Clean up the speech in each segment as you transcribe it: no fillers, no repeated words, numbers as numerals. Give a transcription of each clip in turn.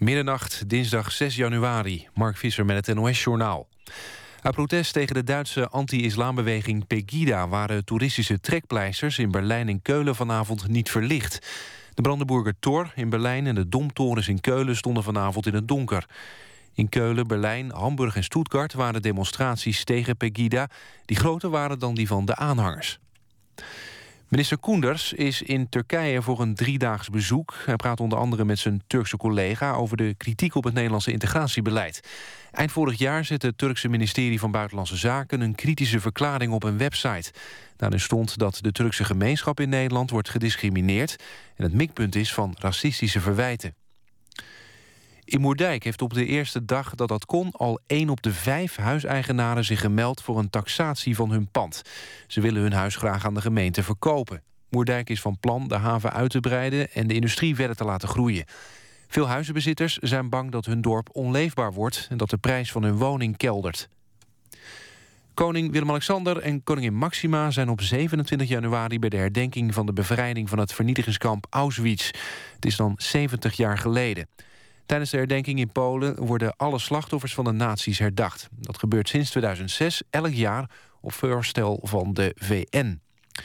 Middernacht, dinsdag 6 januari. Mark Visser met het NOS-journaal. Uit protest tegen de Duitse anti-islambeweging Pegida... waren toeristische trekpleisters in Berlijn en Keulen vanavond niet verlicht. De Brandenburger Tor in Berlijn en de Domtorens in Keulen... stonden vanavond in het donker. In Keulen, Berlijn, Hamburg en Stuttgart waren demonstraties tegen Pegida... die groter waren dan die van de aanhangers. Minister Koenders is in Turkije voor een 3-daags bezoek. Hij praat onder andere met zijn Turkse collega... over de kritiek op het Nederlandse integratiebeleid. Eind vorig jaar zette het Turkse ministerie van Buitenlandse Zaken... een kritische verklaring op een website. Daarin stond dat de Turkse gemeenschap in Nederland wordt gediscrimineerd... en het mikpunt is van racistische verwijten. In Moerdijk heeft op de eerste dag dat dat kon... al 1 op de 5 huiseigenaren zich gemeld voor een taxatie van hun pand. Ze willen hun huis graag aan de gemeente verkopen. Moerdijk is van plan de haven uit te breiden... en de industrie verder te laten groeien. Veel huizenbezitters zijn bang dat hun dorp onleefbaar wordt... en dat de prijs van hun woning keldert. Koning Willem-Alexander en koningin Maxima zijn op 27 januari... bij de herdenking van de bevrijding van het vernietigingskamp Auschwitz. Het is dan 70 jaar geleden. Tijdens de herdenking in Polen worden alle slachtoffers van de nazi's herdacht. Dat gebeurt sinds 2006 elk jaar op voorstel van de VN.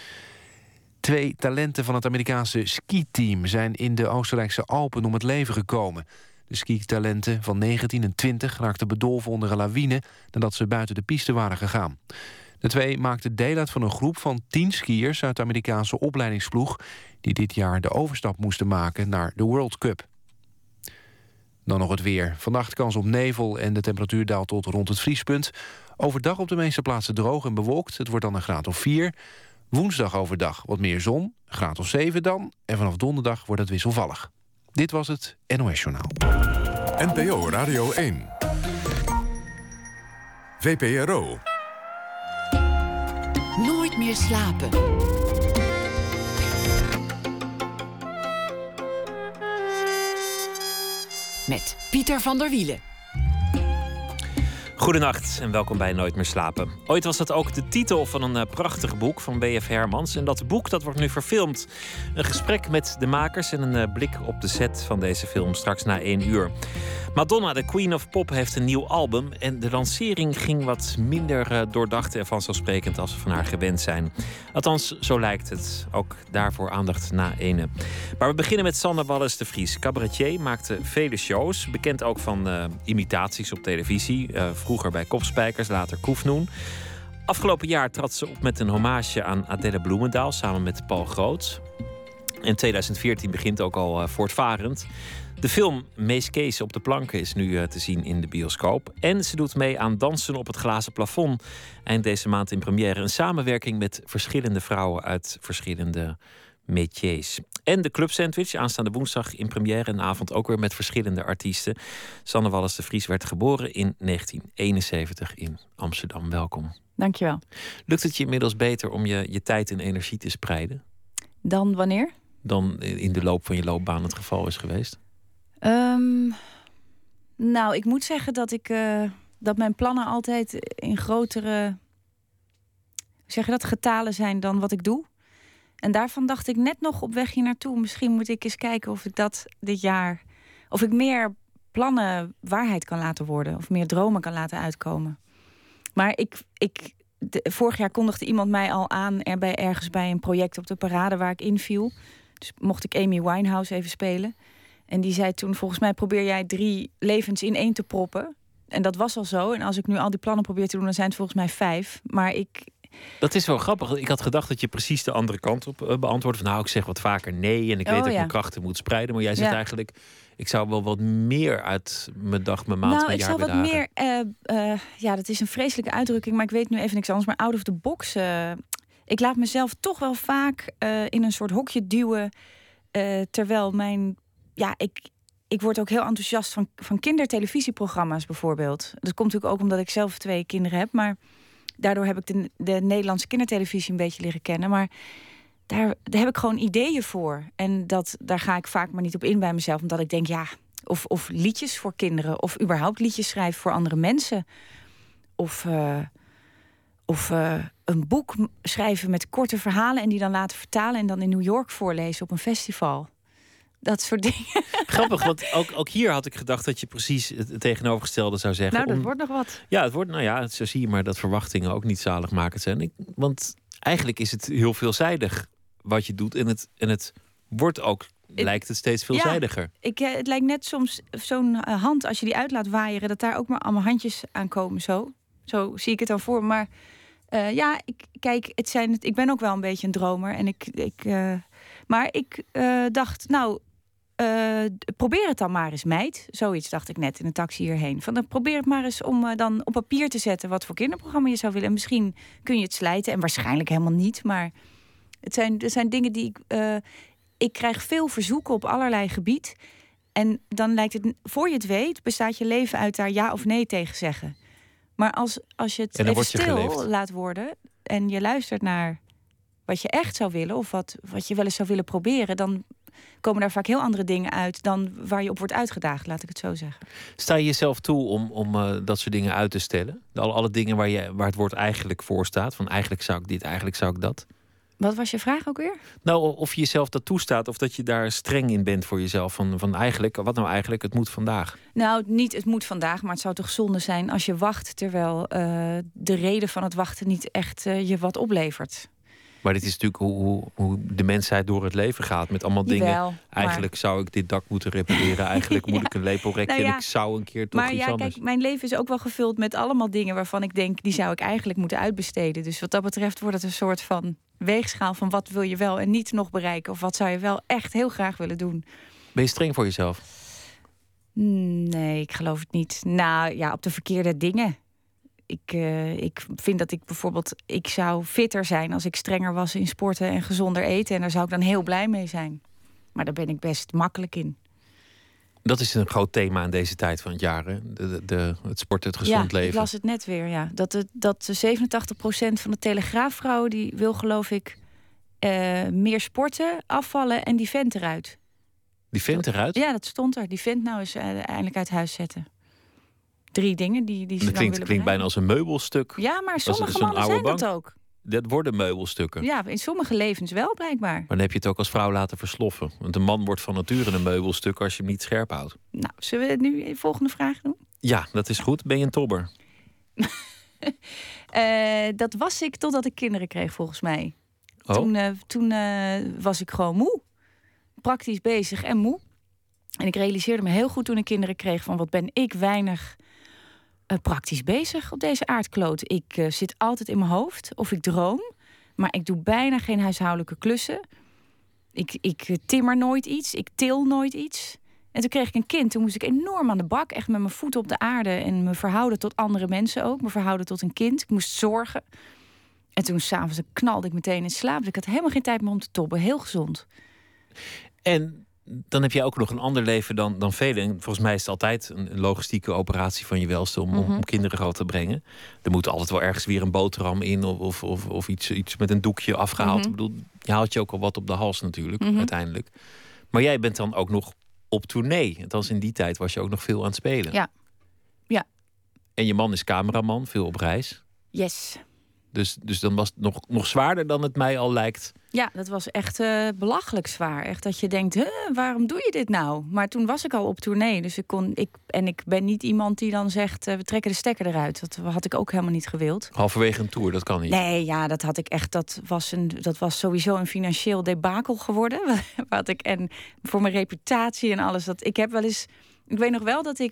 2 talenten van het Amerikaanse skiteam zijn in de Oostenrijkse Alpen om het leven gekomen. De skitalenten van 19 en 20 raakten bedolven onder een lawine nadat ze buiten de piste waren gegaan. De 2 maakten deel uit van een groep van 10 skiers uit de Amerikaanse opleidingsploeg die dit jaar de overstap moesten maken naar de World Cup. Dan nog het weer. Vannacht kans op nevel en de temperatuur daalt tot rond het vriespunt. Overdag op de meeste plaatsen droog en bewolkt. Het wordt dan een graad of 4. Woensdag overdag wat meer zon, graad of 7 dan. En vanaf donderdag wordt het wisselvallig. Dit was het NOS Journaal. NPO Radio 1. VPRO. Nooit meer slapen. Met Pieter van der Wielen. Goedenacht en welkom bij Nooit meer slapen. Ooit was dat ook de titel van een prachtig boek van B.F. Hermans. En dat boek dat wordt nu verfilmd. Een gesprek met de makers en een blik op de set van deze film straks na 1 uur. Madonna, de Queen of Pop, heeft een nieuw album. En de lancering ging wat minder doordacht en vanzelfsprekend als we van haar gewend zijn. Althans, zo lijkt het. Ook daarvoor aandacht na ene. Maar we beginnen met Sanne Wallis de Vries. Cabaretier, maakte vele shows. Bekend ook van imitaties op televisie. Vroeger bij Kopspijkers, later Koefnoen. Afgelopen jaar trad ze op met een hommage aan Adele Bloemendaal samen met Paul Groot. En 2014 begint ook al voortvarend. De film Mees Kees op de planken is nu te zien in de bioscoop. En ze doet mee aan Dansen op het glazen plafond. Eind deze maand in première. Een samenwerking met verschillende vrouwen uit verschillende métiers. En de Club Sandwich, aanstaande woensdag in première. Een avond ook weer met verschillende artiesten. Sanne Wallis de Vries werd geboren in 1971 in Amsterdam. Welkom. Dankjewel. Lukt het je inmiddels beter om je tijd en energie te spreiden? Dan wanneer? Dan in de loop van je loopbaan het geval is geweest? Nou, ik moet zeggen dat mijn plannen altijd in grotere, getalen zijn dan wat ik doe. En daarvan dacht ik net nog op weg hier naartoe. Misschien moet ik eens kijken of ik dat dit jaar, of ik meer plannen waarheid kan laten worden. Of meer dromen kan laten uitkomen. Maar vorig jaar kondigde iemand mij al aan ergens bij een project op de Parade waar ik inviel. Dus mocht ik Amy Winehouse even spelen. En die zei toen, volgens mij probeer jij 3 levens in 1 te proppen. En dat was al zo. En als ik nu al die plannen probeer te doen, dan zijn het volgens mij 5. Maar Dat is wel grappig. Ik had gedacht dat je precies de andere kant op beantwoordt. Van, ik zeg wat vaker nee en ik weet dat ik mijn krachten moet spreiden. Maar jij zegt eigenlijk, ik zou wel wat meer uit mijn dag, mijn maand, mijn jaar bedagen. Nou, ik zou wat meer, dat is een vreselijke uitdrukking, maar ik weet nu even niks anders. Maar out of the box. Ik laat mezelf toch wel vaak in een soort hokje duwen. Terwijl ik word ook heel enthousiast van kindertelevisieprogramma's bijvoorbeeld. Dat komt natuurlijk ook omdat ik zelf 2 kinderen heb. Maar daardoor heb ik de Nederlandse kindertelevisie een beetje leren kennen. Maar daar heb ik gewoon ideeën voor. En daar ga ik vaak maar niet op in bij mezelf. Omdat ik denk, of liedjes voor kinderen. Of überhaupt liedjes schrijven voor andere mensen. Of een boek schrijven met korte verhalen en die dan laten vertalen en dan in New York voorlezen op een festival. Dat soort dingen. Grappig, want ook hier had ik gedacht dat je precies het tegenovergestelde zou zeggen. Nou, dat wordt nog wat. Ja, het wordt, nou ja, zo zie je maar dat verwachtingen ook niet zaligmakend zijn. Want eigenlijk is het heel veelzijdig wat je doet. En het wordt ook, lijkt het steeds veelzijdiger. Ja, het lijkt net soms zo'n hand, als je die uit laat waaieren, dat daar ook maar allemaal handjes aan komen. Zo zie ik het dan voor. Maar ik ben ook wel een beetje een dromer. En maar ik dacht, nou, probeer het dan maar eens, meid. Zoiets dacht ik net in een taxi hierheen. Dan probeer het maar eens om dan op papier te zetten wat voor kinderprogramma je zou willen. En misschien kun je het slijten. En waarschijnlijk helemaal niet. Maar er zijn dingen die ik krijg veel verzoeken op allerlei gebied. En dan lijkt het, voor je het weet, bestaat je leven uit daar ja of nee tegen zeggen. Maar als je het even stil laat worden en je luistert naar wat je echt zou willen of wat je wel eens zou willen proberen, dan komen daar vaak heel andere dingen uit dan waar je op wordt uitgedaagd, laat ik het zo zeggen. Sta je jezelf toe om dat soort dingen uit te stellen? Alle dingen waar het woord eigenlijk voor staat. Van eigenlijk zou ik dit, eigenlijk zou ik dat. Wat was je vraag ook weer? Nou, of je jezelf dat toestaat of dat je daar streng in bent voor jezelf. Van eigenlijk, wat nou eigenlijk, het moet vandaag. Nou, niet het moet vandaag, maar het zou toch zonde zijn als je wacht terwijl de reden van het wachten niet echt je wat oplevert. Maar dit is natuurlijk hoe de mensheid door het leven gaat. Met allemaal dingen. Eigenlijk zou ik dit dak moeten repareren. Eigenlijk moet ik een lepel rekken. En ik zou een keer toch iets anders. Kijk, mijn leven is ook wel gevuld met allemaal dingen waarvan ik denk, die zou ik eigenlijk moeten uitbesteden. Dus wat dat betreft wordt het een soort van weegschaal van wat wil je wel en niet nog bereiken. Of wat zou je wel echt heel graag willen doen. Ben je streng voor jezelf? Nee, ik geloof het niet. Nou ja, op de verkeerde dingen. Ik vind dat ik zou fitter zijn als ik strenger was in sporten en gezonder eten. En daar zou ik dan heel blij mee zijn. Maar daar ben ik best makkelijk in. Dat is een groot thema in deze tijd van het jaar. Hè? Het sporten, het gezond leven. Ja, ik las het net weer. Ja. Dat 87% van de Telegraafvrouwen die wil, geloof ik, meer sporten, afvallen en die vent eruit. Die vent eruit? Ja, dat stond er. Die vent nou eens eindelijk uit huis zetten. 3 dingen die ze dan willen klinkt bijna als een meubelstuk. Ja, maar sommige mannen zijn dat ook. Dat worden meubelstukken. Ja, in sommige levens wel, blijkbaar. Maar dan heb je het ook als vrouw laten versloffen. Want een man wordt van nature een meubelstuk als je hem niet scherp houdt. Nou, zullen we nu de volgende vraag doen? Ja, dat is goed. Ben je een tobber? Dat was ik totdat ik kinderen kreeg, volgens mij. Oh. Toen was ik gewoon moe. Praktisch bezig en moe. En ik realiseerde me heel goed toen ik kinderen kreeg van wat ben ik weinig praktisch bezig op deze aardkloot. Ik zit altijd in mijn hoofd of ik droom, maar ik doe bijna geen huishoudelijke klussen. Ik timmer nooit iets, ik til nooit iets. En toen kreeg ik een kind, toen moest ik enorm aan de bak, echt met mijn voeten op de aarde en me verhouden tot andere mensen ook, me verhouden tot een kind. Ik moest zorgen. En toen s'avonds knalde ik meteen in slaap. Dus ik had helemaal geen tijd meer om te tobben, heel gezond. En dan heb jij ook nog een ander leven dan velen. En volgens mij is het altijd een logistieke operatie van je welste om kinderen groot te brengen. Er moet altijd wel ergens weer een boterham in of iets met een doekje afgehaald. Ik bedoel, je haalt je ook al wat op de hals natuurlijk, uiteindelijk. Maar jij bent dan ook nog op tournee. Althans, in die tijd was je ook nog veel aan het spelen. Ja. En je man is cameraman, veel op reis. Yes. Dus dan was het nog zwaarder dan het mij al lijkt. Ja, dat was echt belachelijk zwaar. Echt dat je denkt, waarom doe je dit nou? Maar toen was ik al op tournee. Dus ik ben niet iemand die dan zegt, we trekken de stekker eruit. Dat had ik ook helemaal niet gewild. Halverwege een tour, dat kan niet. Nee, ja, dat had ik echt. Dat was sowieso een financieel debakel geworden. En voor mijn reputatie en alles. Ik weet nog wel dat ik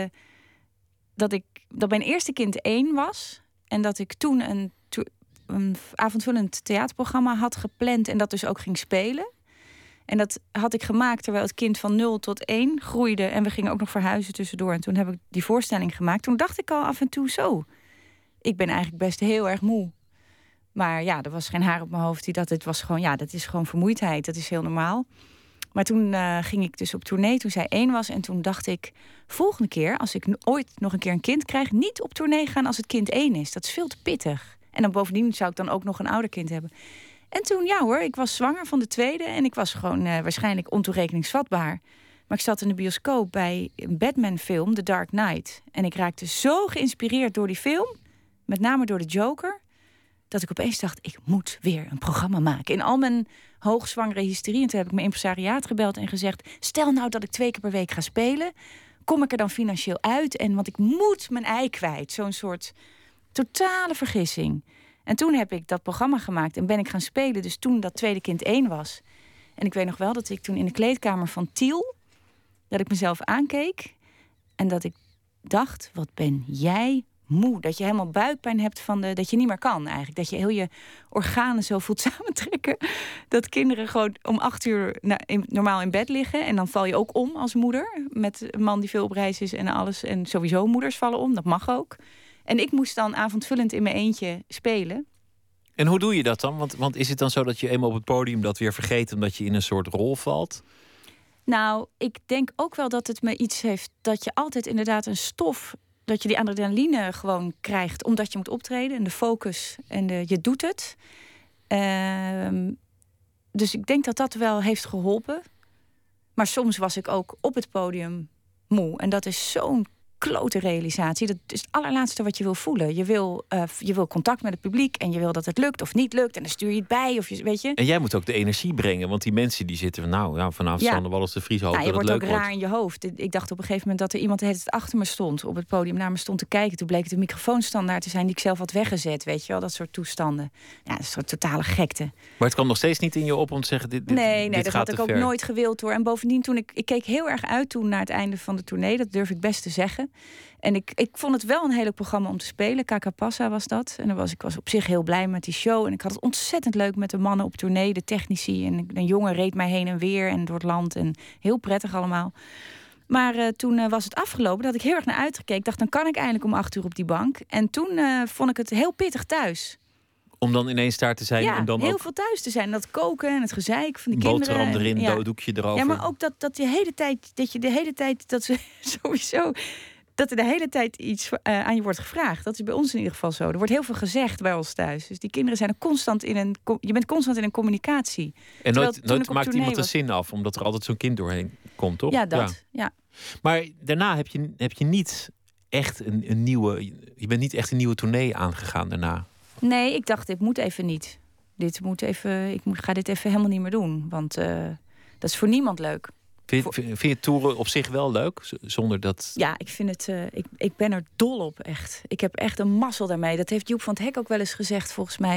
dat mijn eerste kind 1 was. En dat ik toen een avondvullend theaterprogramma had gepland en dat dus ook ging spelen. En dat had ik gemaakt terwijl het kind van 0 tot 1 groeide. En we gingen ook nog verhuizen tussendoor. En toen heb ik die voorstelling gemaakt. Toen dacht ik al af en toe zo. Ik ben eigenlijk best heel erg moe. Maar ja, er was geen haar op mijn hoofd. Dat is gewoon vermoeidheid. Dat is heel normaal. Maar toen ging ik dus op tournee toen zij 1 was. En toen dacht ik, volgende keer, als ik ooit nog een keer een kind krijg, niet op tournee gaan als het kind 1 is. Dat is veel te pittig. En dan bovendien zou ik dan ook nog een ouder kind hebben. En toen, ja hoor, ik was zwanger van de tweede. En ik was gewoon waarschijnlijk ontoerekeningsvatbaar. Maar ik zat in de bioscoop bij een Batman-film, The Dark Knight. En ik raakte zo geïnspireerd door die film, met name door de Joker, dat ik opeens dacht, ik moet weer een programma maken. In al mijn hoogzwangere hysterie. En toen heb ik mijn impresariaat gebeld en gezegd... stel nou dat ik 2 keer per week ga spelen... kom ik er dan financieel uit? Want ik moet mijn ei kwijt. Zo'n soort totale vergissing. En toen heb ik dat programma gemaakt en ben ik gaan spelen. Dus toen dat tweede kind 1 was. En ik weet nog wel dat ik toen in de kleedkamer van Tiel... dat ik mezelf aankeek en dat ik dacht... wat ben jij moe? Dat je helemaal buikpijn hebt van dat je niet meer kan eigenlijk. Dat je heel je organen zo voelt samentrekken. Dat kinderen gewoon om 8 uur normaal in bed liggen. En dan val je ook om als moeder. Met een man die veel op reis is en alles. En sowieso moeders vallen om, dat mag ook. En ik moest dan avondvullend in mijn eentje spelen. En hoe doe je dat dan? Want is het dan zo dat je eenmaal op het podium dat weer vergeet... omdat je in een soort rol valt? Nou, ik denk ook wel dat het me iets heeft... dat je altijd inderdaad een stof... dat je die adrenaline gewoon krijgt omdat je moet optreden. En de focus en je doet het. Dus ik denk dat dat wel heeft geholpen. Maar soms was ik ook op het podium moe. En dat is zo'n klote realisatie. Dat is het allerlaatste wat je wil voelen. Je wil contact met het publiek en je wil dat het lukt of niet lukt. En dan stuur je het bij. Of weet je. En jij moet ook de energie brengen. Want die mensen die zitten vanavond Sander Wallis de Vries hopen dat het leuk wordt. Je wordt ook raar in je hoofd. Ik dacht op een gegeven moment dat er iemand het achter me stond. Op het podium naar me stond te kijken. Toen bleek het een microfoonstandaard te zijn die ik zelf had weggezet. Weet je wel, dat soort toestanden. Ja, dat is een soort totale gekte. Maar het kwam nog steeds niet in je op om te zeggen... Nee, dit dat gaat had te ik ver. ook nooit gewild hoor. En bovendien, ik keek heel erg uit toen naar het einde van de tournee. Dat durf ik best te zeggen. En ik vond het wel een heel leuk programma om te spelen. Kakapassa was dat. En ik was op zich heel blij met die show. En ik had het ontzettend leuk met de mannen op tournee, de technici. En een jongen reed mij heen en weer en door het land. En heel prettig allemaal. Maar toen was het afgelopen. Daar had ik heel erg naar uitgekeken. Ik dacht, dan kan ik eindelijk om 8 uur op die bank. En toen vond ik het heel pittig thuis. Om dan ineens daar te zijn. Ja, en dan heel ook veel thuis te zijn. Dat koken en het gezeik van die boterham kinderen. erin, Ja. doekje erover. Ja, maar ook dat je de hele tijd dat ze sowieso... dat er de hele tijd iets aan je wordt gevraagd. Dat is bij ons in ieder geval zo. Er wordt heel veel gezegd bij ons thuis. Dus die kinderen zijn er constant je bent constant in een communicatie. En nooit maakt tournee iemand de zin af, omdat er altijd zo'n kind doorheen komt, toch? Ja, dat. Ja. Maar daarna heb je niet echt een nieuwe... Je bent niet echt een nieuwe tournee aangegaan daarna. Nee, ik dacht, dit moet even niet. Ik ga dit even helemaal niet meer doen. Want dat is voor niemand leuk. Vind je toeren op zich wel leuk? Zonder dat... Ja, ik vind het... ik ben er dol op, echt. Ik heb echt een mazzel daarmee. Dat heeft Joep van het Hek ook wel eens gezegd, volgens mij.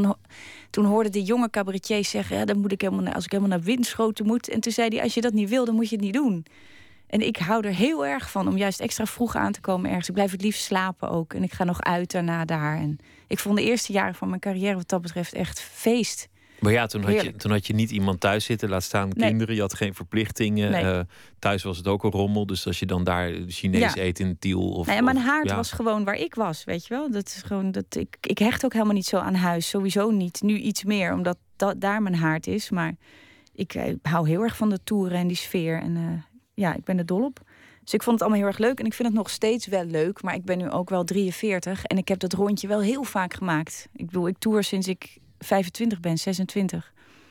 Toen hoorde die jonge cabaretiers zeggen... Ja, dan moet ik als ik helemaal naar Winschoten moet. En toen zei hij, als je dat niet wil, dan moet je het niet doen. En ik hou er heel erg van om juist extra vroeg aan te komen ergens. Ik blijf het liefst slapen ook. En ik ga nog uit daarna daar. En ik vond de eerste jaren van mijn carrière wat dat betreft echt feest. Maar ja, toen had je niet iemand thuis zitten, laat staan kinderen. Je had geen verplichtingen. Nee. Thuis was het ook een rommel. Dus als je dan daar Chinees eet in Tiel... Of, mijn haard was gewoon waar ik was, weet je wel. Dat is gewoon ik hecht ook helemaal niet zo aan huis. Sowieso niet. Nu iets meer, omdat daar mijn haard is. Maar ik hou heel erg van de toeren en die sfeer. En ik ben er dol op. Dus ik vond het allemaal heel erg leuk. En ik vind het nog steeds wel leuk. Maar ik ben nu ook wel 43. En ik heb dat rondje wel heel vaak gemaakt. Ik bedoel, ik toer sinds ik 25 ben, 26.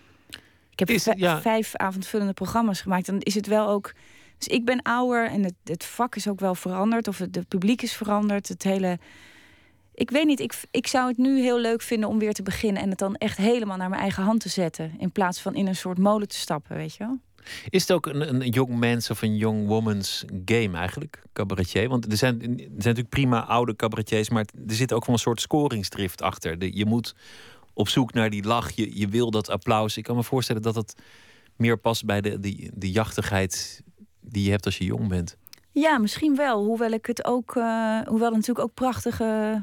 Ik heb 5 avondvullende programma's gemaakt. Dan is het wel ook... Dus ik ben ouder en het vak is ook wel veranderd. Of het publiek is veranderd. Het hele... Ik weet niet, ik zou het nu heel leuk vinden om weer te beginnen... en het dan echt helemaal naar mijn eigen hand te zetten... in plaats van in een soort molen te stappen, weet je wel? Is het ook een young man's of een young woman's game eigenlijk, cabaretier? Want er zijn natuurlijk prima oude cabaretiers... maar er zit ook wel een soort scoringsdrift achter. Je moet op zoek naar die lach, je wil dat applaus. Ik kan me voorstellen dat het meer past bij de jachtigheid... die je hebt als je jong bent. Ja, misschien wel. Hoewel het natuurlijk ook prachtige...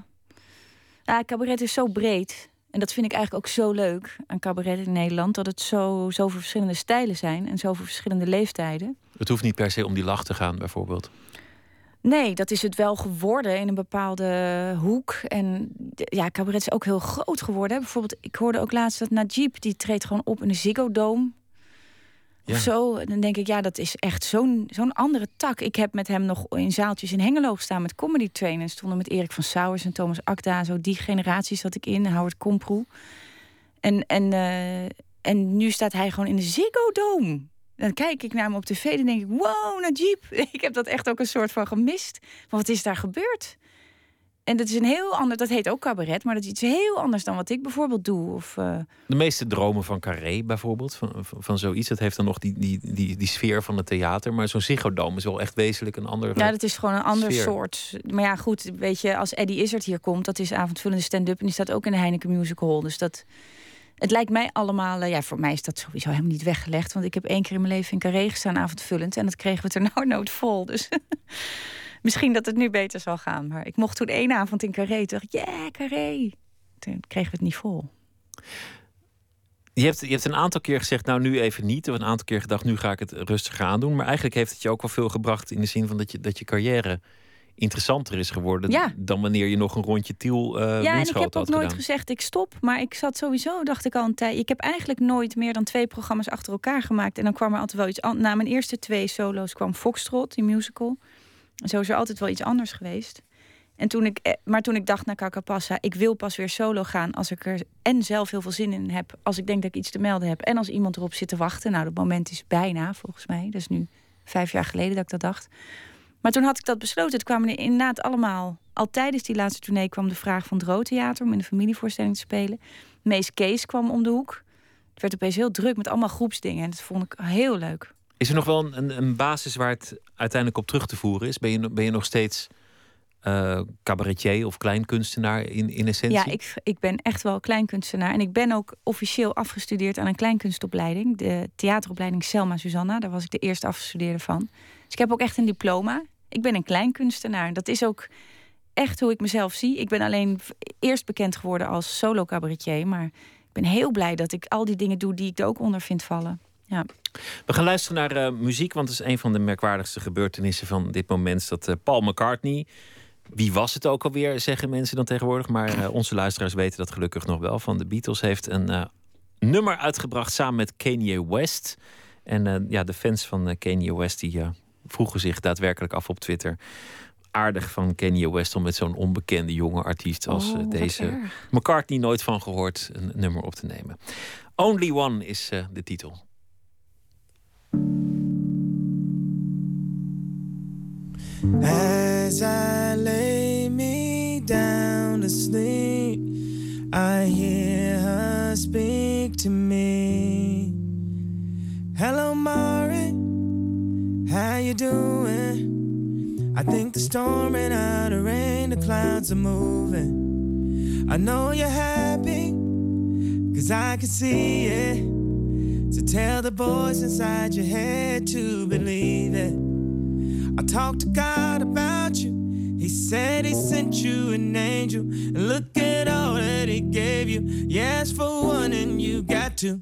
cabaret is zo breed... En dat vind ik eigenlijk ook zo leuk aan cabaret in Nederland. Dat het zoveel verschillende stijlen zijn en zoveel verschillende leeftijden. Het hoeft niet per se om die lach te gaan, bijvoorbeeld. Nee, dat is het wel geworden in een bepaalde hoek. En cabaret is ook heel groot geworden. Bijvoorbeeld, ik hoorde ook laatst dat Najib, die treedt gewoon op in de Ziggo Dome. Of zo. En dan denk ik, dat is echt zo'n andere tak. Ik heb met hem nog in zaaltjes in Hengelo gestaan met comedy trainen. Stonden met Erik van Sauers en Thomas Akda. Zo die generatie zat ik in. Howard Komproe. En nu staat hij gewoon in de Ziggo Dome. Dan kijk ik naar hem op tv en denk ik, wow, Najib. Ik heb dat echt ook een soort van gemist. Maar wat is daar gebeurd? En dat is een heel ander, dat heet ook cabaret, maar dat is iets heel anders dan wat ik bijvoorbeeld doe. Of, De meeste dromen van Carré bijvoorbeeld, van zoiets. Dat heeft dan nog die sfeer van het theater. Maar zo'n Ziggo Dome is wel echt wezenlijk een andere ja, dat is gewoon een ander sfeer. soort. Maar ja, goed, weet je, als Eddie Izzard hier komt, dat is avondvullende stand-up en die staat ook in de Heineken Music Hall. Dus het lijkt mij allemaal, ja, voor mij is dat sowieso helemaal niet weggelegd. Want ik heb 1 keer in mijn leven in Carré gestaan avondvullend en dat kregen we ternauwernood vol. Dus misschien dat het nu beter zal gaan. Maar ik mocht toen 1 avond in Carré. Toen dacht ik, yeah, Carré. Toen kregen we het niet vol. Je hebt een aantal keer gezegd, nou nu even niet. Of een aantal keer gedacht, nu ga ik het rustiger aandoen. Maar eigenlijk heeft het je ook wel veel gebracht in de zin van dat je carrière interessanter is geworden dan wanneer je nog een rondje Tiel Ja, en ik heb ook nooit gedaan. gezegd ik stop. Maar ik zat sowieso, dacht ik al een tijd. Ik heb eigenlijk nooit meer dan 2 programma's achter elkaar gemaakt. En dan kwam er altijd wel iets anders. Na mijn eerste 2 solo's kwam Foxtrot, die musical. En zo is er altijd wel iets anders geweest. En toen ik dacht naar Kakapassa, ik wil pas weer solo gaan als ik er en zelf heel veel zin in heb. Als ik denk dat ik iets te melden heb. En als iemand erop zit te wachten. Nou, dat moment is bijna, volgens mij. Dat is nu 5 jaar geleden dat ik dat dacht. Maar toen had ik dat besloten. Het kwamen er inderdaad allemaal. Al tijdens die laatste tournee kwam de vraag van het Rood Theater om in een familievoorstelling te spelen. Mees Kees kwam om de hoek. Het werd opeens heel druk met allemaal groepsdingen. En dat vond ik heel leuk. Is er nog wel een basis waar het uiteindelijk op terug te voeren is? Ben je nog steeds cabaretier of kleinkunstenaar in essentie? Ja, ik ben echt wel kleinkunstenaar. En ik ben ook officieel afgestudeerd aan een kleinkunstopleiding. De theateropleiding Selma Susanna. Daar was ik de eerste afgestudeerde van. Dus ik heb ook echt een diploma. Ik ben een kleinkunstenaar. Dat is ook echt hoe ik mezelf zie. Ik ben alleen eerst bekend geworden als solo cabaretier. Maar ik ben heel blij dat ik al die dingen doe die ik er ook onder vind vallen. Ja. We gaan luisteren naar muziek, want het is een van de merkwaardigste gebeurtenissen van dit moment. Dat Paul McCartney, wie was het ook alweer, zeggen mensen dan tegenwoordig. Maar onze luisteraars weten dat gelukkig nog wel. Van de Beatles heeft een nummer uitgebracht samen met Kanye West. En de fans van Kanye West die vroegen zich daadwerkelijk af op Twitter. Aardig van Kanye West om met zo'n onbekende jonge artiest als deze McCartney nooit van gehoord een nummer op te nemen. Only One is de titel. As I lay me down to sleep, I hear her speak to me. Hello, Mari, how you doing? I think the storm ran out of rain, the clouds are moving. I know you're happy, 'cause I can see it. So tell the voice inside your head to believe it. I talked to God about you. He said he sent you an angel. And look at all that he gave you. You asked for one and you got two.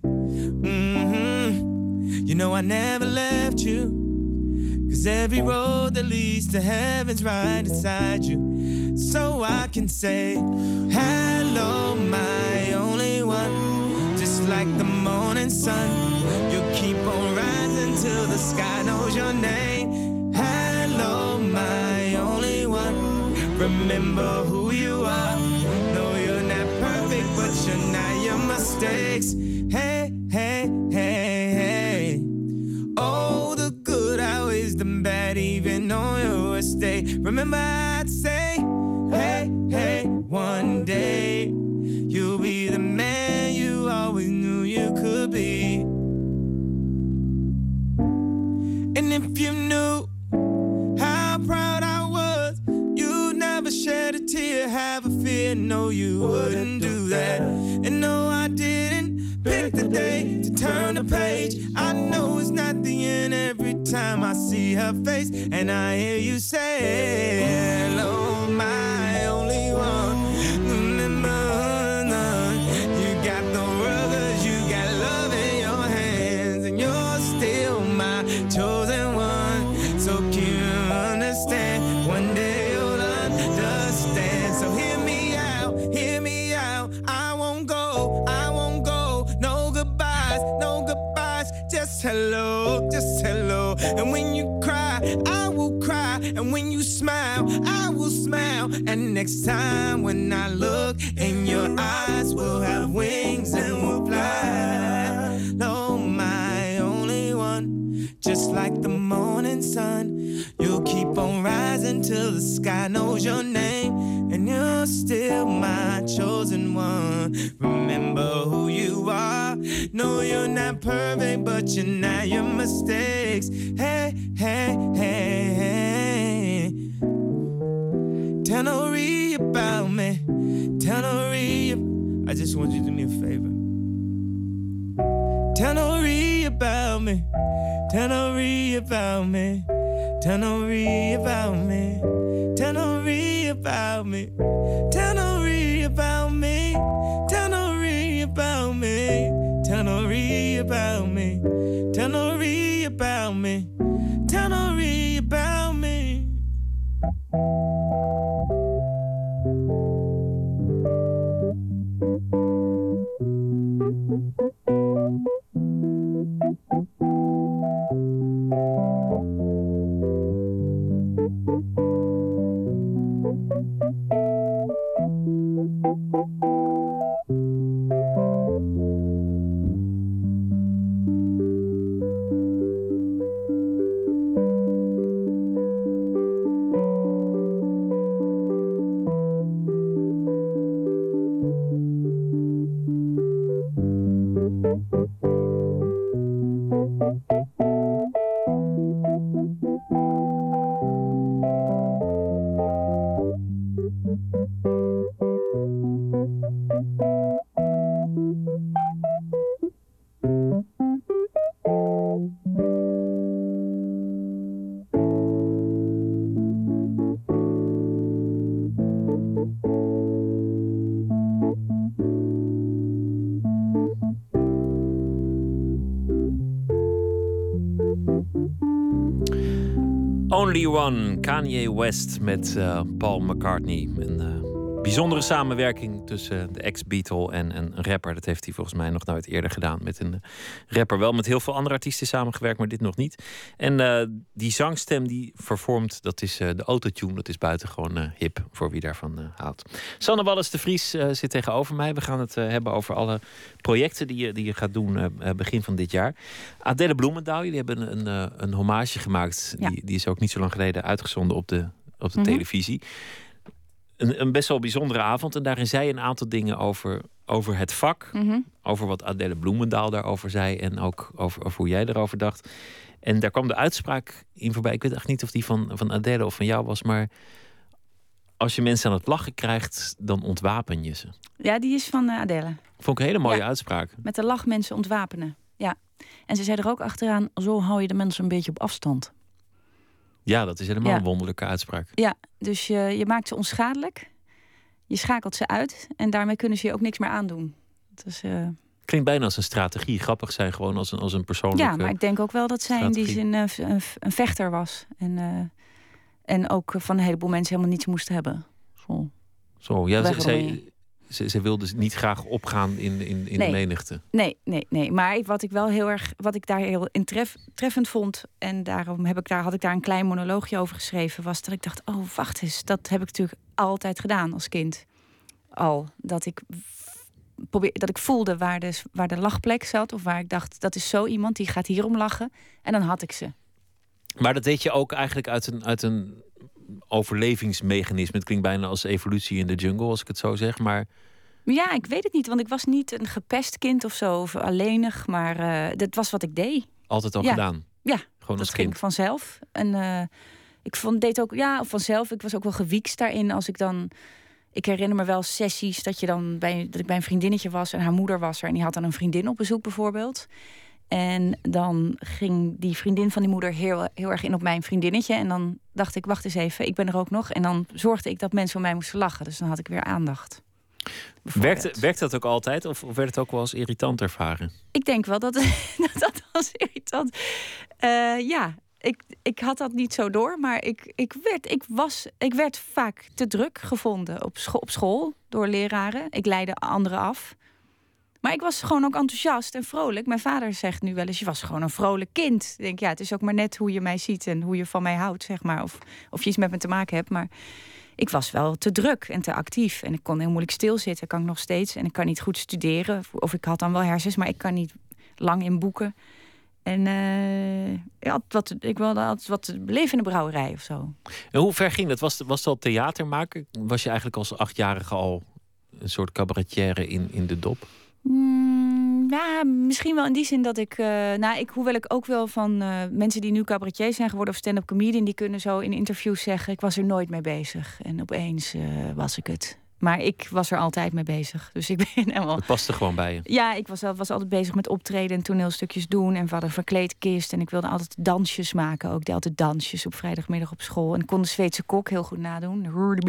You know I never left you. 'Cause every road that leads to heaven's right inside you. So I can say, hello, my only one. Just like the morning sun. You keep on rising till the sky knows your name. Hello, my only one. Remember who you are. No, you're not perfect, but you're not your mistakes. Hey, hey, hey, hey. Oh, the good outweighs the bad, even on your worst day. Remember I'd say, hey, hey, one day you'll be the man you always knew you could be. And if you knew how proud I was, you'd never shed a tear, have a fear, no, you wouldn't do that. And no, I didn't pick the day to turn the page. I know it's not the end every time I see her face. And I hear you say, hello, my only one. Remember, none. You got the world 'cause you got love in your hands. And you're still my chosen one. So can you understand? One day you'll understand. So hear me out, hear me out. I won't go, I won't go. No goodbyes, no goodbyes. Just hello, just hello. And when you cry, I will cry. And when you smile, I will smile. And next time when I look in your eyes, we'll have wings and we'll fly. No, my only one. Just like the morning sun, you'll keep on rising rising till the sky knows your name, and you're still my chosen one. Remember who you are. No, you're not perfect, but you're not your mistakes. Hey, hey, hey, hey. Tell Nori about me. Tell Nori. I just want you to do me a favor. Tell Nori about me. Tell Nori about me. Tell Nori about me. Tell Nori about me. Tell Nori about me. Tell Nori about me. Tell Nori about me. Tell Nori about me. Tell Nori about me. Only One, Kanye West met Paul McCartney. Een bijzondere samenwerking tussen de ex-Beatle en een rapper. Dat heeft hij volgens mij nog nooit eerder gedaan met een rapper. Wel met heel veel andere artiesten samengewerkt, maar dit nog niet. En die zangstem die vervormt, dat is de autotune. Dat is buitengewoon hip voor wie daarvan houdt. Sanne Wallis de Vries zit tegenover mij. We gaan het hebben over alle projecten die je gaat doen begin van dit jaar. Adele Bloemendaal, jullie hebben een hommage gemaakt. Ja. Die is ook niet zo lang geleden uitgezonden op de televisie. Een best wel bijzondere avond. En daarin zei je een aantal dingen over het vak. Over wat Adele Bloemendaal daarover zei. En ook over hoe jij erover dacht. En daar kwam de uitspraak in voorbij. Ik weet echt niet of die van Adele of van jou was. Maar als je mensen aan het lachen krijgt, dan ontwapen je ze. Ja, die is van Adele. Vond ik een hele mooie uitspraak. Met de lach mensen ontwapenen. Ja. En ze zei er ook achteraan, zo hou je de mensen een beetje op afstand. Ja, dat is helemaal een wonderlijke uitspraak. Ja, dus je maakt ze onschadelijk. Je schakelt ze uit. En daarmee kunnen ze je ook niks meer aandoen. Dus, klinkt bijna als een strategie. Grappig zijn gewoon als een persoonlijke. Ja, maar ik denk ook wel dat zij in die zin een vechter was. En ook van een heleboel mensen helemaal niets moest hebben. Zo ja, zij wilde niet graag opgaan in de menigte. Nee. Maar wat ik daar heel treffend vond, en daarom had ik daar een klein monoloogje over geschreven, was dat ik dacht, oh, wacht eens, dat heb ik natuurlijk altijd gedaan als kind. Dat ik voelde waar de lachplek zat, of waar ik dacht, dat is zo iemand, die gaat hierom lachen. En dan had ik ze. Maar dat deed je ook eigenlijk uit een overlevingsmechanisme. Het klinkt bijna als evolutie in de jungle, als ik het zo zeg, maar... Ja, ik weet het niet, want ik was niet een gepest kind of zo, of alleenig, maar dat was wat ik deed. Altijd al gedaan? Ja, gewoon dat als ging kind. Vanzelf. En deed ook, vanzelf. Ik was ook wel gewiekst daarin als ik dan... Ik herinner me wel sessies dat ik bij een vriendinnetje was en haar moeder was er en die had dan een vriendin op bezoek bijvoorbeeld. En dan ging die vriendin van die moeder heel erg in op mijn vriendinnetje. En dan dacht ik, wacht eens even, ik ben er ook nog. En dan zorgde ik dat mensen van mij moesten lachen. Dus dan had ik weer aandacht. Werkt dat ook altijd? Of werd het ook wel als irritant ervaren? Ik denk wel dat als irritant... Ik had dat niet zo door. Maar ik werd vaak te druk gevonden op school door leraren. Ik leidde anderen af. Maar ik was gewoon ook enthousiast en vrolijk. Mijn vader zegt nu wel eens, je was gewoon een vrolijk kind. Ik denk, het is ook maar net hoe je mij ziet en hoe je van mij houdt, zeg maar. Of je iets met me te maken hebt. Maar ik was wel te druk en te actief. En ik kon heel moeilijk stilzitten, kan ik nog steeds. En ik kan niet goed studeren. Of ik had dan wel hersens, maar ik kan niet lang in boeken. En ik wilde altijd wat beleven in de brouwerij of zo. En hoe ver ging dat? Was het al theatermaker? Was je eigenlijk als 8-jarige al een soort cabaretière in de dop? Ja, misschien wel in die zin dat hoewel ik ook wel van mensen die nu cabaretier zijn geworden of stand-up comedian, die kunnen zo in interviews zeggen, ik was er nooit mee bezig. En opeens was ik het. Maar ik was er altijd mee bezig. Dus ik ben helemaal... Het paste gewoon bij je. Ja, ik was altijd bezig met optreden en toneelstukjes doen. En we hadden een verkleedkist. En ik wilde altijd dansjes maken. Ook deed altijd dansjes op vrijdagmiddag op school. En ik kon de Zweedse kok heel goed nadoen.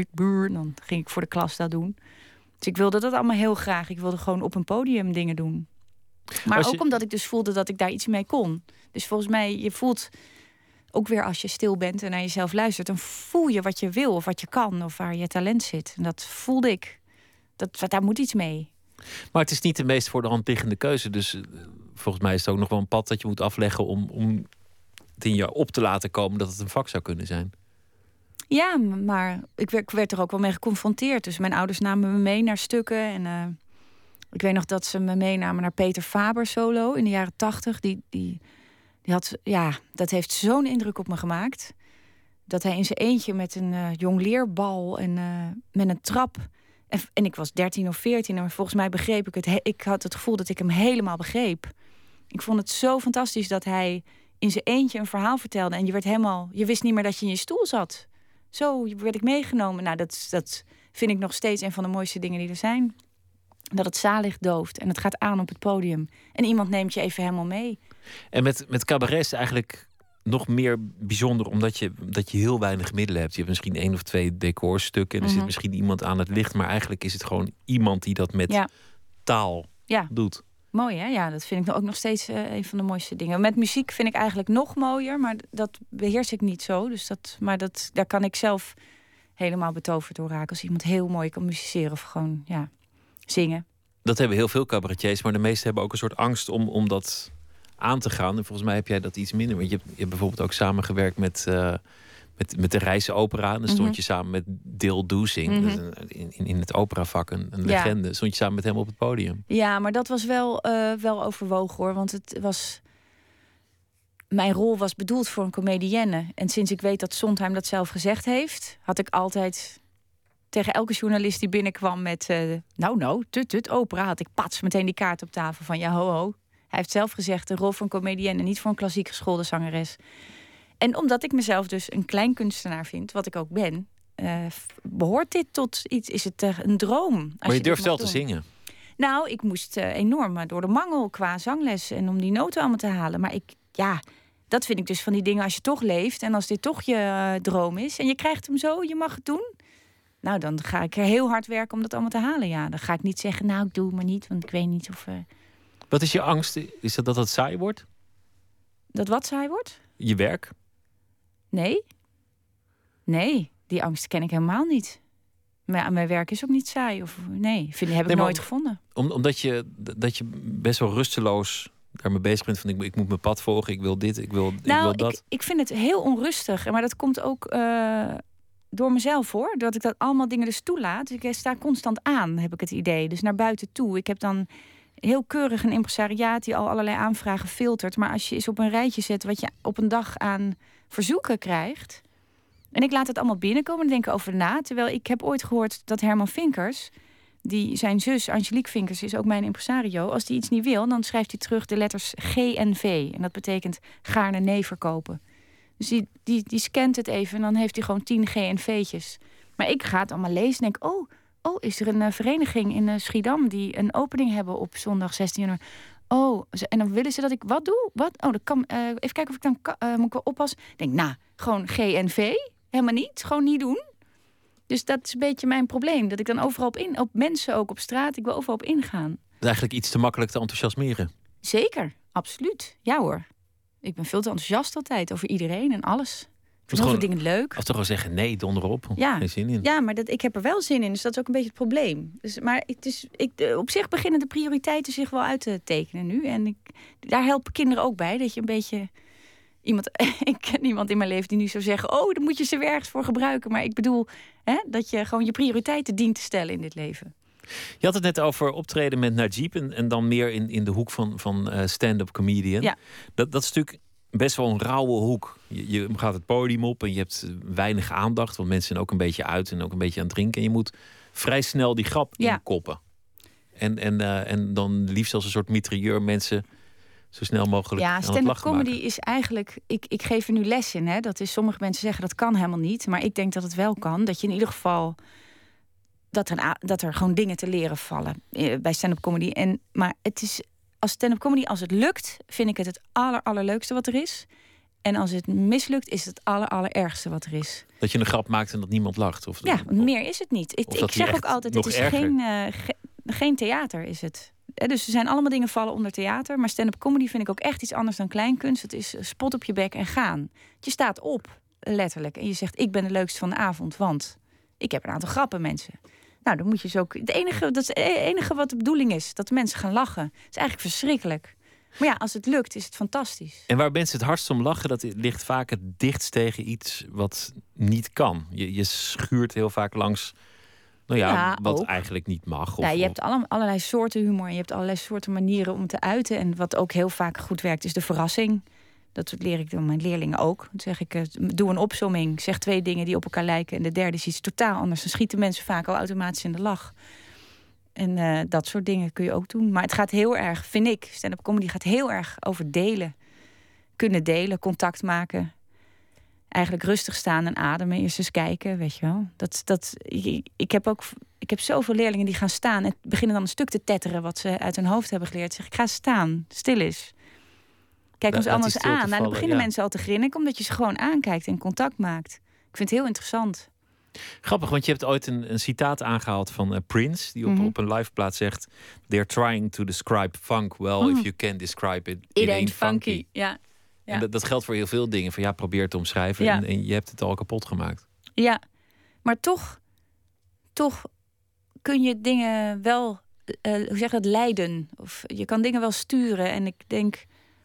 En dan ging ik voor de klas dat doen. Dus ik wilde dat allemaal heel graag. Ik wilde gewoon op een podium dingen doen. Maar ook omdat ik dus voelde dat ik daar iets mee kon. Dus volgens mij, je voelt ook weer als je stil bent en naar jezelf luistert, dan voel je wat je wil of wat je kan of waar je talent zit. En dat voelde ik. Daar moet iets mee. Maar het is niet de meest voor de hand liggende keuze. Dus volgens mij is het ook nog wel een pad dat je moet afleggen om het in je op te laten komen dat het een vak zou kunnen zijn. Ja, maar ik werd er ook wel mee geconfronteerd. Dus mijn ouders namen me mee naar stukken. En ik weet nog dat ze me meenamen naar Peter Faber solo in de jaren 80. Die had, dat heeft zo'n indruk op me gemaakt. Dat hij in zijn eentje met een jongleerbal en met een trap. En ik was 13 of 14 en volgens mij begreep ik het. Ik had het gevoel dat ik hem helemaal begreep. Ik vond het zo fantastisch dat hij in zijn eentje een verhaal vertelde. En je wist niet meer dat je in je stoel zat. Zo werd ik meegenomen. Nou, dat vind ik nog steeds een van de mooiste dingen die er zijn. Dat het zalig dooft en het gaat aan op het podium. En iemand neemt je even helemaal mee. En met cabaret is het eigenlijk nog meer bijzonder, omdat je heel weinig middelen hebt. Je hebt misschien 1 of 2 decorstukken en er zit misschien iemand aan het licht. Maar eigenlijk is het gewoon iemand die dat met taal doet. Mooi, hè? Ja, dat vind ik ook nog steeds een van de mooiste dingen. Met muziek vind ik eigenlijk nog mooier, maar dat beheers ik niet zo. Dus daar kan ik zelf helemaal betoverd door raken. Als iemand heel mooi kan musiceren of gewoon zingen. Dat hebben heel veel cabaretiers, maar de meesten hebben ook een soort angst om dat aan te gaan. En volgens mij heb jij dat iets minder. Want je hebt bijvoorbeeld ook samengewerkt met de Rijsopera. En dan stond je samen met Dil Doezing. Dus in het operavak een legende. Stond je samen met hem op het podium. Ja, maar dat was wel overwogen hoor. Want mijn rol was bedoeld voor een comedienne. En sinds ik weet dat Sondheim dat zelf gezegd heeft, had ik altijd tegen elke journalist die binnenkwam met opera, had ik meteen die kaart op tafel van ho. Hij heeft zelf gezegd, een rol voor een comedienne, niet voor een klassiek geschoolde zangeres. En omdat ik mezelf dus een klein kunstenaar vind, wat ik ook ben, behoort dit tot iets, is het een droom. Maar je durft wel te zingen. Nou, ik moest enorm door de mangel qua zangles en om die noten allemaal te halen. Maar dat vind ik dus van die dingen als je toch leeft en als dit toch je droom is en je krijgt hem zo, je mag het doen. Nou, dan ga ik er heel hard werken om dat allemaal te halen. Ja, dan ga ik niet zeggen, ik doe het maar niet, want ik weet niet of... Wat is je angst? Is dat het saai wordt? Dat wat saai wordt? Je werk? Nee, die angst ken ik helemaal niet. Mijn werk is ook niet saai. Heb ik nooit gevonden. Omdat je best wel rusteloos daarmee bezig bent. Van ik moet mijn pad volgen, ik wil dit, ik wil dat. Ik vind het heel onrustig. Maar dat komt ook door mezelf hoor. Dat ik dat allemaal dingen dus toelaat. Dus ik sta constant aan, heb ik het idee. Dus naar buiten toe. Ik heb dan heel keurig een impresariaat die al allerlei aanvragen filtert. Maar als je eens op een rijtje zet wat je op een dag aan verzoeken krijgt. En ik laat het allemaal binnenkomen en denk over na. Terwijl ik heb ooit gehoord dat Herman Vinkers, zijn zus Angelique Vinkers is ook mijn impresario. Als die iets niet wil, dan schrijft hij terug de letters G en V. En dat betekent gaarne nee verkopen. Dus die scant het even en dan heeft hij gewoon 10 G en V'tjes. Maar ik ga het allemaal lezen en denk, is er een vereniging in Schiedam die een opening hebben op zondag 16 januari. En dan willen ze dat ik wat doe? Wat? Dat kan. Even kijken of ik dan moet ik wel oppassen. Ik denk, gewoon G en V. Helemaal niet. Gewoon niet doen. Dus dat is een beetje mijn probleem. Dat ik dan overal op mensen ook op straat, ik wil overal op ingaan. Dat is eigenlijk iets te makkelijk te enthousiasmeren. Zeker, absoluut. Ja hoor. Ik ben veel te enthousiast altijd over iedereen en alles. Ik vind heel veel dingen leuk. Of toch wel zeggen, nee, donder op. Geen zin in. Ja, maar ik heb er wel zin in. Dus dat is ook een beetje het probleem. Dus, maar op zich beginnen de prioriteiten zich wel uit te tekenen nu. En daar helpen kinderen ook bij. Dat je een beetje... Ik ken iemand in mijn leven die nu zou zeggen, dan moet je ze ergens voor gebruiken. Maar ik bedoel dat je gewoon je prioriteiten dient te stellen in dit leven. Je had het net over optreden met Najib en dan meer in de hoek van stand-up comedian. Ja. Dat is natuurlijk best wel een rauwe hoek. Je gaat het podium op en je hebt weinig aandacht, want mensen zijn ook een beetje uit en ook een beetje aan het drinken. En je moet vrij snel die grap inkoppen. En dan liefst als een soort mitrailleur mensen zo snel mogelijk aan het lachen stand-up comedy maken. is eigenlijk... Ik geef er nu les in. Hè? Dat is, sommige mensen zeggen dat kan helemaal niet. Maar ik denk dat het wel kan. Dat je in ieder geval... Dat er gewoon dingen te leren vallen bij stand-up comedy. Maar het is als stand-up comedy, als het lukt, vind ik het allerleukste wat er is. En als het mislukt, is het allerergste wat er is. Dat je een grap maakt en dat niemand lacht? Of Meer is het niet. Ik zeg ook altijd, het is geen theater, is het. Dus er zijn allemaal dingen vallen onder theater. Maar stand-up comedy vind ik ook echt iets anders dan kleinkunst. Het is spot op je bek en gaan. Je staat op, letterlijk. En je zegt, ik ben de leukste van de avond, want ik heb een aantal grappen, mensen. Nou, dan moet je zo ook... Dat is het enige wat de bedoeling is. Dat de mensen gaan lachen. Het is eigenlijk verschrikkelijk. Maar ja, als het lukt, is het fantastisch. En waar mensen het hardst om lachen, dat ligt vaak het dichtst tegen iets wat niet kan. Je schuurt heel vaak langs wat ook eigenlijk niet mag. Je hebt allerlei soorten humor. En je hebt allerlei soorten manieren om te uiten. En wat ook heel vaak goed werkt, is de verrassing. Dat leer ik door mijn leerlingen ook. Dan zeg ik, doe een opsomming. Zeg 2 dingen die op elkaar lijken. En de derde is iets totaal anders. Dan schieten mensen vaak al automatisch in de lach. En dat soort dingen kun je ook doen. Maar het gaat heel erg, vind ik, stand-up comedy gaat heel erg over delen. Kunnen delen, contact maken. Eigenlijk rustig staan en ademen. Eerst eens kijken, weet je wel. Ik heb zoveel leerlingen die gaan staan en beginnen dan een stuk te tetteren wat ze uit hun hoofd hebben geleerd. Zeg ik, ga staan, stil eens. Kijk ons anders aan. Nou, dan beginnen mensen al te grinniken, omdat je ze gewoon aankijkt en contact maakt. Ik vind het heel interessant. Grappig, want je hebt ooit een citaat aangehaald van Prince, die op een liveplaat zegt: "They're trying to describe funk. Well, if you can describe it, it ain't funky." Ja. En dat geldt voor heel veel dingen. Van probeer te omschrijven en je hebt het al kapot gemaakt. Ja, maar toch kun je dingen wel, hoe zeg je dat, leiden. Of je kan dingen wel sturen. En ik denk,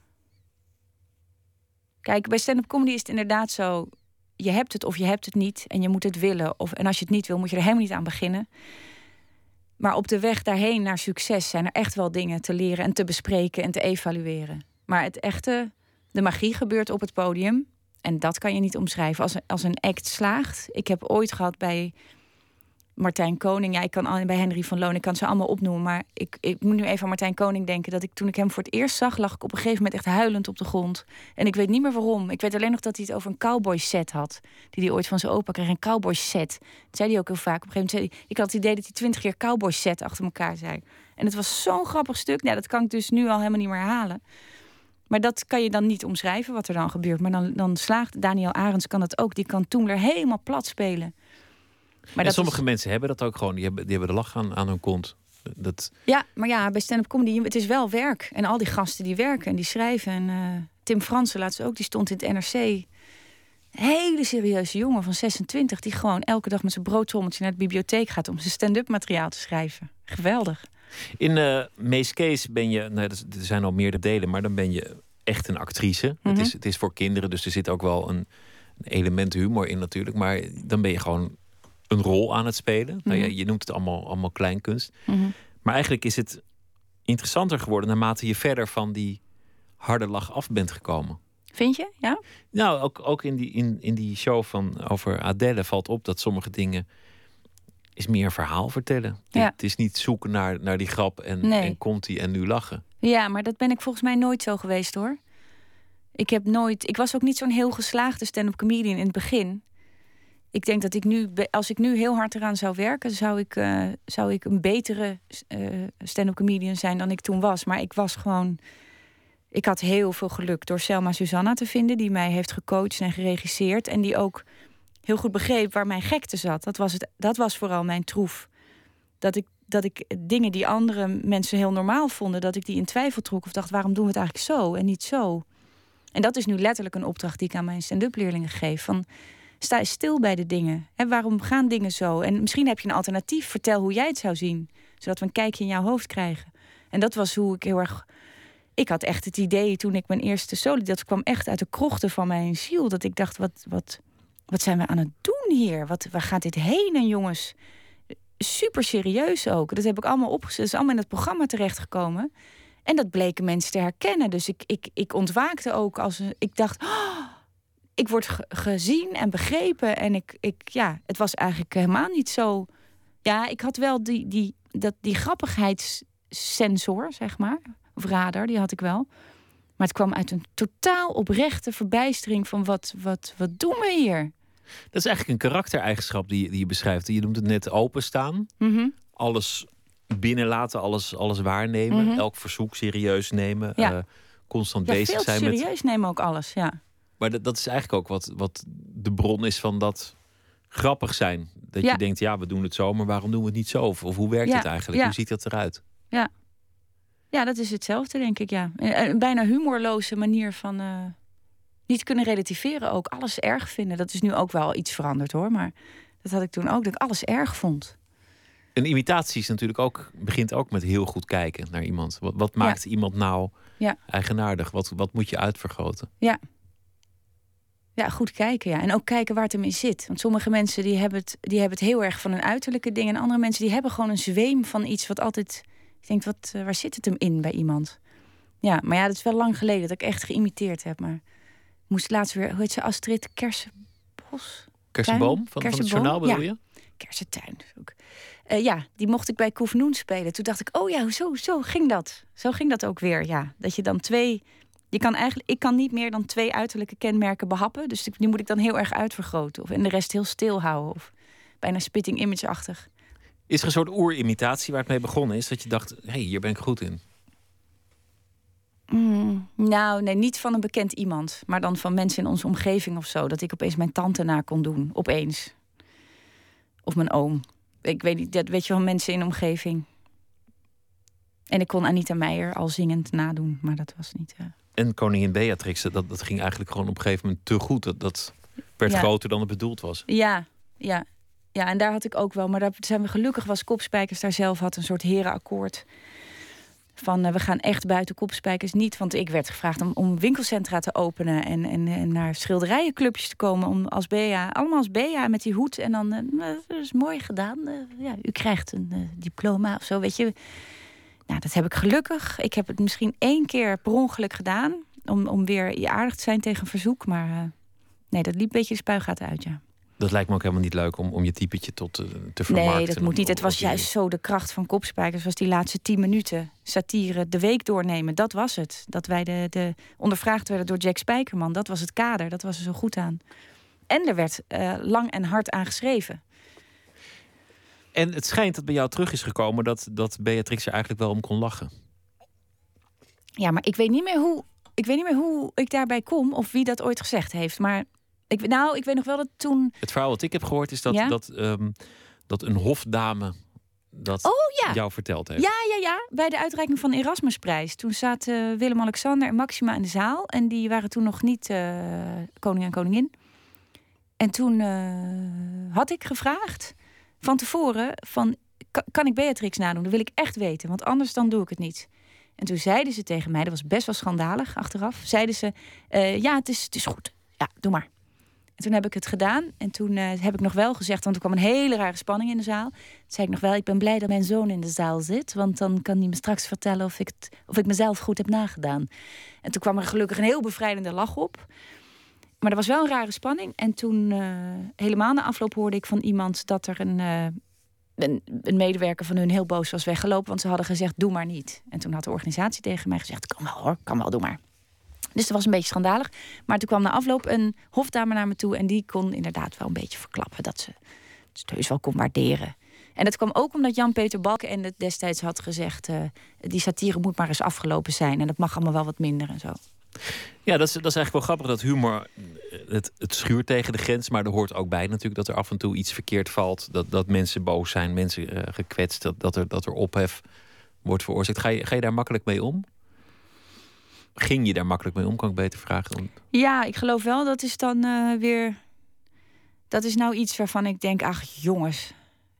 kijk, bij stand-up comedy is het inderdaad zo: je hebt het of je hebt het niet en je moet het willen. En als je het niet wil, moet je er helemaal niet aan beginnen. Maar op de weg daarheen naar succes zijn er echt wel dingen te leren en te bespreken en te evalueren. Maar het echte, de magie gebeurt op het podium. En dat kan je niet omschrijven. Als een act slaagt. Ik heb ooit gehad bij Martijn Koning. Ja, ik kan bij Henry van Loon. Ik kan ze allemaal opnoemen. Maar ik moet nu even aan Martijn Koning denken. Dat toen ik hem voor het eerst zag, lag ik op een gegeven moment echt huilend op de grond. En ik weet niet meer waarom. Ik weet alleen nog dat hij het over een cowboy set had. Die hij ooit van zijn opa kreeg. Een cowboy set. Dat zei hij ook heel vaak. Op een gegeven moment zei hij, ik had het idee dat hij 20 keer cowboy set achter elkaar zei. En het was zo'n grappig stuk. Nou, dat kan ik dus nu al helemaal niet meer herhalen. Maar dat kan je dan niet omschrijven wat er dan gebeurt. Maar dan slaagt Daniel Arends kan dat ook. Die kan Toemler helemaal plat spelen. Maar en sommige mensen hebben dat ook gewoon. Die hebben de lach aan hun kont. Ja, maar ja, bij stand-up comedy, het is wel werk. En al die gasten die werken en die schrijven. En Tim Fransen laatst ook, die stond in het NRC. Een hele serieuze jongen van 26... die gewoon elke dag met zijn broodtrommeltje naar de bibliotheek gaat om zijn stand-up materiaal te schrijven. Geweldig. In Mees Kees ben je, er zijn al meerdere delen, maar dan ben je echt een actrice. Mm-hmm. Het is voor kinderen, dus er zit ook wel een element humor in natuurlijk. Maar dan ben je gewoon een rol aan het spelen. Mm-hmm. Nou ja, je noemt het allemaal kleinkunst. Mm-hmm. Maar eigenlijk is het interessanter geworden naarmate je verder van die harde lach af bent gekomen. Vind je? Ja? Nou, ook in die show over Adele valt op dat sommige dingen is meer een verhaal vertellen. Ja. Het is niet zoeken naar die grap en komt die en nu lachen. Ja, maar dat ben ik volgens mij nooit zo geweest, hoor. Ik was ook niet zo'n heel geslaagde stand-up comedian in het begin. Ik denk dat als ik nu heel hard eraan zou werken, zou ik een betere stand-up comedian zijn dan ik toen was. Maar ik had heel veel geluk door Selma Susanna te vinden, die mij heeft gecoacht en geregisseerd. En die ook heel goed begreep waar mijn gekte zat. Dat was vooral mijn troef. Dat ik dingen die andere mensen heel normaal vonden, dat ik die in twijfel trok of dacht, waarom doen we het eigenlijk zo en niet zo? En dat is nu letterlijk een opdracht die ik aan mijn stand-up leerlingen geef. Van, sta eens stil bij de dingen. Waarom gaan dingen zo? En misschien heb je een alternatief. Vertel hoe jij het zou zien. Zodat we een kijkje in jouw hoofd krijgen. En dat was hoe ik heel erg... Ik had echt het idee toen ik mijn eerste solo... Dat kwam echt uit de krochten van mijn ziel. Dat ik dacht, wat zijn we aan het doen hier? Waar gaat dit heen? En jongens, super serieus ook. Dat heb ik allemaal opgezet. Dat is allemaal in het programma terechtgekomen. En dat bleken mensen te herkennen. Dus ik ontwaakte ook als ik dacht, ik word gezien en begrepen. En het was eigenlijk helemaal niet zo. Ja, ik had wel die grappigheidssensor, zeg maar. Of radar, die had ik wel. Maar het kwam uit een totaal oprechte verbijstering van wat doen we hier? Dat is eigenlijk een karaktereigenschap die je beschrijft. Je noemt het net openstaan. Mm-hmm. Alles binnenlaten, alles waarnemen. Mm-hmm. Elk verzoek serieus nemen. Ja. Constant Ja, bezig veel zijn serieus nemen ook alles, ja. Maar dat is eigenlijk ook wat de bron is van dat grappig zijn. Dat je denkt, we doen het zo, maar waarom doen we het niet zo? Of hoe werkt het eigenlijk? Hoe ziet dat eruit? Ja, dat is hetzelfde, denk ik, ja. Een bijna humorloze manier van niet kunnen relativeren ook. Alles erg vinden. Dat is nu ook wel iets veranderd, hoor. Maar dat had ik toen ook, dat ik alles erg vond. Een imitatie is natuurlijk begint ook met heel goed kijken naar iemand. Wat maakt iemand nou eigenaardig? Wat moet je uitvergroten? Ja. Ja, goed kijken, ja. En ook kijken waar het hem in zit. Want sommige mensen die hebben het heel erg van hun uiterlijke dingen. En andere mensen die hebben gewoon een zweem van iets wat altijd... Ik denk, waar zit het hem in bij iemand? Ja, maar dat is wel lang geleden dat ik echt geïmiteerd heb. Maar ik moest laatst weer, hoe heet ze, Astrid Kersenbos? Kersenboom? Van het journaal bedoel je? Kersentuin. Ook. Die mocht ik bij Koefnoen spelen. Toen dacht ik, zo ging dat. Zo ging dat ook weer, ja. Dat je dan ik kan niet meer dan 2 uiterlijke kenmerken behappen. Dus die moet ik dan heel erg uitvergroten. En de rest heel stil houden. Of bijna spitting image-achtig. Is er een soort oerimitatie waar het mee begonnen is? Dat je dacht, hier ben ik goed in. Nou, nee, niet van een bekend iemand. Maar dan van mensen in onze omgeving of zo. Dat ik opeens mijn tante na kon doen. Opeens. Of mijn oom. Ik weet niet, dat weet je wel, mensen in de omgeving. En ik kon Anita Meijer al zingend nadoen. Maar dat was niet... En koningin Beatrix, dat ging eigenlijk gewoon op een gegeven moment te goed. Dat werd groter dan het bedoeld was. Ja, en daar had ik ook wel. Maar daar zijn we gelukkig, was Kopspijkers daar zelf had een soort herenakkoord. Van we gaan echt buiten Kopspijkers niet. Want ik werd gevraagd om winkelcentra te openen. En naar schilderijenclubjes te komen. Allemaal als Bea met die hoed. En dan, dat is mooi gedaan. U krijgt een diploma of zo, weet je. Nou, dat heb ik gelukkig. Ik heb het misschien 1 keer per ongeluk gedaan. Om weer aardig te zijn tegen een verzoek. Maar nee, dat liep een beetje de spuigaten uit, ja. Dat lijkt me ook helemaal niet leuk om je typetje te vermarkten. Nee, dat moet niet. Het was juist zo de kracht van Kopspijkers. Was die laatste 10 minuten satire de week doornemen. Dat was het. Dat wij de ondervraagd werden door Jack Spijkerman. Dat was het kader. Dat was er zo goed aan. En er werd lang en hard aan geschreven. En het schijnt dat bij jou terug is gekomen dat Beatrix er eigenlijk wel om kon lachen. Ja, maar ik weet niet meer hoe ik daarbij kom of wie dat ooit gezegd heeft. Maar ik weet nog wel dat toen... Het verhaal wat ik heb gehoord is dat een hofdame dat jou verteld heeft. Ja. Bij de uitreiking van de Erasmusprijs. Toen zaten Willem-Alexander en Maxima in de zaal. En die waren toen nog niet koning en koningin. En toen had ik gevraagd van tevoren van... Kan ik Beatrix nadoen? Dat wil ik echt weten, want anders dan doe ik het niet. En toen zeiden ze tegen mij, dat was best wel schandalig achteraf... zeiden ze, het is goed. Ja, doe maar. En toen heb ik het gedaan. En toen heb ik nog wel gezegd, want er kwam een hele rare spanning in de zaal. Toen zei ik nog wel, ik ben blij dat mijn zoon in de zaal zit. Want dan kan hij me straks vertellen of ik mezelf goed heb nagedaan. En toen kwam er gelukkig een heel bevrijdende lach op. Maar er was wel een rare spanning. En toen, helemaal na afloop, hoorde ik van iemand dat er een medewerker van hun heel boos was weggelopen. Want ze hadden gezegd, doe maar niet. En toen had de organisatie tegen mij gezegd, kan wel hoor, kan wel, doe maar. Dus dat was een beetje schandalig. Maar toen kwam na afloop een hofdame naar me toe... en die kon inderdaad wel een beetje verklappen... dat ze het heus wel kon waarderen. En dat kwam ook omdat Jan-Peter Balkenende destijds had gezegd... die satire moet maar eens afgelopen zijn... en dat mag allemaal wel wat minder en zo. Ja, dat is eigenlijk wel grappig dat humor... Het schuurt tegen de grens, maar er hoort ook bij natuurlijk... dat er af en toe iets verkeerd valt. Dat mensen boos zijn, mensen gekwetst... dat er ophef wordt veroorzaakt. Ga je daar makkelijk mee om? Ging je daar makkelijk mee om, kan ik beter vragen? Ja, ik geloof wel. Dat is dan weer... Dat is nou iets waarvan ik denk... ach, jongens...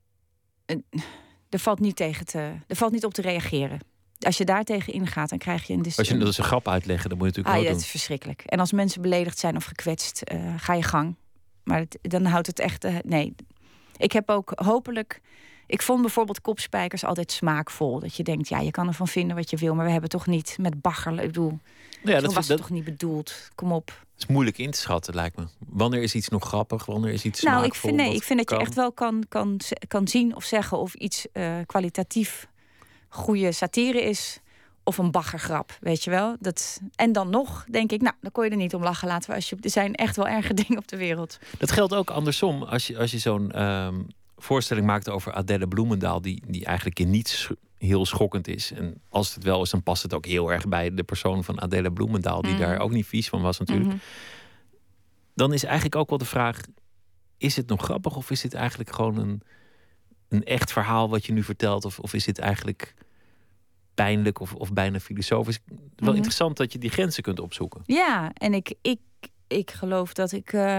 Er valt niet op te reageren. Als je daar tegen ingaat, dan krijg je een discussie. Als je dat een grap uitleggen, dan moet je natuurlijk wel doen. Dat is verschrikkelijk. En als mensen beledigd zijn of gekwetst, ga je gang. Maar dan houdt het echt... nee. Ik heb ook hopelijk... Ik vond bijvoorbeeld Kopspijkers altijd smaakvol. Dat je denkt, ja, je kan ervan vinden wat je wil, maar we hebben toch niet met bagger. Ik bedoel, zo was het toch niet bedoeld. Kom op. Het is moeilijk in te schatten, lijkt me. Wanneer is iets nog grappig? Wanneer is iets smaakvol? Ik vind dat je echt wel kan zien of zeggen of iets kwalitatief goede satire is of een baggergrap, weet je wel. En dan nog denk ik, nou, dan kon je er niet om lachen. Laten we er zijn echt wel erge dingen op de wereld. Dat geldt ook andersom. Als je zo'n voorstelling maakt over Adèle Bloemendaal, die eigenlijk in niets heel schokkend is. En als het wel is, dan past het ook heel erg bij de persoon van Adèle Bloemendaal, die daar ook niet vies van was natuurlijk. Dan is eigenlijk ook wel de vraag, is het nog grappig of is dit eigenlijk gewoon een echt verhaal wat je nu vertelt? Of is dit eigenlijk pijnlijk of bijna filosofisch? Wel interessant dat je die grenzen kunt opzoeken. Ja, en ik geloof dat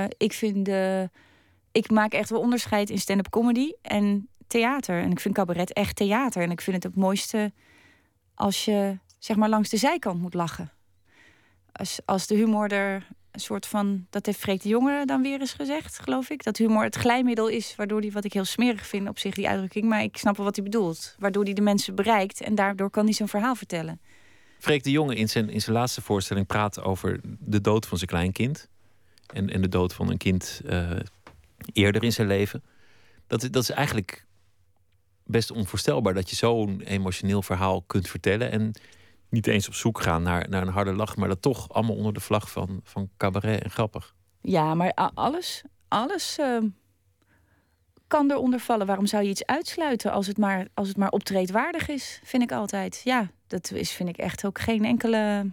ik maak echt wel onderscheid in stand-up comedy en theater. En ik vind cabaret echt theater. En ik vind het mooiste als je zeg maar langs de zijkant moet lachen. Als de humor er een soort van, dat heeft Freek de Jonge dan weer eens gezegd, geloof ik. Dat humor het glijmiddel is, waardoor die, wat ik heel smerig vind op zich, die uitdrukking. Maar ik snap wel wat hij bedoelt. Waardoor hij de mensen bereikt en daardoor kan hij zijn verhaal vertellen. Freek de Jonge in zijn laatste voorstelling praat over de dood van zijn kleinkind. En de dood van een kind eerder in zijn leven. Dat is eigenlijk best onvoorstelbaar dat je zo'n emotioneel verhaal kunt vertellen en niet eens op zoek gaan naar een harde lach, maar dat toch allemaal onder de vlag van cabaret en grappig. Ja, maar alles kan eronder vallen. Waarom zou je iets uitsluiten als het maar optreedwaardig is, vind ik altijd. Ja, dat is, vind ik echt ook geen enkele.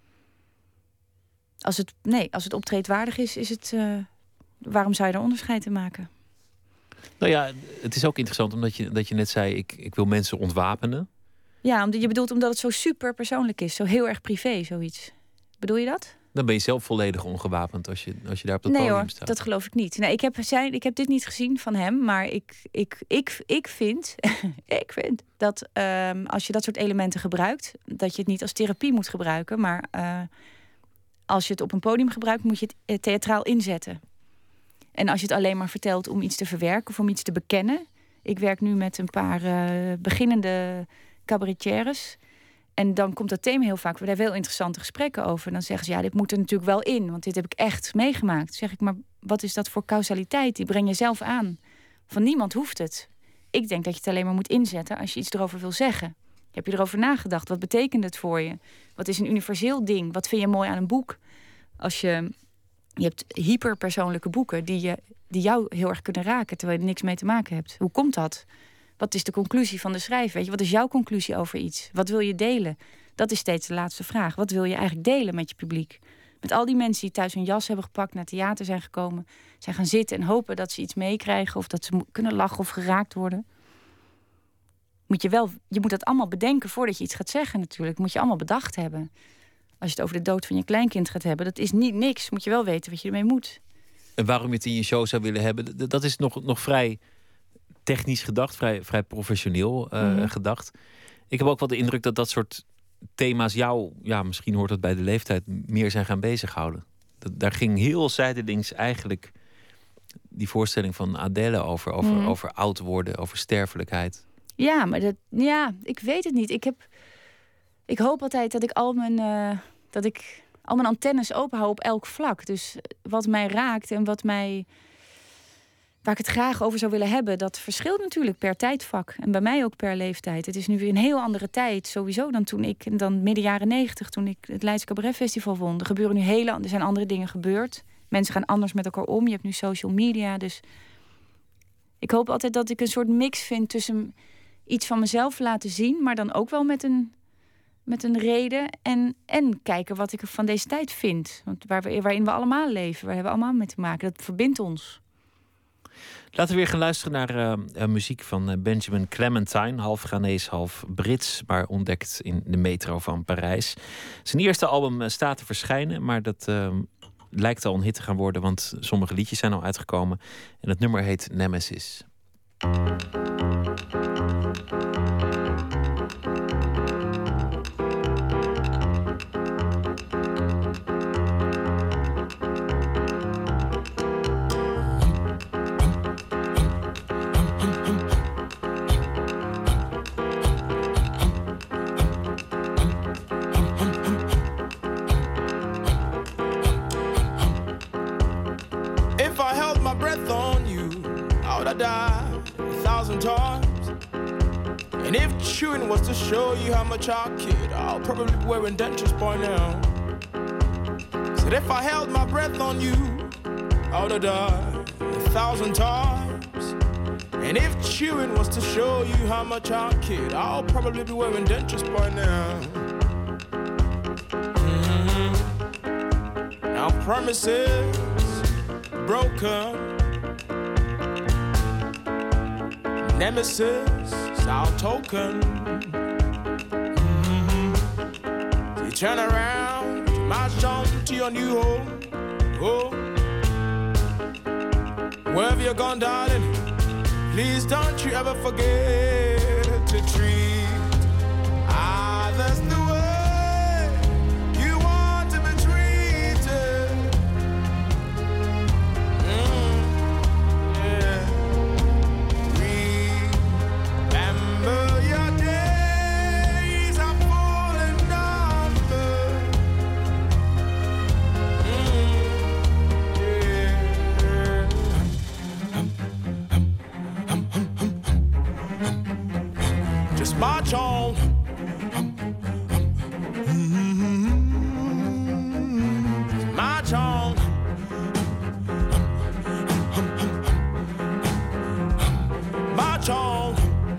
Als het optreedwaardig is het. Waarom zou je er onderscheid in maken? Nou ja, het is ook interessant omdat je net zei, ik wil mensen ontwapenen. Ja, je bedoelt omdat het zo super persoonlijk is. Zo heel erg privé, zoiets. Bedoel je dat? Dan ben je zelf volledig ongewapend als je daar op het podium staat. Dat geloof ik niet. Nee, ik heb dit niet gezien van hem. Maar ik vind dat als je dat soort elementen gebruikt, dat je het niet als therapie moet gebruiken. Maar als je het op een podium gebruikt, moet je het theatraal inzetten. En als je het alleen maar vertelt om iets te verwerken of om iets te bekennen. Ik werk nu met een paar beginnende cabaretières. En dan komt dat thema heel vaak. We hebben heel interessante gesprekken over. Dan zeggen ze, ja, dit moet er natuurlijk wel in. Want dit heb ik echt meegemaakt. Dan zeg ik, maar wat is dat voor causaliteit? Die breng je zelf aan. Van niemand hoeft het. Ik denk dat je het alleen maar moet inzetten als je iets erover wil zeggen. Heb je erover nagedacht? Wat betekent het voor je? Wat is een universeel ding? Wat vind je mooi aan een boek? Als je hebt hyperpersoonlijke boeken die jou heel erg kunnen raken, terwijl je er niks mee te maken hebt. Hoe komt dat? Wat is de conclusie van de schrijver? Weet je, wat is jouw conclusie over iets? Wat wil je delen? Dat is steeds de laatste vraag. Wat wil je eigenlijk delen met je publiek? Met al die mensen die thuis hun jas hebben gepakt, naar theater zijn gekomen, zijn gaan zitten en hopen dat ze iets meekrijgen of dat ze kunnen lachen of geraakt worden. Je moet dat allemaal bedenken voordat je iets gaat zeggen natuurlijk. Dat moet je allemaal bedacht hebben. Als je het over de dood van je kleinkind gaat hebben, dat is niet niks. Moet je wel weten wat je ermee moet. En waarom je het in je show zou willen hebben, dat is nog vrij technisch gedacht, vrij professioneel gedacht. Ik heb ook wel de indruk dat soort thema's jou, ja, misschien hoort dat bij de leeftijd, meer zijn gaan bezighouden. Daar ging heel zijdelings eigenlijk die voorstelling van Adèle over oud worden, over sterfelijkheid. Ja, maar ik weet het niet. Ik hoop altijd dat ik al mijn antennes open hou op elk vlak. Dus wat mij raakt en waar ik het graag over zou willen hebben, dat verschilt natuurlijk per tijdvak. En bij mij ook per leeftijd. Het is nu weer een heel andere tijd sowieso dan midden jaren 90, toen ik het Leids Cabaret Festival won. Er zijn andere dingen gebeurd. Mensen gaan anders met elkaar om. Je hebt nu social media. Dus ik hoop altijd dat ik een soort mix vind tussen iets van mezelf laten zien, maar dan ook wel met een reden en kijken wat ik van deze tijd vind. Want waarin we allemaal leven, waar hebben we allemaal mee te maken. Dat verbindt ons. Laten we weer gaan luisteren naar muziek van Benjamin Clementine. Half Ghanese, half Brits, maar ontdekt in de metro van Parijs. Zijn eerste album staat te verschijnen, maar dat lijkt al een hit te gaan worden, want sommige liedjes zijn al uitgekomen. En het nummer heet Nemesis. on you, I would have died 1,000 times. And if chewing was to show you how much I kid, I'll probably be wearing dentures by now. Said if I held my breath on you, I would have died 1,000 times. And if chewing was to show you how much I kid, I'll probably be wearing dentures by now. Now promises broken, nemesis our token. So you turn around, march on to your new home. Oh, wherever you're gone, darling, please don't you ever forget to treat others the way you want to be treated. Yeah. Remember your days are full and numbered. Just march on. March on. March on.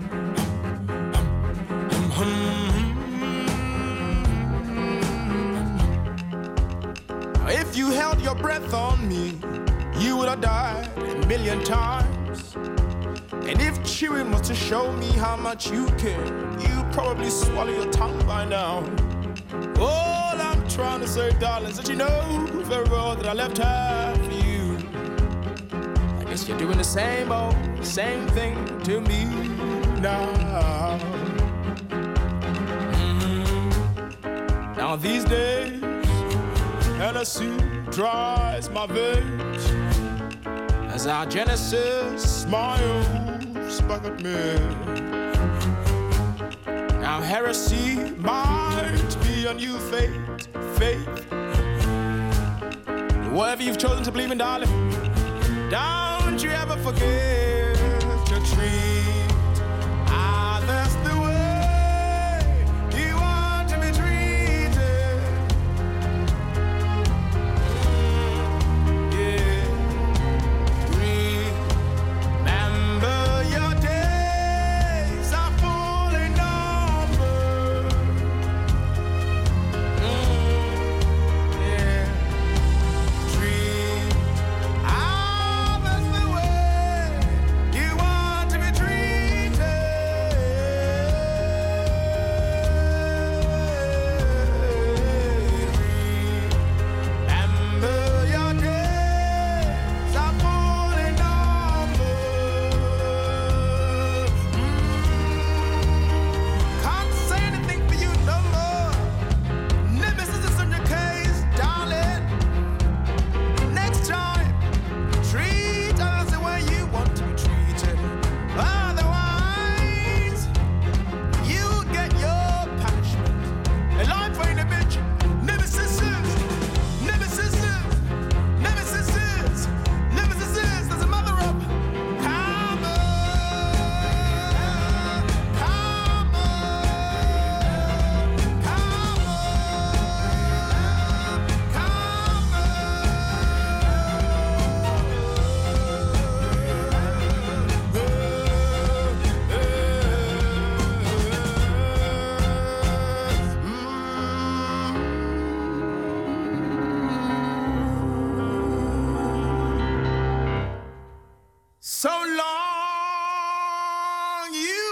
If you held your breath on me, you would have died 1,000,000 times. And if chewing was to show me how much you care, you probably swallow your tongue by now. All I'm trying to say, darling, is that you know very well that I left half for you. I guess you're doing the same old, same thing to me now. Now these days, Hennessy dries my veins as our Genesis smiles back at me. Now heresy might be a new faith. Whatever you've chosen to believe in, darling, don't you ever forget to treat others the way you want to be treated. Yeah. Remember your days are full and numbered. Yeah. Treat others the way you want to be treated. Remember your days are full and numbered. Can't say anything for you no more. Nemesis is on your case, darling. Next time, treat others the way you want to be treated. Otherwise, you get your punishment. And life ain't a bitch. Nemesis is. There's a mother of karma. So long you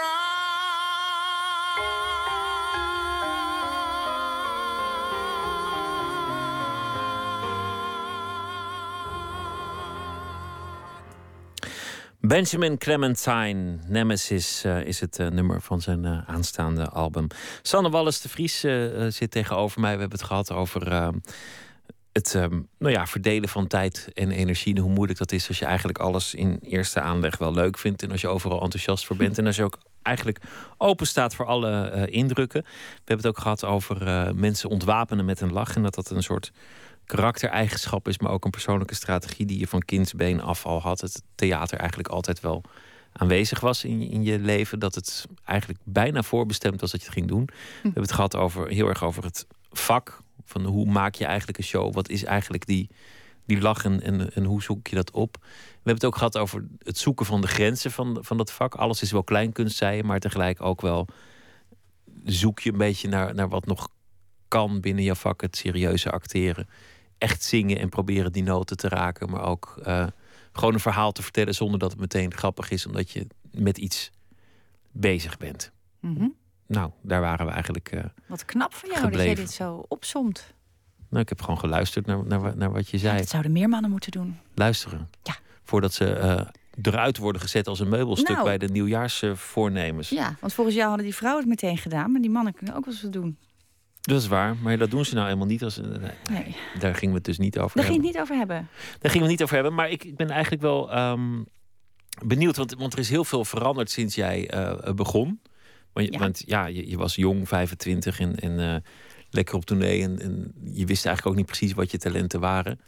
Benjamin Clementine, Nemesis is het nummer van zijn aanstaande album. Sanne Wallis de Vries zit tegenover mij. We hebben het gehad over het verdelen van tijd en energie. En hoe moeilijk dat is als je eigenlijk alles in eerste aanleg wel leuk vindt. En als je overal enthousiast voor bent. En als je ook eigenlijk open staat voor alle indrukken. We hebben het ook gehad over mensen ontwapenen met een lach. En dat een soort karaktereigenschap is, maar ook een persoonlijke strategie die je van kindsbeen af al had. Het theater eigenlijk altijd wel aanwezig was in je leven. Dat het eigenlijk bijna voorbestemd was dat je het ging doen. We hebben het gehad heel erg over het vak. Van hoe maak je eigenlijk een show? Wat is eigenlijk die lach en hoe zoek je dat op? We hebben het ook gehad over het zoeken van de grenzen van dat vak. Alles is wel kleinkunst, zei je, maar tegelijk ook wel zoek je een beetje naar wat nog kan binnen jouw vak. Het serieuze acteren. Echt zingen en proberen die noten te raken. Maar ook gewoon een verhaal te vertellen zonder dat het meteen grappig is. Omdat je met iets bezig bent. Mm-hmm. Nou, daar waren we eigenlijk Wat knap van jou gebleven. dat jij dit zo opsomt. Nou, ik heb gewoon geluisterd naar wat je zei. Dat zouden meer mannen moeten doen. Luisteren. Ja. Voordat ze eruit worden gezet als een meubelstuk Nou. bij de nieuwjaarsvoornemens. Ja, want volgens jou hadden die vrouwen het meteen gedaan. Maar die mannen kunnen ook wel eens wat doen. Dat is waar, maar dat doen ze nou helemaal niet. Nee, Daar gingen we het dus niet over daar ging hebben. het niet over hebben. Daar gingen we het niet over hebben. Maar ik ben eigenlijk wel benieuwd. Want er is heel veel veranderd sinds jij begon. Want je was jong, 25 en lekker op tournee. En je wist eigenlijk ook niet precies wat je talenten waren.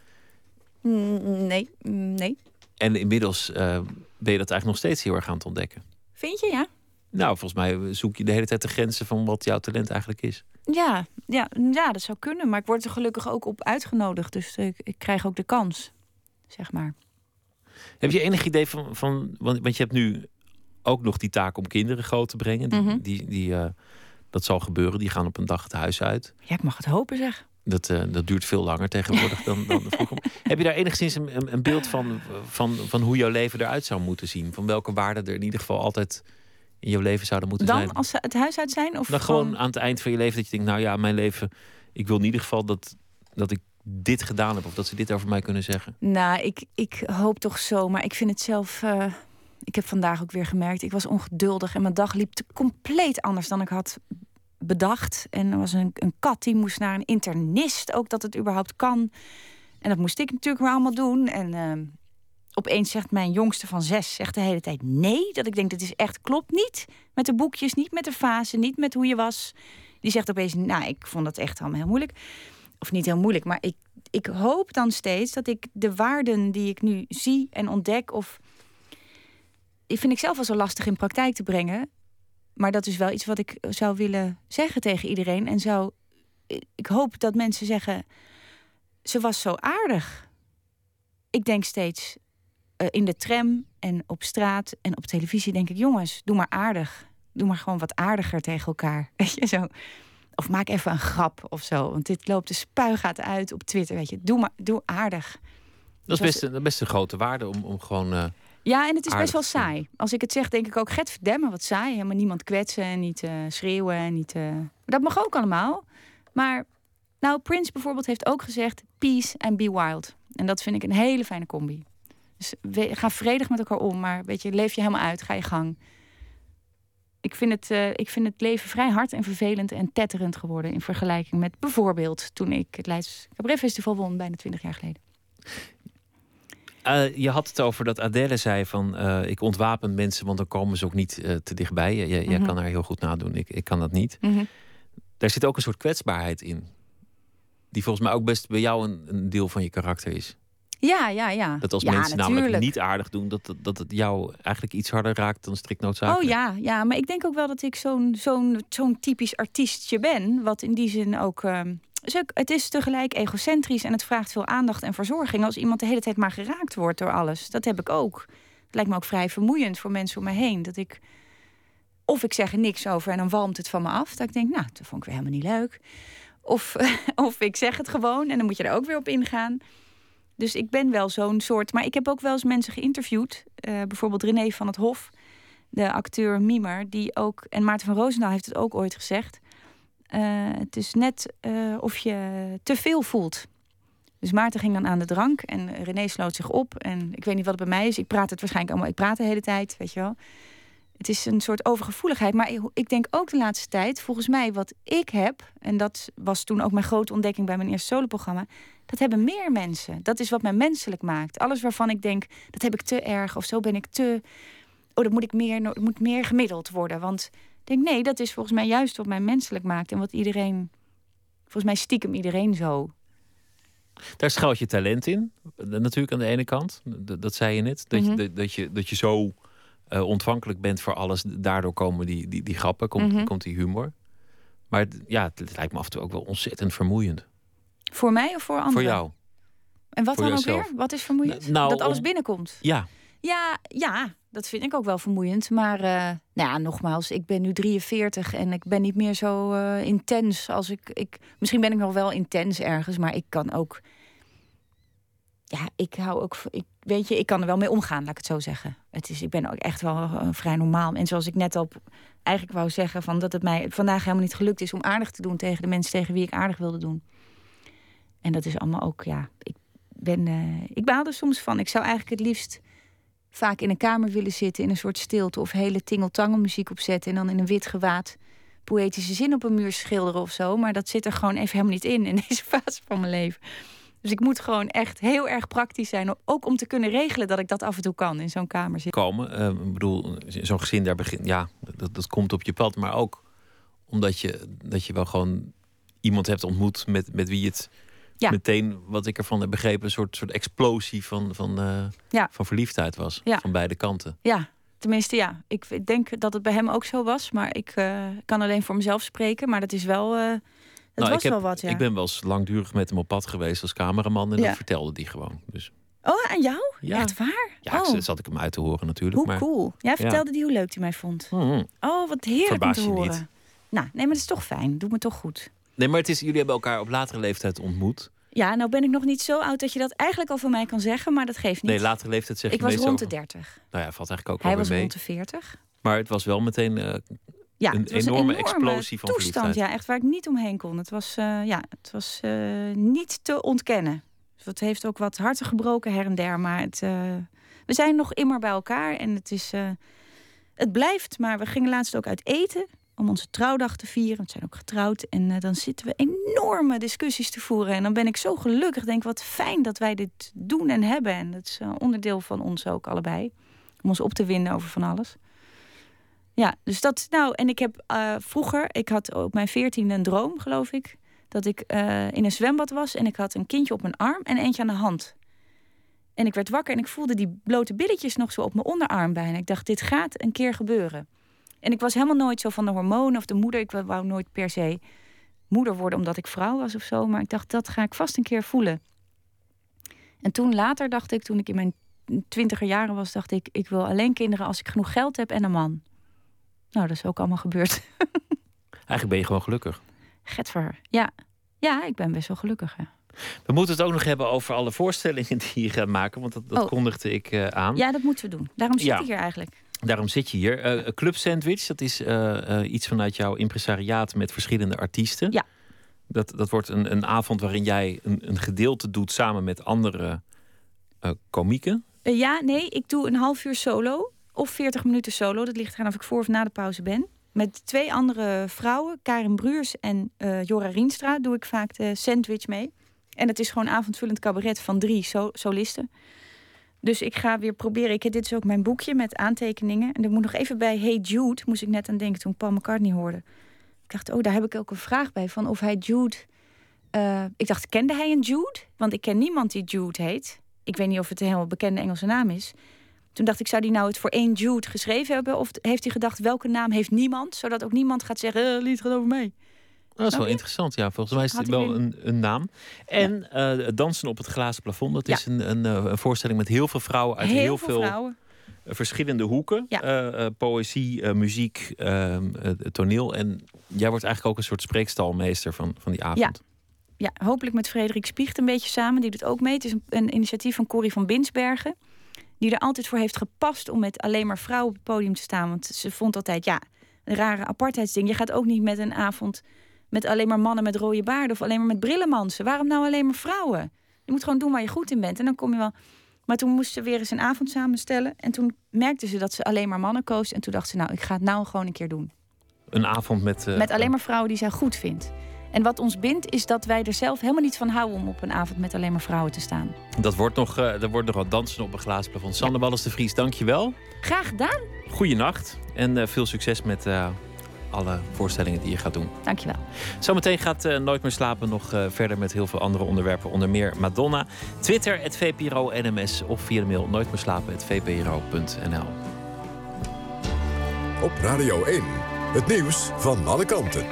Nee. En inmiddels ben je dat eigenlijk nog steeds heel erg aan het ontdekken. Vind je, ja? Nou, volgens mij zoek je de hele tijd de grenzen van wat jouw talent eigenlijk is. Ja, dat zou kunnen. Maar ik word er gelukkig ook op uitgenodigd. Dus ik krijg ook de kans, zeg maar. Heb je enig idee van want je hebt nu ook nog die taak om kinderen groot te brengen. Dat zal gebeuren. Die gaan op een dag het huis uit. Ja, ik mag het hopen, zeg. Dat duurt veel langer tegenwoordig dan vroeger. Heb je daar enigszins een beeld van hoe jouw leven eruit zou moeten zien? Van welke waarden er in ieder geval altijd in jouw leven zouden moeten zijn? Dan, als ze het huis uit zijn? Of dan gewoon aan het eind van je leven dat je denkt, nou ja, mijn leven, ik wil in ieder geval dat ik dit gedaan heb. Of dat ze dit over mij kunnen zeggen. Nou, ik hoop toch zo. Maar ik vind het zelf... ik heb vandaag ook weer gemerkt, ik was ongeduldig. En mijn dag liep compleet anders dan ik had bedacht. En er was een kat die moest naar een internist. Ook dat het überhaupt kan. En dat moest ik natuurlijk weer allemaal doen. En opeens zegt mijn jongste van 6 zegt de hele tijd nee. Dat ik denk, dit is echt klopt niet. Met de boekjes, niet met de fase, niet met hoe je was. Die zegt opeens, nou, ik vond dat echt allemaal heel moeilijk. Of niet heel moeilijk, maar ik hoop dan steeds dat ik de waarden die ik nu zie en ontdek... Die vind ik zelf wel zo lastig in praktijk te brengen. Maar dat is wel iets wat ik zou willen zeggen tegen iedereen. En ik hoop dat mensen zeggen, ze was zo aardig. Ik denk steeds in de tram en op straat en op televisie denk ik, jongens, doe maar aardig. Doe maar gewoon wat aardiger tegen elkaar. Weet je, zo. Of maak even een grap of zo. Want dit loopt de spuigaat uit op Twitter. Weet je, doe aardig. Dat is best een grote waarde om gewoon... Ja, en het is best wel aardig. saai. Als ik het zeg, denk ik ook, Gadverdamme, wat saai. Helemaal niemand kwetsen en niet schreeuwen. En niet, dat mag ook allemaal. Maar nou, Prince bijvoorbeeld heeft ook gezegd, peace and be wild. En dat vind ik een hele fijne combi. Dus ga vredig met elkaar om, maar weet je, leef je helemaal uit, ga je gang. Ik vind het leven vrij hard en vervelend en tetterend geworden... in vergelijking met bijvoorbeeld toen ik het Leids Cabaret Festival won, bijna 20 jaar geleden. Je had het over dat Adele zei van... ik ontwapen mensen, want dan komen ze ook niet te dichtbij. Jij kan haar heel goed nadoen, ik kan dat niet. Mm-hmm. Daar zit ook een soort kwetsbaarheid in. Die volgens mij ook best bij jou een deel van je karakter is. Ja. Dat als ja, mensen natuurlijk. namelijk niet aardig doen... dat het jou eigenlijk iets harder raakt dan strikt noodzakelijk. Oh ja, maar ik denk ook wel dat ik zo'n typisch artiestje ben. Wat in die zin ook... het is tegelijk egocentrisch en het vraagt veel aandacht en verzorging. Als iemand de hele tijd maar geraakt wordt door alles. Dat heb ik ook. Het lijkt me ook vrij vermoeiend voor mensen om me heen. Dat ik... Of ik zeg er niks over en dan walmt het van me af. Dat ik denk, nou, dat vond ik weer helemaal niet leuk. Of ik zeg het gewoon en dan moet je er ook weer op ingaan. Dus ik ben wel zo'n soort... Maar ik heb ook wel eens mensen geïnterviewd. Bijvoorbeeld René van het Hof, de acteur mimer, die ook... En Maarten van Roosendaal heeft het ook ooit gezegd. Het is net of je te veel voelt. Dus Maarten ging dan aan de drank en René sloot zich op. En ik weet niet wat het bij mij is. Ik praat het waarschijnlijk allemaal... Ik praat de hele tijd, weet je wel. Het is een soort overgevoeligheid. Maar ik denk ook de laatste tijd, volgens mij wat ik heb... en dat was toen ook mijn grote ontdekking bij mijn eerste soloprogramma... dat hebben meer mensen. Dat is wat mij menselijk maakt. Alles waarvan ik denk, dat heb ik te erg of zo ben ik te... Oh, dat moet meer gemiddeld worden. Want ik denk, nee, dat is volgens mij juist wat mij menselijk maakt... en wat iedereen... Volgens mij stiekem iedereen zo. Daar schuilt je talent in. Natuurlijk aan de ene kant. Dat zei je net. Dat je zo ontvankelijk bent voor alles. Daardoor komen die grappen, komt die humor. Maar het lijkt me af en toe ook wel ontzettend vermoeiend. Voor mij of voor anderen? Voor jou. En wat voor dan ook jezelf. weer? Wat is vermoeiend? Nou, dat alles binnenkomt? Ja. Ja, dat vind ik ook wel vermoeiend. Maar nogmaals, ik ben nu 43 en ik ben niet meer zo intens als ik... Misschien ben ik nog wel intens ergens, maar ik kan ook... Ja, ik hou ook... ik kan er wel mee omgaan, laat ik het zo zeggen. Ik ben ook echt wel vrij normaal. En zoals ik net al eigenlijk wou zeggen... Van dat het mij vandaag helemaal niet gelukt is om aardig te doen tegen de mensen tegen wie ik aardig wilde doen. En dat is allemaal ook, ik baal er soms van. Ik zou eigenlijk het liefst vaak in een kamer willen zitten... in een soort stilte of hele tingeltangelmuziek opzetten... en dan in een wit gewaad poëtische zin op een muur schilderen of zo. Maar dat zit er gewoon even helemaal niet in deze fase van mijn leven. Dus ik moet gewoon echt heel erg praktisch zijn. Ook om te kunnen regelen dat ik dat af en toe kan in zo'n kamer zitten. Ik bedoel, zo'n gezin daar begint... Ja, dat komt op je pad. Maar ook omdat je wel gewoon iemand hebt ontmoet... met wie het meteen, wat ik ervan heb begrepen... een soort explosie van verliefdheid was. Ja. Van beide kanten. Ja, tenminste ja. Ik denk dat het bij hem ook zo was. Maar ik kan alleen voor mezelf spreken. Maar dat is wel... wel wat, ja. Ik ben wel eens langdurig met hem op pad geweest als cameraman. En dat vertelde hij gewoon. Dus. Oh, aan jou? Ja. Echt waar? Ja, zat ik hem uit te horen natuurlijk. Hoe cool. Jij vertelde die hoe leuk hij mij vond. Mm-hmm. Oh, wat heerlijk Verbaas om te je horen. niet. Nou, nee, maar dat is toch fijn. Doet me toch goed. Nee, maar jullie hebben elkaar op latere leeftijd ontmoet. Ja, nou ben ik nog niet zo oud dat je dat eigenlijk al van mij kan zeggen. Maar dat geeft niet. Nee, latere leeftijd zeg je ik was meestal... rond de 30. Nou ja, valt eigenlijk ook Hij wel was weer mee. rond de 40. Maar het was wel meteen het een was enorme explosie van toestand, verliefdheid. Ja, echt waar ik niet omheen kon. Het was niet te ontkennen. Dus het heeft ook wat harten gebroken her en der. Maar we zijn nog immer bij elkaar. En het blijft. Maar we gingen laatst ook uit eten om onze trouwdag te vieren. We zijn ook getrouwd. En dan zitten we enorme discussies te voeren. En dan ben ik zo gelukkig. Denk, wat fijn dat wij dit doen en hebben. En dat is een onderdeel van ons ook allebei. Om ons op te winden over van alles. Ja, dus dat... Nou, en ik heb vroeger... Ik had op mijn 14e een droom, geloof ik. Dat ik in een zwembad was. En ik had een kindje op mijn arm en eentje aan de hand. En ik werd wakker en ik voelde die blote billetjes nog zo op mijn onderarm bijna. Ik dacht, dit gaat een keer gebeuren. En ik was helemaal nooit zo van de hormonen of de moeder. Ik wou nooit per se moeder worden omdat ik vrouw was of zo. Maar ik dacht, dat ga ik vast een keer voelen. En toen later dacht ik, toen ik in mijn 20er jaren was... dacht ik wil alleen kinderen als ik genoeg geld heb en een man. Nou, dat is ook allemaal gebeurd. Eigenlijk ben je gewoon gelukkig. Getver, ja, ik ben best wel gelukkig, ja. We moeten het ook nog hebben over alle voorstellingen die je gaat maken. Want dat kondigde ik aan. Ja, dat moeten we doen. Daarom zit ik hier eigenlijk. Daarom zit je hier. Club Sandwich, dat is iets vanuit jouw impresariaat met verschillende artiesten. Ja. Dat wordt een avond waarin jij een gedeelte doet samen met andere komieken. Ik doe een half uur solo of 40 minuten solo. Dat ligt eraan of ik voor of na de pauze ben. Met 2 andere vrouwen, Karin Bruurs en Jora Rienstra, doe ik vaak de Sandwich mee. En het is gewoon avondvullend cabaret van 3 solisten. Dus ik ga weer proberen. Dit is ook mijn boekje met aantekeningen. En er moet nog even bij Hey Jude, moest ik net aan denken toen Paul McCartney hoorde. Ik dacht, daar heb ik ook een vraag bij. Van of hij Jude... ik dacht, kende hij een Jude? Want ik ken niemand die Jude heet. Ik weet niet of het een heel bekende Engelse naam is. Toen dacht ik, zou die nou het voor 1 Jude geschreven hebben? Of heeft hij gedacht, welke naam heeft niemand? Zodat ook niemand gaat zeggen, lied gaat over mij. Dat is wel interessant, ja. Volgens mij is het wel een naam. En Dansen op het glazen plafond. Dat is een voorstelling met heel veel vrouwen uit heel veel verschillende hoeken. Ja. Poëzie, muziek, toneel. En jij wordt eigenlijk ook een soort spreekstalmeester van die avond. Ja, hopelijk met Frederik Spiecht een beetje samen. Die doet ook mee. Het is een initiatief van Corrie van Binsbergen. Die er altijd voor heeft gepast om met alleen maar vrouwen op het podium te staan. Want ze vond altijd, een rare apartheidsding. Je gaat ook niet met een avond met alleen maar mannen met rode baarden of alleen maar met brillenmansen. Waarom nou alleen maar vrouwen? Je moet gewoon doen waar je goed in bent en dan kom je wel. Maar toen moest ze weer eens een avond samenstellen. En toen merkte ze dat ze alleen maar mannen koos. En toen dacht ze, ik ga het nou gewoon een keer doen. Een avond met alleen maar vrouwen die zij goed vindt. En wat ons bindt is dat wij er zelf helemaal niet van houden om op een avond met alleen maar vrouwen te staan. Dat wordt nog wat dansen op een glazen plafond. Sanne Wallis de Vries, dank je wel. Graag gedaan. Goeienacht en veel succes met alle voorstellingen die je gaat doen. Dank je wel. Zometeen gaat Nooit meer slapen nog verder met heel veel andere onderwerpen. Onder meer Madonna. Twitter, @VPRO-NMS of via de mail nooitmeerslapen@vpro.nl. Op Radio 1, het nieuws van alle kanten.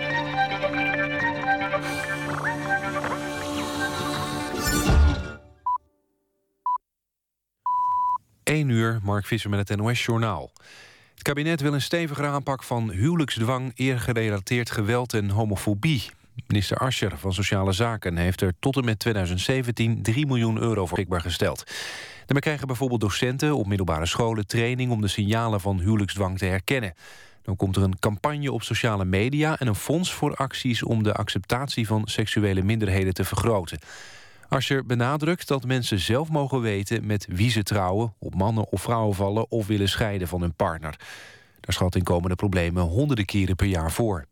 1:00, Mark Visser met het NOS-journaal. Het kabinet wil een stevigere aanpak van huwelijksdwang, eergerelateerd geweld en homofobie. Minister Ascher van Sociale Zaken heeft er tot en met 2017 €3 miljoen voor beschikbaar gesteld. Daarmee krijgen bijvoorbeeld docenten op middelbare scholen training om de signalen van huwelijksdwang te herkennen. Dan komt er een campagne op sociale media en een fonds voor acties om de acceptatie van seksuele minderheden te vergroten. Ascher benadrukt dat mensen zelf mogen weten met wie ze trouwen, op mannen of vrouwen vallen of willen scheiden van hun partner. Daar schatting komen de problemen honderden keren per jaar voor.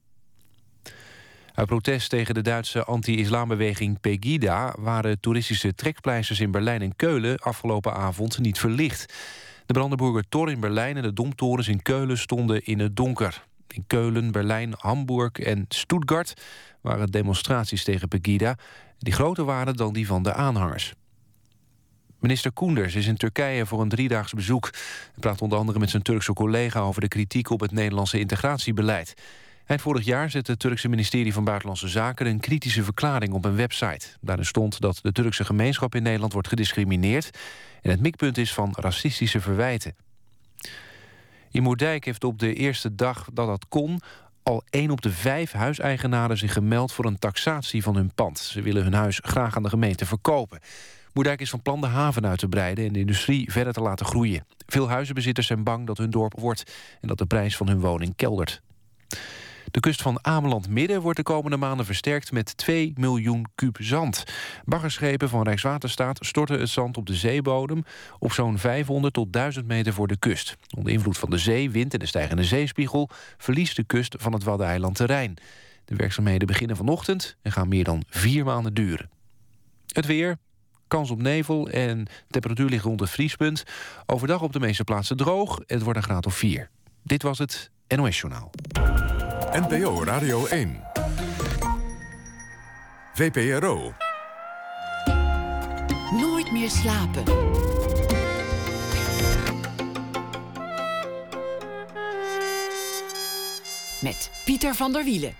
Uit protest tegen de Duitse anti-islambeweging Pegida waren toeristische trekpleisters in Berlijn en Keulen afgelopen avond niet verlicht. De Brandenburger Tor in Berlijn en de Domtorens in Keulen stonden in het donker. In Keulen, Berlijn, Hamburg en Stuttgart waren demonstraties tegen Pegida die groter waren dan die van de aanhangers. Minister Koenders is in Turkije voor een 3-daags bezoek. Hij praat onder andere met zijn Turkse collega over de kritiek op het Nederlandse integratiebeleid. Eind vorig jaar zette het Turkse ministerie van Buitenlandse Zaken een kritische verklaring op een website. Daarin stond dat de Turkse gemeenschap in Nederland wordt gediscrimineerd en het mikpunt is van racistische verwijten. In Moerdijk heeft op de eerste dag dat kon al 1 op de 5 huiseigenaren zich gemeld voor een taxatie van hun pand. Ze willen hun huis graag aan de gemeente verkopen. Moerdijk is van plan de haven uit te breiden en de industrie verder te laten groeien. Veel huizenbezitters zijn bang dat hun dorp wordt en dat de prijs van hun woning keldert. De kust van Ameland-Midden wordt de komende maanden versterkt met 2 miljoen kuub zand. Baggerschepen van Rijkswaterstaat storten het zand op de zeebodem op zo'n 500 tot 1000 meter voor de kust. Onder invloed van de zee, wind en de stijgende zeespiegel verliest de kust van het Waddeneiland terrein. De werkzaamheden beginnen vanochtend en gaan meer dan 4 maanden duren. Het weer, kans op nevel en temperatuur ligt rond het vriespunt. Overdag op de meeste plaatsen droog. Het wordt een graad of 4. Dit was het NOS-journaal. NPO Radio 1. VPRO. Nooit meer slapen. Met Pieter van der Wielen.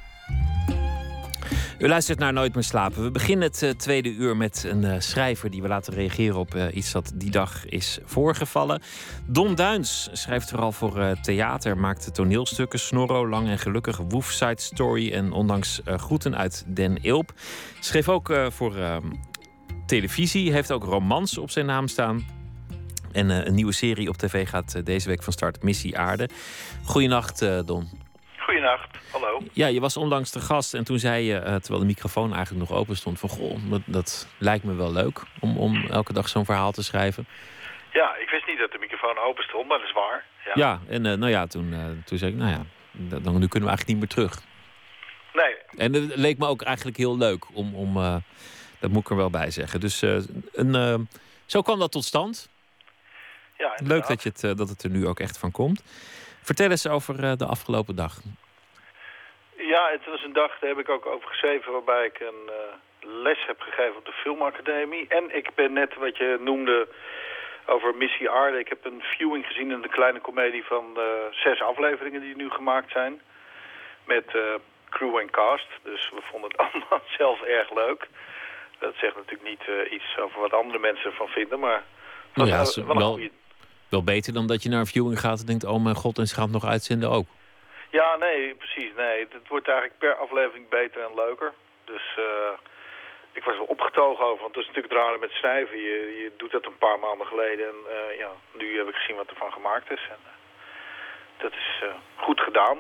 U luistert naar Nooit meer slapen. We beginnen het tweede uur met een schrijver die we laten reageren op iets dat die dag is voorgevallen. Don Duins schrijft vooral voor theater, maakte toneelstukken, Snorro, Lang en Gelukkig, Woef, Side Story en ondanks Groeten uit Den Ilp. Schreef ook voor televisie, heeft ook romans op zijn naam staan. En een nieuwe serie op tv gaat deze week van start, Missie Aarde. Goeienacht, Don. Goedenacht, hallo. Ja, je was onlangs te gast en toen zei je, terwijl de microfoon eigenlijk nog open stond, van goh, dat lijkt me wel leuk om elke dag zo'n verhaal te schrijven. Ja, ik wist niet dat de microfoon open stond, maar dat is waar. Ja, en toen zei ik, dan nu kunnen we eigenlijk niet meer terug. Nee. En het leek me ook eigenlijk heel leuk om dat moet ik er wel bij zeggen. Dus zo kwam dat tot stand. Ja, leuk dat het er nu ook echt van komt. Vertel eens over de afgelopen dag. Ja, het was een dag, daar heb ik ook over geschreven, waarbij ik een les heb gegeven op de Filmacademie. En ik ben net, wat je noemde, over Missie Aarde. Ik heb een viewing gezien in de kleine komedie van 6 afleveringen die nu gemaakt zijn. Met crew en cast. Dus we vonden het allemaal zelf erg leuk. Dat zegt natuurlijk niet iets over wat andere mensen ervan vinden, maar het was wel een goede... Wel beter dan dat je naar een viewing gaat en denkt, oh mijn god, en ze gaan het nog uitzenden ook. Ja, nee, precies. Nee, het wordt eigenlijk per aflevering beter en leuker. Dus ik was wel opgetogen over, want het is natuurlijk het rare met schrijven. Je doet dat een paar maanden geleden en nu heb ik gezien wat ervan gemaakt is. En dat is goed gedaan.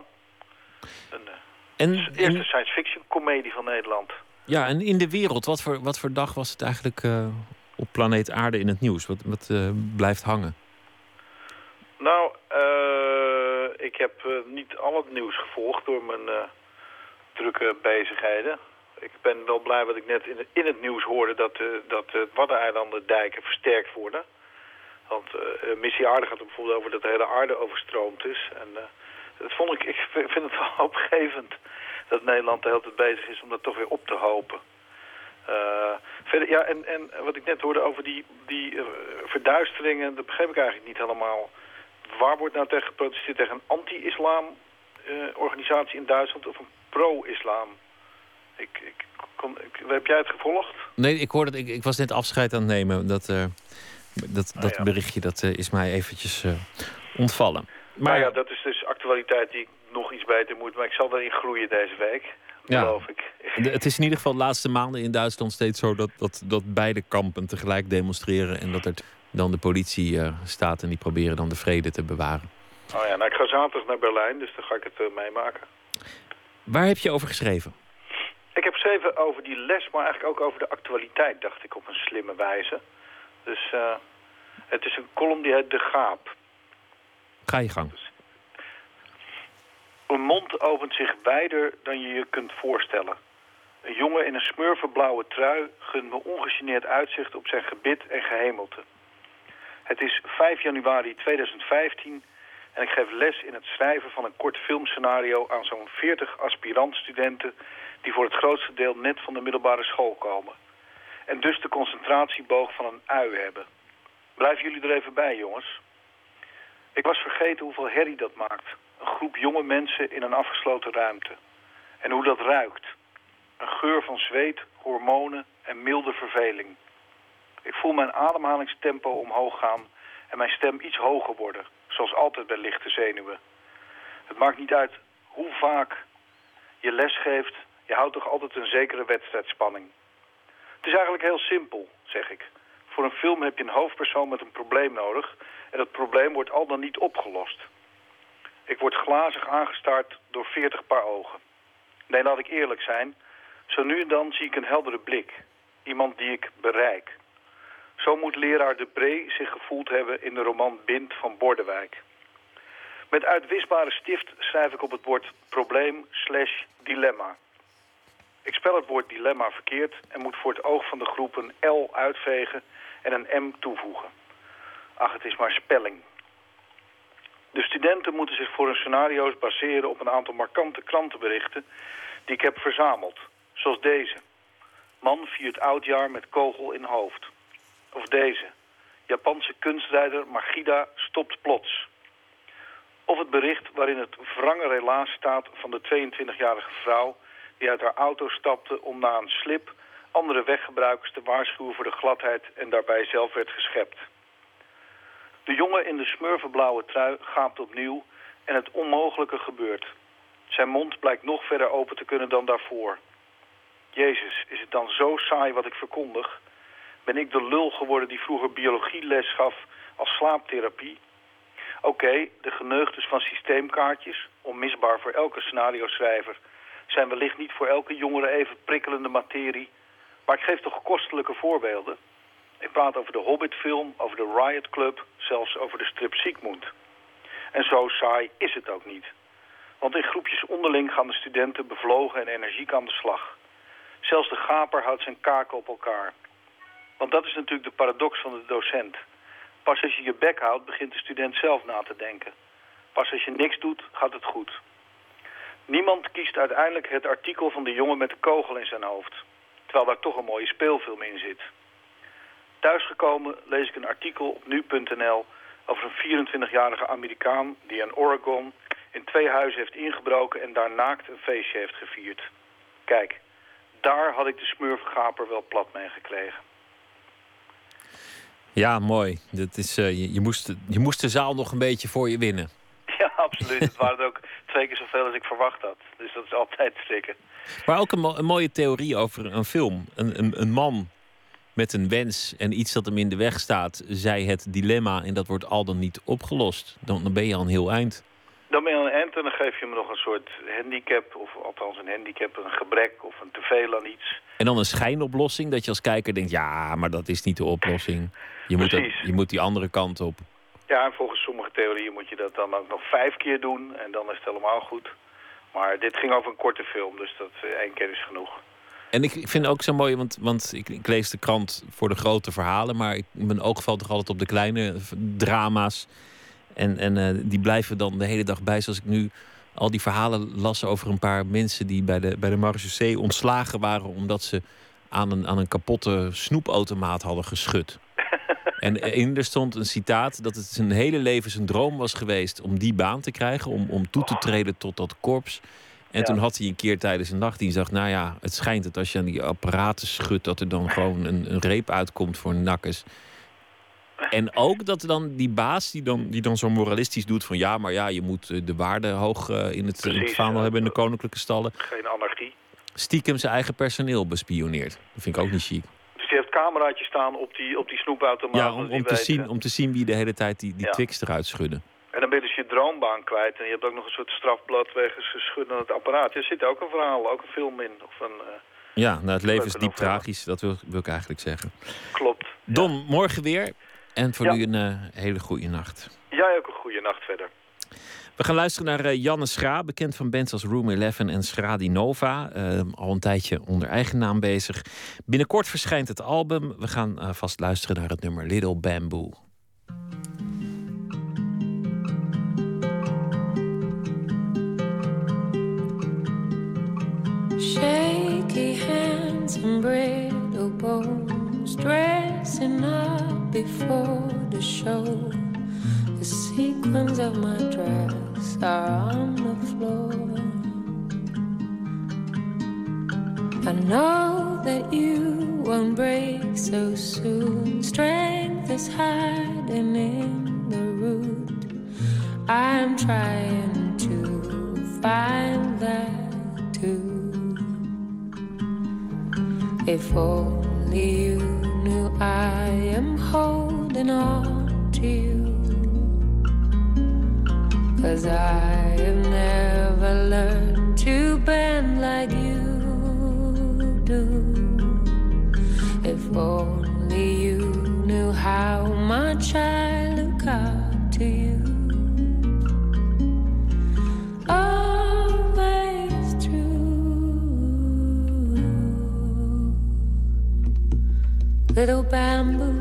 De eerste science fiction comedie van Nederland. Ja, en in de wereld, wat voor dag was het eigenlijk op planeet Aarde in het nieuws? Wat blijft hangen? Nou, ik heb niet al het nieuws gevolgd door mijn drukke bezigheden. Ik ben wel blij wat ik net in het nieuws hoorde dat de Waddeneilanden dijken versterkt worden. Want Missie Aarde gaat er bijvoorbeeld over dat de hele aarde overstroomd is. En ik vind het wel hoopgevend dat Nederland de hele tijd bezig is om dat toch weer op te hopen. Verder, ja, en wat ik net hoorde over die verduisteringen, dat begreep ik eigenlijk niet helemaal. Waar wordt nou tegen geprotesteerd? Tegen een anti-islam organisatie in Duitsland of een pro-islam? Heb jij het gevolgd? Nee, ik hoorde het. Ik was net afscheid aan het nemen. Dat berichtje dat is mij eventjes ontvallen. Maar ja, dat is dus actualiteit die ik nog iets beter moet. Maar ik zal erin groeien deze week, geloof ik. Het is in ieder geval de laatste maanden in Duitsland steeds zo dat beide kampen tegelijk demonstreren. En dat er dan de politie staat en die proberen dan de vrede te bewaren. Oh ja, nou ik ga zaterdag naar Berlijn, dus dan ga ik het meemaken. Waar heb je over geschreven? Ik heb geschreven over die les, maar eigenlijk ook over de actualiteit, dacht ik, op een slimme wijze. Dus het is een column die heet De Gaap. Ga je gang. Een mond opent zich wijder dan je je kunt voorstellen. Een jongen in een smurvenblauwe trui gunt me ongegeneerd uitzicht op zijn gebit en gehemelte. Het is 5 januari 2015 en ik geef les in het schrijven van een kort filmscenario aan zo'n 40 aspirantstudenten die voor het grootste deel net van de middelbare school komen. En dus de concentratieboog van een ui hebben. Blijven jullie er even bij, jongens? Ik was vergeten hoeveel herrie dat maakt. Een groep jonge mensen in een afgesloten ruimte. En hoe dat ruikt. Een geur van zweet, hormonen en milde verveling. Ik voel mijn ademhalingstempo omhoog gaan en mijn stem iets hoger worden. Zoals altijd bij lichte zenuwen. Het maakt niet uit hoe vaak je les geeft. Je houdt toch altijd een zekere wedstrijdspanning. Het is eigenlijk heel simpel, zeg ik. Voor een film heb je een hoofdpersoon met een probleem nodig. En dat probleem wordt al dan niet opgelost. Ik word glazig aangestaard door 40 paar ogen. Nee, laat ik eerlijk zijn. Zo nu en dan zie ik een heldere blik. Iemand die ik bereik. Zo moet leraar Debré zich gevoeld hebben in de roman Bind van Bordewijk. Met uitwisbare stift schrijf ik op het woord probleem/dilemma. Ik spel het woord dilemma verkeerd en moet voor het oog van de groep een L uitvegen en een M toevoegen. Ach, het is maar spelling. De studenten moeten zich voor hun scenario's baseren op een aantal markante krantenberichten die ik heb verzameld. Zoals deze. Man viert oudjaar met kogel in hoofd. Of deze. Japanse kunstrijder Magida stopt plots. Of het bericht waarin het wrange relaas staat van de 22-jarige vrouw die uit haar auto stapte om na een slip andere weggebruikers te waarschuwen voor de gladheid en daarbij zelf werd geschept. De jongen in de smurvenblauwe trui gaapt opnieuw en het onmogelijke gebeurt. Zijn mond blijkt nog verder open te kunnen dan daarvoor. Jezus, is het dan zo saai wat ik verkondig? Ben ik de lul geworden die vroeger biologieles gaf als slaaptherapie? Oké, de geneugtes van systeemkaartjes, onmisbaar voor elke scenario-schrijver, zijn wellicht niet voor elke jongere even prikkelende materie, maar ik geef toch kostelijke voorbeelden. Ik praat over de Hobbit-film, over de Riot Club, zelfs over de strip Sigmund. En zo saai is het ook niet. Want in groepjes onderling gaan de studenten bevlogen en energiek aan de slag. Zelfs de gaper houdt zijn kaken op elkaar. Want dat is natuurlijk de paradox van de docent. Pas als je je bek houdt, begint de student zelf na te denken. Pas als je niks doet, gaat het goed. Niemand kiest uiteindelijk het artikel van de jongen met de kogel in zijn hoofd. Terwijl daar toch een mooie speelfilm in zit. Thuisgekomen lees ik een artikel op nu.nl over een 24-jarige Amerikaan die in Oregon in 2 huizen heeft ingebroken en daar naakt een feestje heeft gevierd. Kijk, daar had ik de smurfgaper wel plat mee gekregen. Ja, mooi. Dat is, je moest de zaal nog een beetje voor je winnen. Ja, absoluut. Het waren er ook 2 keer zoveel als ik verwacht had. Dus dat is altijd schrikken. Maar ook een mooie theorie over een film. Een man met een wens en iets dat hem in de weg staat, zij het dilemma en dat wordt al dan niet opgelost. Dan ben je al een heel eind. Dan ben je aan een eind en dan geef je hem nog een soort handicap, of althans een handicap, een gebrek of een teveel aan iets. En dan een schijnoplossing, dat je als kijker denkt, ja, maar dat is niet de oplossing. Je moet die andere kant op. Ja, en volgens sommige theorieën moet je dat dan ook nog 5 keer doen en dan is het helemaal goed. Maar dit ging over een korte film, dus dat 1 keer is genoeg. En ik vind het ook zo mooi, want ik lees de krant voor de grote verhalen, maar mijn oog valt toch altijd op de kleine drama's. En die blijven dan de hele dag bij. Zoals ik nu al die verhalen las over een paar mensen die bij de marechaussee ontslagen waren omdat ze aan een kapotte snoepautomaat hadden geschud. En er stond een citaat dat het zijn hele leven zijn droom was geweest om die baan te krijgen, om toe te treden tot dat korps. En toen had hij een keer tijdens een nachtdienst gezegd, nou ja, het schijnt dat als je aan die apparaten schudt, dat er dan gewoon een reep uitkomt voor nakkers. En ook dat dan die baas die dan zo moralistisch doet van ja, maar ja, je moet de waarde hoog in het vaandel hebben in de koninklijke stallen. Geen anarchie. Stiekem zijn eigen personeel bespioneerd. Dat vind ik ook niet chic. Dus die heeft cameraatjes staan op die snoepautomaat. Ja, om te zien wie de hele tijd die Twix eruit schudden. En dan ben je dus je droombaan kwijt. En je hebt ook nog een soort strafblad wegens schudden aan het apparaat. Er zit ook een verhaal, ook een film in. Of ja, nou, het leven is diep tragisch. Dat wil ik eigenlijk zeggen. Klopt. Don, morgen weer. En voor u een hele goede nacht. Jij ook een goede nacht verder. We gaan luisteren naar Janne Schra, bekend van bands als Room 11 en Schra Di Nova. Al een tijdje onder eigen naam bezig. Binnenkort verschijnt het album. We gaan vast luisteren naar het nummer Little Bamboo. Shaky hands and brittle bones, dressing up before the show. The sequins of my dress are on the floor. I know that you won't break so soon. Strength is hiding in the root. I'm trying to find that too. If only you knew I am holding on to you. 'Cause I have never learned to bend like you do. If only you knew how much I look up to you. Always true. Little bamboo.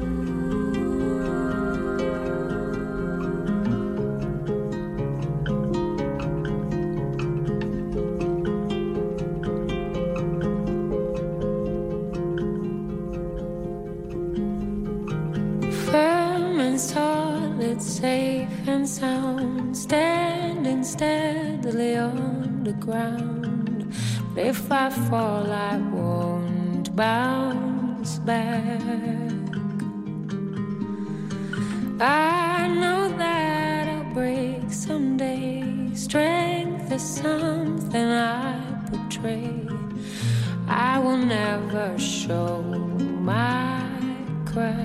Safe and sound, standing steadily on the ground. But if I fall, I won't bounce back. I know that I'll break someday. Strength is something I portray. I will never show my cracks.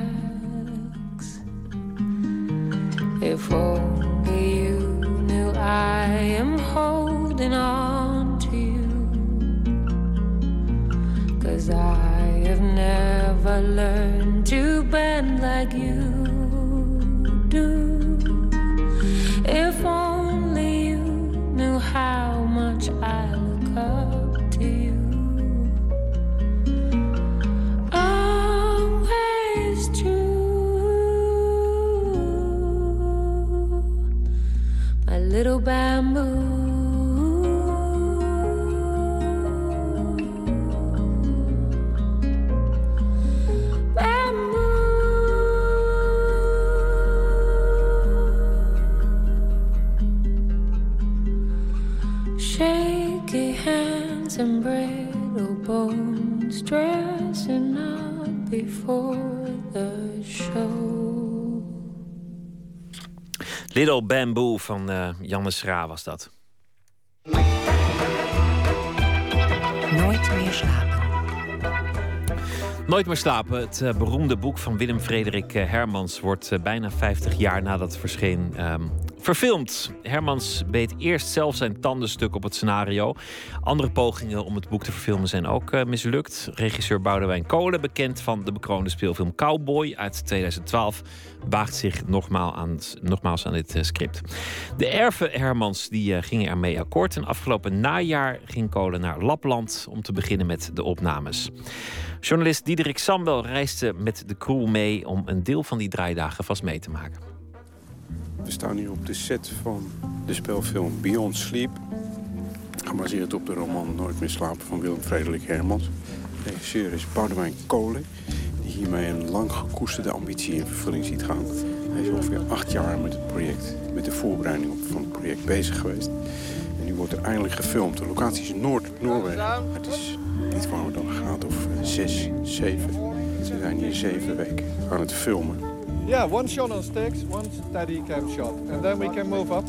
If only you knew I am holding on to you. 'Cause I have never learned to bend like you do. If only you knew how much I look up to you. Always true. Little bamboo. Bamboo. Shaky hands and brittle bones, dressing up before the show. Little Bamboo van Janne Schra was dat. Nooit meer slapen. Nooit meer slapen. Het beroemde boek van Willem Frederik Hermans wordt bijna 50 jaar nadat het verscheen verfilmd. Hermans beet eerst zelf zijn tandenstuk op het scenario. Andere pogingen om het boek te verfilmen zijn ook mislukt. Regisseur Boudewijn Kolen, bekend van de bekroonde speelfilm Cowboy uit 2012... waagt zich nogmaals aan dit script. De erven Hermans die gingen ermee akkoord. En afgelopen najaar ging Kolen naar Lapland om te beginnen met de opnames. Journalist Diederik Sambel reisde met de crew mee om een deel van die draaidagen vast mee te maken. We staan hier op de set van de speelfilm Beyond Sleep. Gebaseerd op de roman Nooit meer slapen van Willem Frederik Hermans. De regisseur is Boudewijn Kolen, die hiermee een lang gekoesterde ambitie in vervulling ziet gaan. Hij is ongeveer 8 jaar met het project, met de voorbereiding van het project bezig geweest. En nu wordt er eindelijk gefilmd. De locatie is Noord-Noorwegen. Het is niet warmer dan een graad of 6, 7. Ze zijn hier 7 weken aan het filmen. Yeah, one shot on sticks, one steady cam shot. And then we can move up.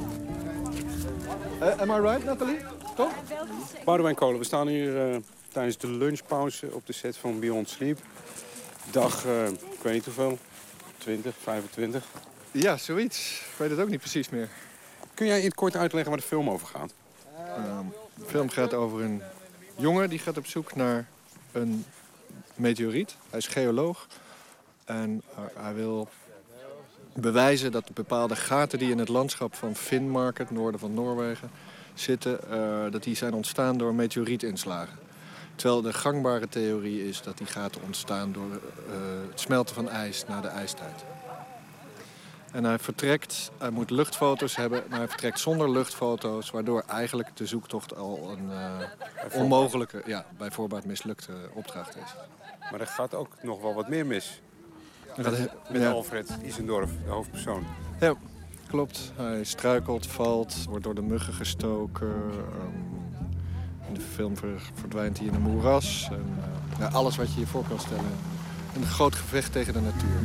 Am I right, Nathalie? Toch? Boudewijn Kolen, we staan hier tijdens de lunchpauze op de set van Beyond Sleep. Dag, ik weet niet hoeveel, 20, 25. Ja, zoiets. Ik weet het ook niet precies meer. Kun jij in het kort uitleggen waar de film over gaat? De film gaat over een jongen die gaat op zoek naar een meteoriet. Hij is geoloog. En hij wil bewijzen dat de bepaalde gaten die in het landschap van Finnmark, het noorden van Noorwegen, zitten, dat die zijn ontstaan door meteorietinslagen. Terwijl de gangbare theorie is dat die gaten ontstaan door het smelten van ijs na de ijstijd. En hij moet luchtfoto's hebben, maar hij vertrekt zonder luchtfoto's, waardoor eigenlijk de zoektocht al een onmogelijke, bij voorbaat mislukte opdracht is. Maar er gaat ook nog wel wat meer mis. Met Alfred Isendorf, de hoofdpersoon. Ja, klopt. Hij struikelt, valt, wordt door de muggen gestoken. In de film verdwijnt hij in een moeras. En, alles wat je je voor kan stellen. Een groot gevecht tegen de natuur.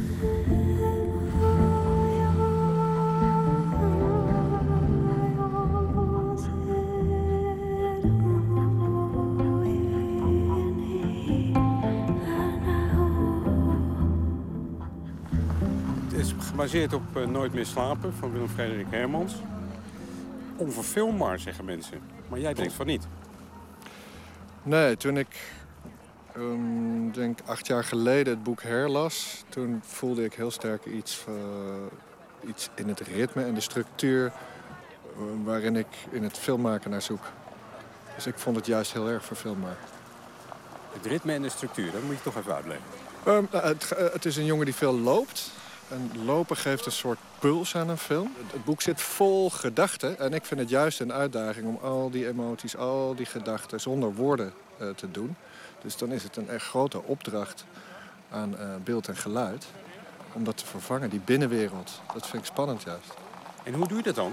Gebaseerd op Nooit meer slapen van Willem Frederik Hermans. Onverfilmbaar, zeggen mensen. Maar jij denkt van niet. Nee, toen ik denk 8 jaar geleden het boek herlas, toen voelde ik heel sterk iets in het ritme en de structuur waarin ik in het filmmaken naar zoek. Dus ik vond het juist heel erg verfilmbaar. Het ritme en de structuur, dat moet je toch even uitleggen. Het is een jongen die veel loopt. En lopen geeft een soort puls aan een film. Het boek zit vol gedachten. En ik vind het juist een uitdaging om al die emoties, al die gedachten zonder woorden te doen. Dus dan is het een echt grote opdracht aan beeld en geluid. Om dat te vervangen, die binnenwereld. Dat vind ik spannend juist. En hoe doe je dat dan?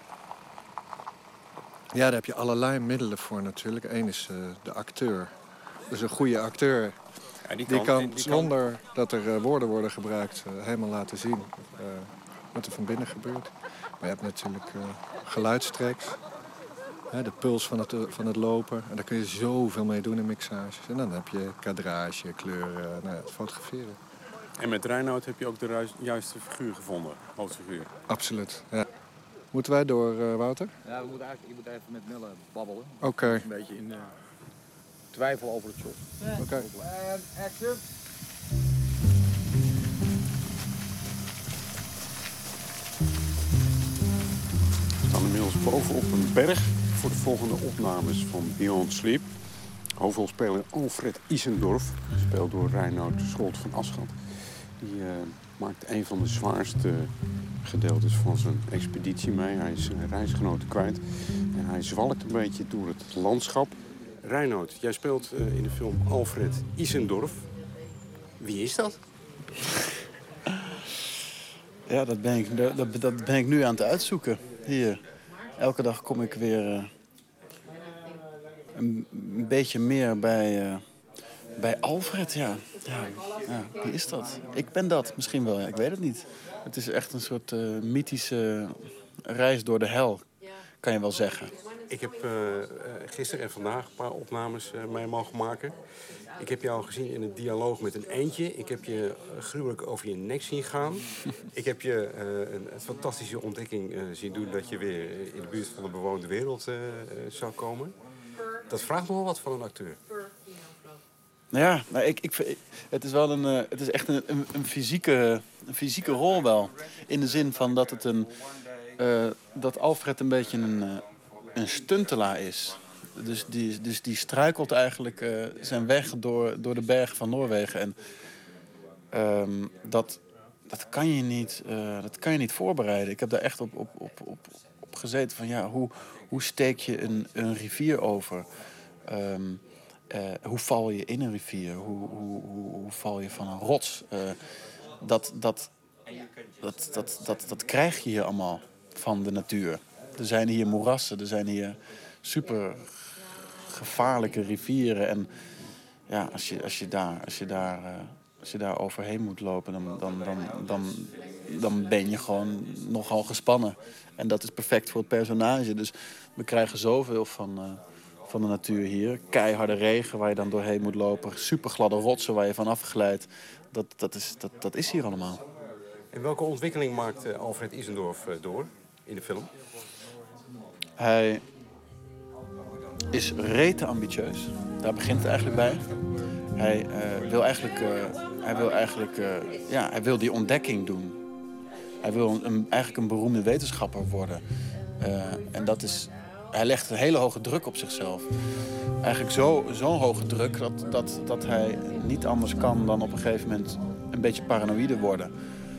Ja, daar heb je allerlei middelen voor natuurlijk. Eén is de acteur. Dus een goede acteur. Ja, die kan zonder dat er woorden worden gebruikt helemaal laten zien wat er van binnen gebeurt. Maar je hebt natuurlijk geluidstracks, de puls van het lopen. En daar kun je zoveel mee doen in mixages. En dan heb je kadrage, kleuren, het fotograferen. En met Reinoud heb je ook de juiste figuur gevonden, hoofdfiguur? Absoluut, ja. Moeten wij door, Wouter? Ja, je moet even met Mille babbelen. Oké. Een beetje in twijfel over het shot. Oké. Action. We staan inmiddels bovenop een berg voor de volgende opnames van Beyond Sleep. Hoofdrolspeler Alfred Isendorf, gespeeld door Reinoud Scholt van Aschat. Die maakt een van de zwaarste gedeeltes van zijn expeditie mee. Hij is zijn reisgenoten kwijt en hij zwalkt een beetje door het landschap. Reinoud, jij speelt in de film Alfred Isendorf. Wie is dat? Ja, dat ben ik nu aan het uitzoeken. Hier. Elke dag kom ik weer een beetje meer bij Alfred, ja. Wie is dat? Ik ben dat misschien wel, ja. Ik weet het niet. Het is echt een soort mythische reis door de hel, kan je wel zeggen. Ik heb gisteren en vandaag een paar opnames mee mogen maken. Ik heb jou gezien in een dialoog met een eendje. Ik heb je gruwelijk over je nek zien gaan. Ik heb je een fantastische ontdekking zien doen dat je weer in de buurt van de bewoonde wereld zou komen. Dat vraagt nogal wat van een acteur. Ja, maar het is wel het is echt een fysieke rol wel. In de zin van dat dat Alfred een beetje een stuntelaar is. Dus die struikelt eigenlijk zijn weg door de bergen van Noorwegen. En dat kan je niet voorbereiden. Ik heb daar echt op gezeten van ja, hoe steek je een rivier over? Hoe val je in een rivier? Hoe val je van een rots? Dat krijg je hier allemaal van de natuur. Er zijn hier moerassen, er zijn hier super gevaarlijke rivieren. En ja, als je daar overheen moet lopen, dan ben je gewoon nogal gespannen. En dat is perfect voor het personage. Dus we krijgen zoveel van de natuur hier. Keiharde regen waar je dan doorheen moet lopen. Super gladde rotsen waar je van afglijdt. Dat is hier allemaal. En welke ontwikkeling maakt Alfred Isendorf door in de film? Hij is rete ambitieus. Daar begint het eigenlijk bij. Hij wil die ontdekking doen. Hij wil eigenlijk een beroemde wetenschapper worden. En dat is... Hij legt een hele hoge druk op zichzelf. Eigenlijk zo'n hoge druk dat hij niet anders kan dan op een gegeven moment een beetje paranoïde worden.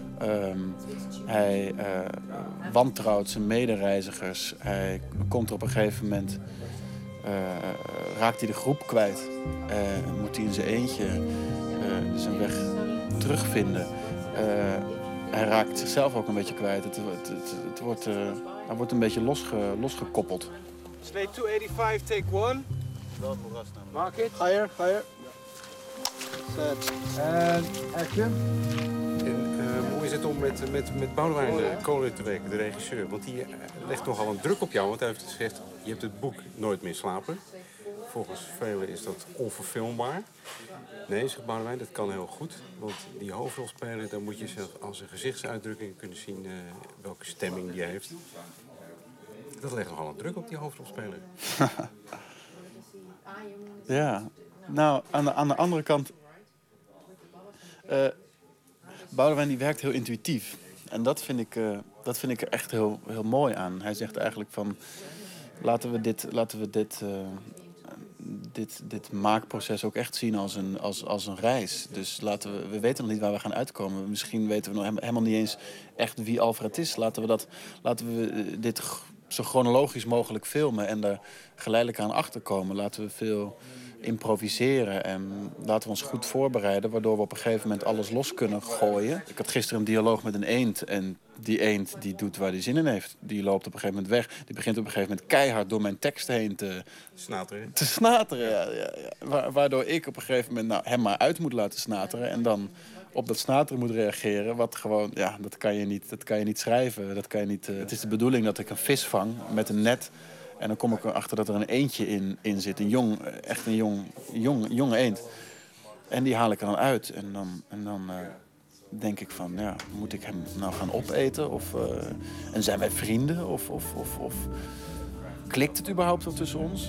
Hij wantrouwt zijn medereizigers. Hij komt er op een gegeven moment... raakt hij de groep kwijt. Moet hij in zijn eentje zijn weg terugvinden. Hij raakt zichzelf ook een beetje kwijt. Hij wordt een beetje losgekoppeld. Slate 285, take 1. Mark it. Higher. Set. And action. En hoe is het om met Boudewijn Kolen te werken, de regisseur? Want die legt nogal een druk op jou. Want hij heeft gezegd, je hebt het boek Nooit meer slapen. Volgens velen is dat onverfilmbaar. Nee, zegt Boudewijn, dat kan heel goed. Want die hoofdrolspeler, daar moet je zelf als een gezichtsuitdrukking kunnen zien welke stemming die heeft. Dat legt nogal een druk op die hoofdrolspeler. Ja, nou, aan de andere kant... Boudewijn die werkt heel intuïtief. En dat vind ik er echt heel, heel mooi aan. Hij zegt eigenlijk van... Laten we dit maakproces ook echt zien als een reis. Dus we weten nog niet waar we gaan uitkomen. Misschien weten we nog helemaal niet eens echt wie Alfred is. Laten we dit zo chronologisch mogelijk filmen en er geleidelijk aan achterkomen. Laten we veel improviseren en laten we ons goed voorbereiden, waardoor we op een gegeven moment alles los kunnen gooien. Ik had gisteren een dialoog met een eend en die eend die doet waar hij zin in heeft. Die loopt op een gegeven moment weg. Die begint op een gegeven moment keihard door mijn tekst heen te snateren. Ja. Waardoor ik op een gegeven moment hem maar uit moet laten snateren en dan op dat snateren moet reageren. Wat gewoon, ja, dat kan je niet schrijven. Dat kan je niet, het is de bedoeling dat ik een vis vang met een net. En dan kom ik erachter dat er een eendje in zit. Echt een jonge eend. En die haal ik er dan uit. En dan denk ik van, ja, moet ik hem nou gaan opeten? En zijn wij vrienden? Of klikt het überhaupt wel tussen ons?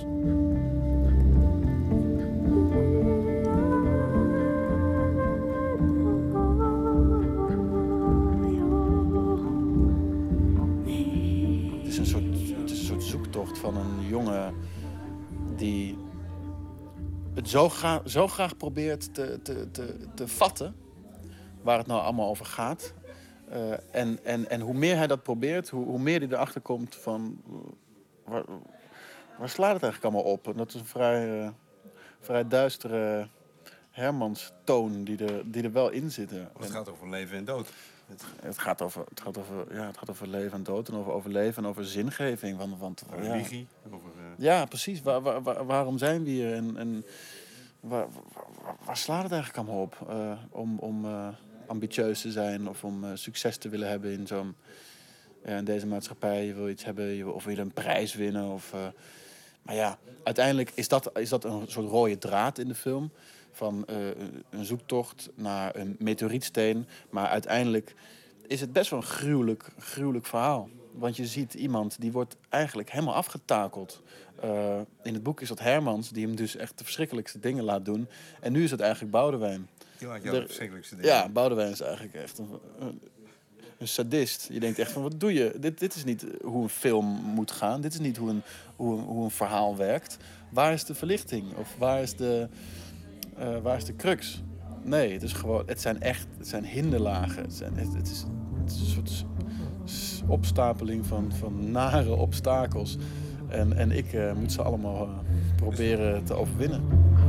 Het is een soort zoektocht van een jongen die het zo graag probeert te vatten waar het nou allemaal over gaat. En hoe meer hij dat probeert, hoe meer hij erachter komt van waar slaat het eigenlijk allemaal op? En dat is een vrij duistere Hermans-toon die er wel in zit. Het gaat over leven en dood. Het gaat over leven en dood en over overleven en over zingeving. Want religie. Ja, precies. Waarom zijn we hier? En waar slaat het eigenlijk allemaal op? Om ambitieus te zijn of om succes te willen hebben in deze maatschappij. Je wil iets hebben of wil een prijs winnen. Maar ja, uiteindelijk is dat een soort rode draad in de film. Van een zoektocht naar een meteorietsteen. Maar uiteindelijk is het best wel een gruwelijk verhaal. Want je ziet iemand die wordt eigenlijk helemaal afgetakeld. In het boek is dat Hermans die hem dus echt de verschrikkelijkste dingen laat doen. En nu is het eigenlijk Boudewijn. Die laat jou de verschrikkelijkste dingen. Ja, Boudewijn is eigenlijk echt een sadist. Je denkt echt van, wat doe je? Dit is niet hoe een film moet gaan. Dit is niet hoe een verhaal werkt. Waar is de verlichting? Of waar is de crux? Nee, het zijn hinderlagen. Het is een soort opstapeling van nare obstakels. En ik moet ze allemaal proberen te overwinnen.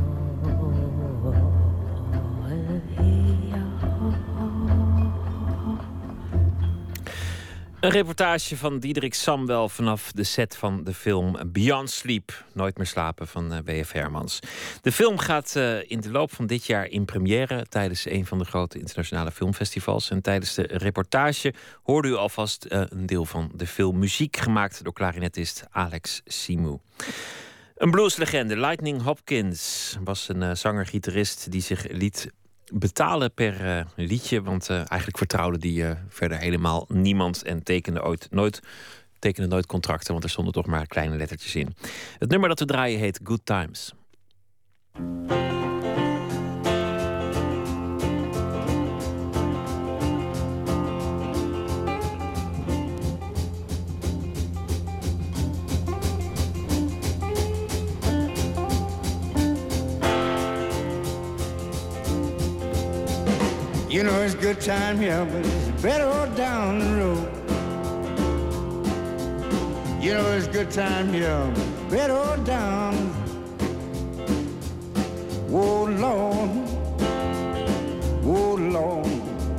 Een reportage van Diederik Samwel vanaf de set van de film Beyond Sleep. Nooit meer slapen van W.F. Hermans. De film gaat in de loop van dit jaar in première tijdens een van de grote internationale filmfestivals. En tijdens de reportage hoorde u alvast een deel van de filmmuziek gemaakt door klarinetist Alex Simou. Een blueslegende, Lightning Hopkins, was een zanger-gitarist die zich liet betalen per liedje, want eigenlijk vertrouwde die verder helemaal niemand en tekende nooit contracten, want er stonden toch maar kleine lettertjes in. Het nummer dat we draaien heet Good Times. You know it's a good time here, but it's better down the road. You know it's a good time here, but better down. Oh Lord, oh Lord.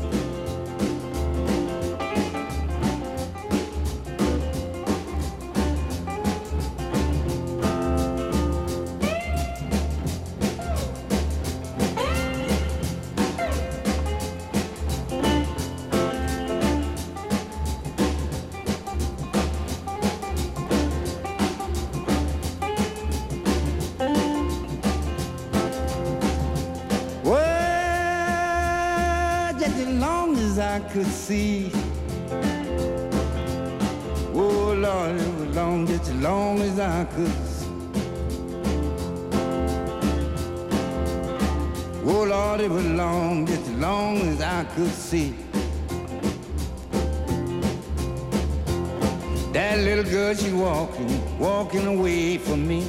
I could see. Oh Lord, it was long, just as long as I could see. Oh Lord, it was long, just as long as I could see. That little girl, she walking away from me.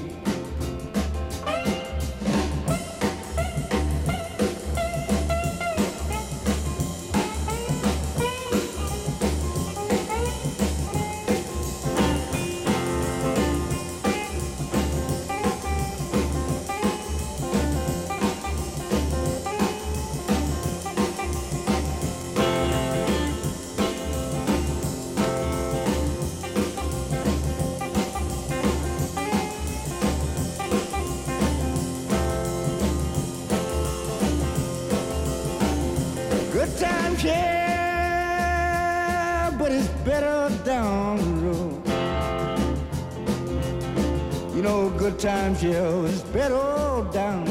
Times, yeah, it's better down.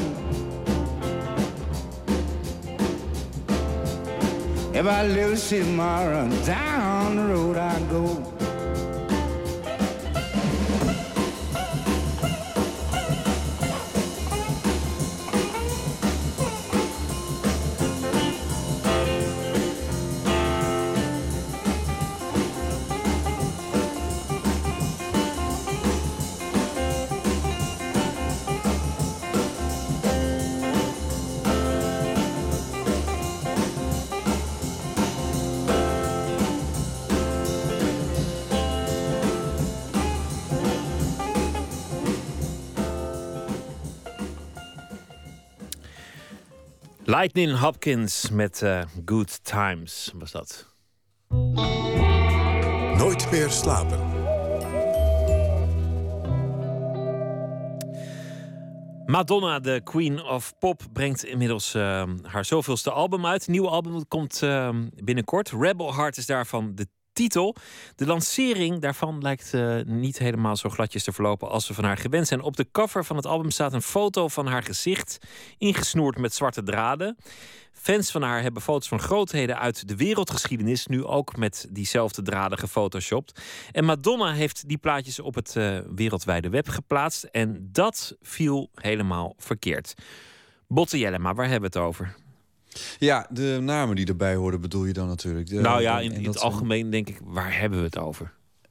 If I live to see tomorrow, down the road I go. Lightning Hopkins met Good Times was dat. Nooit meer slapen. Madonna, de Queen of Pop, brengt inmiddels haar zoveelste album uit. Een nieuw album komt binnenkort. Rebel Heart is daarvan de titel. De lancering daarvan lijkt niet helemaal zo gladjes te verlopen als we van haar gewend zijn. Op de cover van het album staat een foto van haar gezicht, ingesnoerd met zwarte draden. Fans van haar hebben foto's van grootheden uit de wereldgeschiedenis nu ook met diezelfde draden gefotoshopt. En Madonna heeft die plaatjes op het wereldwijde web geplaatst. En dat viel helemaal verkeerd. Botte Jellema, waar hebben we het over? Ja, de namen die erbij horen bedoel je dan natuurlijk. Nou ja, in het algemeen denk ik, waar hebben we het over?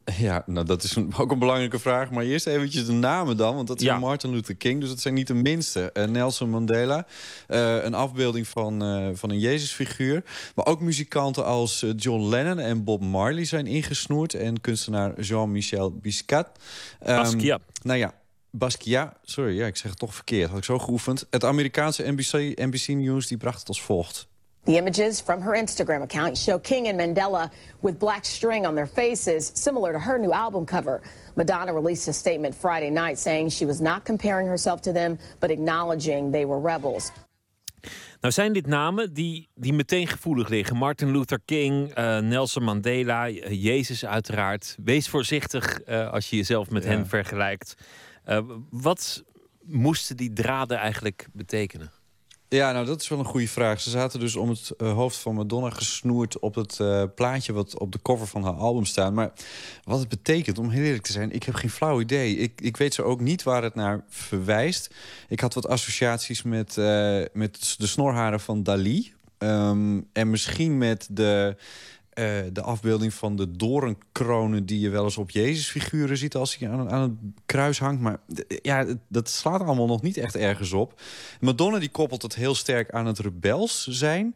Ja, nou dat is ook een belangrijke vraag. Maar eerst eventjes de namen dan. Want dat zijn Martin Luther King, dus dat zijn niet de minste. Nelson Mandela, een afbeelding van een Jezusfiguur. Maar ook muzikanten als John Lennon en Bob Marley zijn ingesnoerd. En kunstenaar Jean-Michel Basquiat. Basquiat. Nou ja, Basquiat, sorry, ik zeg het toch verkeerd. Had ik zo geoefend. Het Amerikaanse NBC News die bracht het als volgt. The images from her Instagram account show King and Mandela with black string on their faces, similar to her new album cover. Madonna released a statement Friday night saying she was not comparing herself to them, but acknowledging they were rebels. Nou zijn dit namen die meteen gevoelig liggen. Martin Luther King, Nelson Mandela, Jezus uiteraard. Wees voorzichtig als je jezelf met hen vergelijkt. Wat moesten die draden eigenlijk betekenen? Ja, nou dat is wel een goede vraag. Ze zaten dus om het hoofd van Madonna gesnoerd op het plaatje wat op de cover van haar album staat. Maar wat het betekent, om heel eerlijk te zijn, ik heb geen flauw idee. Ik weet zo ook niet waar het naar verwijst. Ik had wat associaties met de snorharen van Dali. En misschien met de afbeelding van de doornkronen die je wel eens op Jezusfiguren ziet als hij aan het kruis hangt. Maar ja, dat slaat allemaal nog niet echt ergens op. Madonna die koppelt het heel sterk aan het rebels zijn.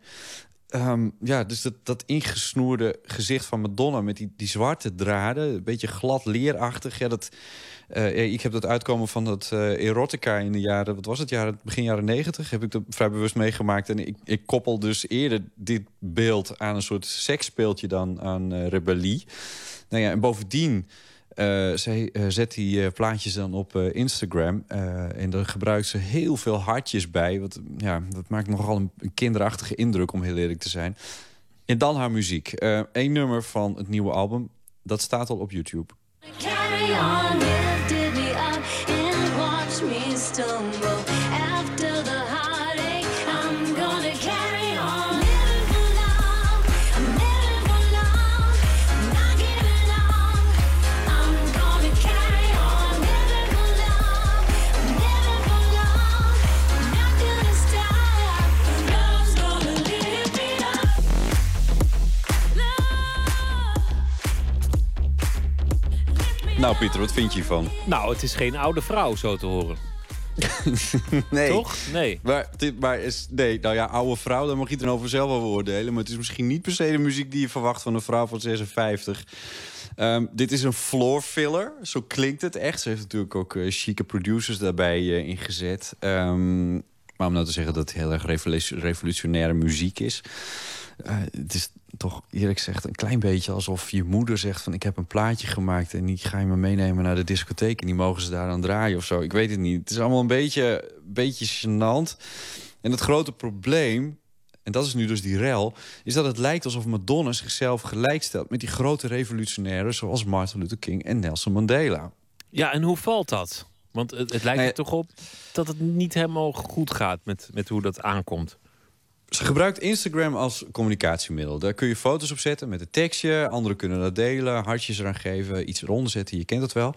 Dus dat ingesnoerde gezicht van Madonna met die zwarte draden, een beetje glad leerachtig. Ja, ik heb dat uitkomen van dat erotica in de jaren, begin jaren 90, heb ik dat vrij bewust meegemaakt. En ik koppel dus eerder dit beeld aan een soort seksspeeltje dan aan rebellie. Nou ja, en bovendien zij zet die plaatjes dan op Instagram. En daar gebruikt ze heel veel hartjes bij. Dat maakt nogal een kinderachtige indruk, om heel eerlijk te zijn. En dan haar muziek. 1 nummer van het nieuwe album, dat staat al op YouTube. Carry on, lifted me up and watch me stumble. After the heartache, I'm gonna carry on. Living for love, I'm living for love. I'm not giving up. I'm gonna carry on. Living for love, I'm living for love. I'm not gonna stop. Love's gonna lift me up. Nou Pieter, wat vind je hiervan? Nou, het is geen oude vrouw, zo te horen. Nee. Toch? Nee. Nou ja, oude vrouw, daar mag iedereen over zelf over oordelen. Maar het is misschien niet per se de muziek die je verwacht van een vrouw van 56. Dit is een floor filler, zo klinkt het echt. Ze heeft natuurlijk ook chique producers daarbij ingezet. Maar om nou te zeggen dat het heel erg revolutionaire muziek is. Het is toch eerlijk gezegd een klein beetje alsof je moeder zegt van ik heb een plaatje gemaakt en die ga je me meenemen naar de discotheek en die mogen ze daar aan draaien of zo. Ik weet het niet. Het is allemaal een beetje gênant. En het grote probleem, en dat is nu dus die rel, is dat het lijkt alsof Madonna zichzelf gelijkstelt met die grote revolutionairen zoals Martin Luther King en Nelson Mandela. Ja, en hoe valt dat? Want het lijkt er toch op dat het niet helemaal goed gaat met hoe dat aankomt. Ze gebruikt Instagram als communicatiemiddel. Daar kun je foto's op zetten met een tekstje. Anderen kunnen dat delen, hartjes eraan geven, iets eronder zetten. Je kent het wel.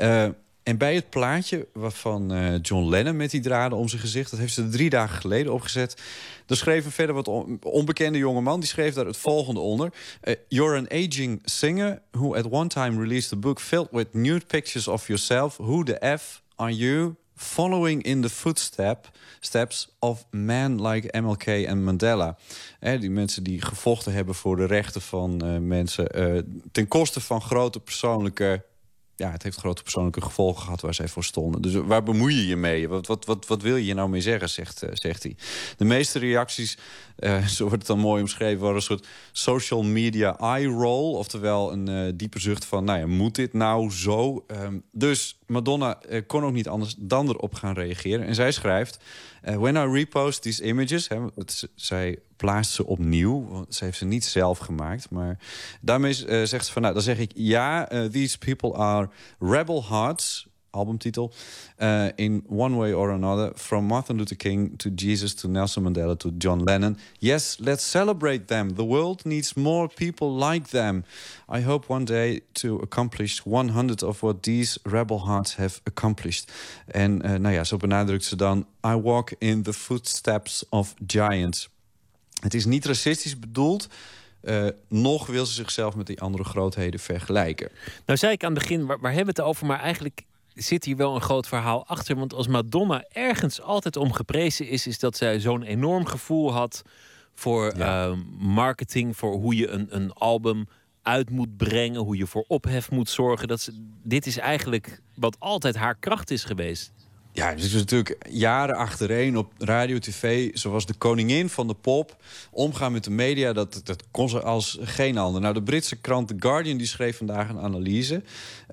En bij het plaatje van John Lennon met die draden om zijn gezicht, dat heeft ze 3 dagen geleden opgezet. Er schreef een verder wat onbekende jongeman, die schreef daar het volgende onder. You're an aging singer who at one time released a book filled with nude pictures of yourself. Who the F are you? Following in the footsteps of men like MLK en Mandela. Die mensen die gevochten hebben voor de rechten van mensen ten koste van grote persoonlijke... Ja, het heeft grote persoonlijke gevolgen gehad waar zij voor stonden. Dus waar bemoei je je mee? Wat wil je hier nou mee zeggen, zegt hij. De meeste reacties, zo wordt het dan mooi omschreven, waren een soort social media eye roll. Oftewel een diepe zucht van, nou ja, moet dit nou zo? Dus Madonna kon ook niet anders dan erop gaan reageren. En zij schrijft, when I repost these images... zij plaatst ze opnieuw, want ze heeft ze niet zelf gemaakt. Maar daarmee zegt ze van, nou, dan zeg ik... ja, these people are rebel hearts, albumtitel... in one way or another... from Martin Luther King to Jesus to Nelson Mandela to John Lennon. Yes, let's celebrate them. The world needs more people like them. I hope one day to accomplish 100 of what these rebel hearts have accomplished. En nou ja, zo benadrukt ze dan... I walk in the footsteps of giants. Het is niet racistisch bedoeld. nog wil ze zichzelf met die andere grootheden vergelijken. Nou zei ik aan het begin, waar hebben we het over? Maar eigenlijk zit hier wel een groot verhaal achter. Want als Madonna ergens altijd om geprezen is dat zij zo'n enorm gevoel had voor marketing, voor hoe je een album uit moet brengen, hoe je voor ophef moet zorgen. Dit is eigenlijk wat altijd haar kracht is geweest. Ja, ze is natuurlijk jaren achtereen op radio, tv. Ze was de koningin van de pop. Omgaan met de media, dat kon ze als geen ander. Nou, de Britse krant The Guardian die schreef vandaag een analyse.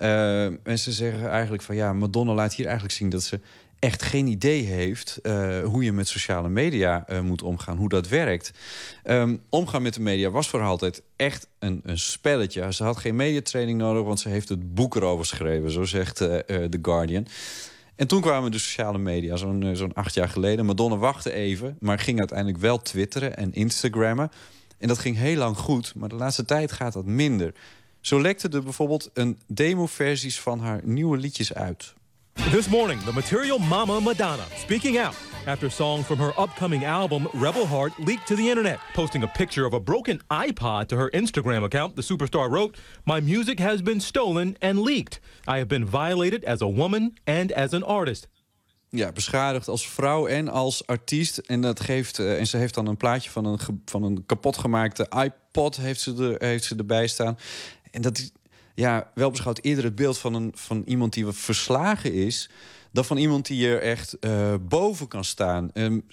En ze zeggen eigenlijk van ja, Madonna laat hier eigenlijk zien dat ze echt geen idee heeft hoe je met sociale media moet omgaan, hoe dat werkt. Omgaan met de media was voor haar altijd echt een spelletje. Ze had geen mediatraining nodig, want ze heeft het boek erover geschreven, zo zegt The Guardian. En toen kwamen de sociale media, zo'n 8 jaar geleden. Madonna wachtte even, maar ging uiteindelijk wel twitteren en Instagrammen. En dat ging heel lang goed, maar de laatste tijd gaat dat minder. Zo lekte er bijvoorbeeld een demo-versies van haar nieuwe liedjes uit. This morning, the Material Mama Madonna speaking out after a song from her upcoming album Rebel Heart leaked to the internet. Posting a picture of a broken iPod to her Instagram account, the superstar wrote, "My music has been stolen and leaked. I have been violated as a woman and as an artist." Ja, beschadigd als vrouw en als artiest. En dat geeft, en ze heeft dan een plaatje van een kapotgemaakte iPod heeft ze erbij staan. En dat is wel beschouwd eerder het beeld van iemand die verslagen is, dan van iemand die er echt boven kan staan.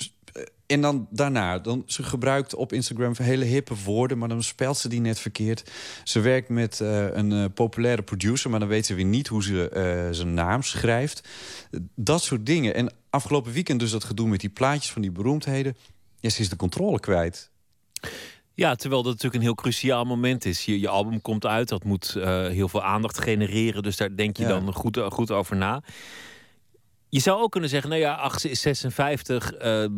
En dan daarna, ze gebruikt op Instagram hele hippe woorden, maar dan spelt ze die net verkeerd. Ze werkt met een populaire producer, maar dan weet ze weer niet hoe ze zijn naam schrijft. Dat soort dingen. En afgelopen weekend dus dat gedoe met die plaatjes van die beroemdheden. Ja, ze is de controle kwijt. Ja, terwijl dat natuurlijk een heel cruciaal moment is. Je album komt uit, dat moet heel veel aandacht genereren. Dus daar denk je dan goed over na. Je zou ook kunnen zeggen, nou ja, ach, ze is 56.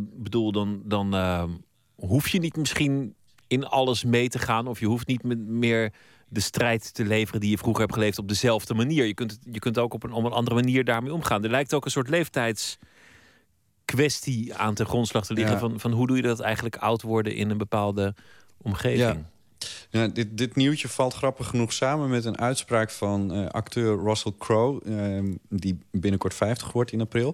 Dan hoef je niet misschien in alles mee te gaan. Of je hoeft niet meer de strijd te leveren die je vroeger hebt geleefd op dezelfde manier. Je kunt ook op een andere manier daarmee omgaan. Er lijkt ook een soort leeftijdskwestie aan ten grondslag te liggen. Van hoe doe je dat eigenlijk oud worden in een bepaalde omgeving? Ja, dit nieuwtje valt grappig genoeg samen met een uitspraak van acteur Russell Crowe, die binnenkort 50 wordt in april.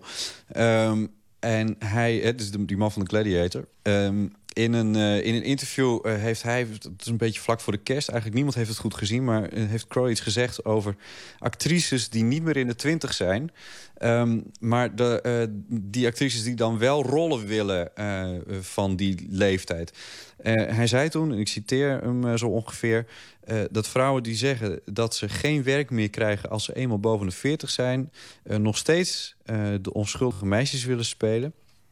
En hij, dus die man van de Gladiator, in een interview heeft hij, het is een beetje vlak voor de kerst, eigenlijk niemand heeft het goed gezien, maar heeft Crowe iets gezegd over actrices die niet meer in de 20 zijn. Maar die actrices die dan wel rollen willen van die leeftijd. Hij zei toen, en ik citeer hem zo ongeveer, dat vrouwen die zeggen dat ze geen werk meer krijgen als ze eenmaal boven de 40 zijn, nog steeds de onschuldige meisjes willen spelen.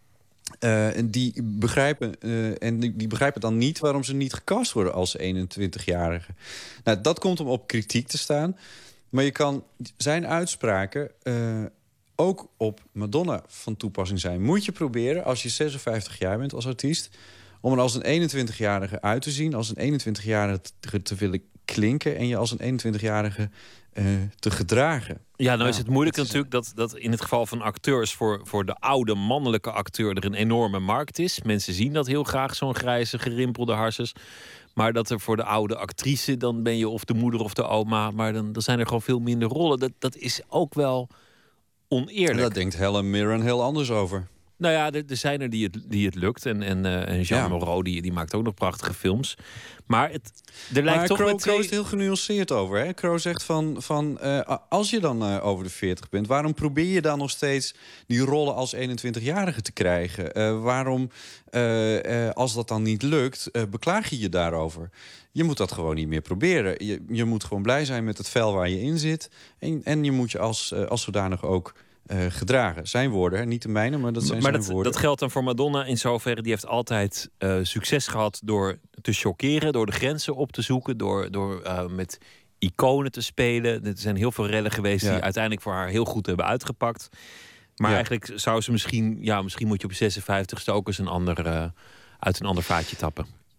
En die begrijpen dan niet waarom ze niet gecast worden als 21-jarige. Nou, dat komt om op kritiek te staan. Maar je kan zijn uitspraken ook op Madonna van toepassing zijn. Moet je proberen, als je 56 jaar bent als artiest, om er als een 21-jarige uit te zien, als een 21-jarige te willen klinken en je als een 21-jarige te gedragen. Ja, nou is het moeilijk natuurlijk dat in het geval van acteurs voor de oude mannelijke acteur er een enorme markt is. Mensen zien dat heel graag, zo'n grijze, gerimpelde harses. Maar dat er voor de oude actrice, dan ben je of de moeder of de oma, maar dan zijn er gewoon veel minder rollen. Dat is ook wel oneerlijk. Daar denkt Helen Mirren heel anders over. Nou ja, er zijn er die het lukt. En Jean Moreau, die maakt ook nog prachtige films. Maar er lijkt toch met Crowe is heel genuanceerd over. Hè? Crowe zegt van als je dan over de 40 bent, waarom probeer je dan nog steeds die rollen als 21-jarige te krijgen? Waarom, als dat dan niet lukt, beklaag je je daarover? Je moet dat gewoon niet meer proberen. Je moet gewoon blij zijn met het vel waar je in zit. En je moet je als zodanig ook gedragen. Zijn woorden, hè? Niet de mijne, maar dat zijn zijn woorden. Dat geldt dan voor Madonna in zoverre. Die heeft altijd succes gehad door te chockeren, door de grenzen op te zoeken, door met iconen te spelen. Er zijn heel veel rellen geweest die uiteindelijk voor haar heel goed hebben uitgepakt. Maar eigenlijk zou ze misschien moet je op 56ste ook eens uit een ander vaatje tappen.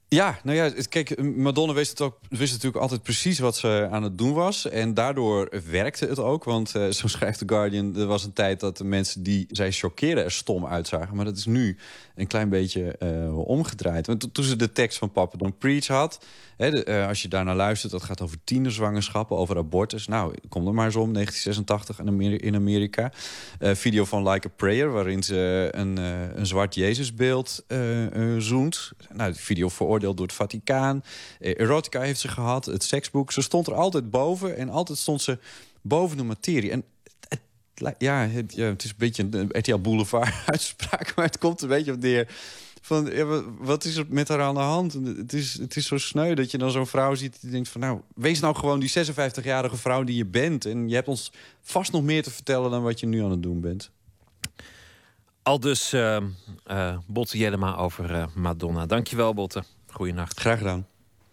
Ja, nou ja, kijk, Madonna wist natuurlijk altijd precies wat ze aan het doen was. En daardoor werkte het ook. Want zo schrijft The Guardian, er was een tijd dat de mensen die zij choqueerden er stom uitzagen. Maar dat is nu een klein beetje omgedraaid. Want toen ze de tekst van Papa Don't Preach had... als je daarnaar luistert, dat gaat over tienerzwangerschappen, over abortus. Nou, kom er maar eens om, 1986 in Amerika. Video van Like a Prayer, waarin ze een zwart Jezusbeeld zoent. Nou, de video veroordeeld door het Vaticaan. Erotica heeft ze gehad, het seksboek. Ze stond er altijd boven en altijd stond ze boven de materie. En het is een beetje een RTL Boulevard uitspraak, maar het komt een beetje op neer van, wat is er met haar aan de hand? Het is zo sneu dat je dan zo'n vrouw ziet die denkt van, nou, wees nou gewoon die 56-jarige vrouw die je bent. En je hebt ons vast nog meer te vertellen dan wat je nu aan het doen bent. Aldus Botte Jellema over Madonna. Dankjewel, Botte. Goeienacht. Graag gedaan.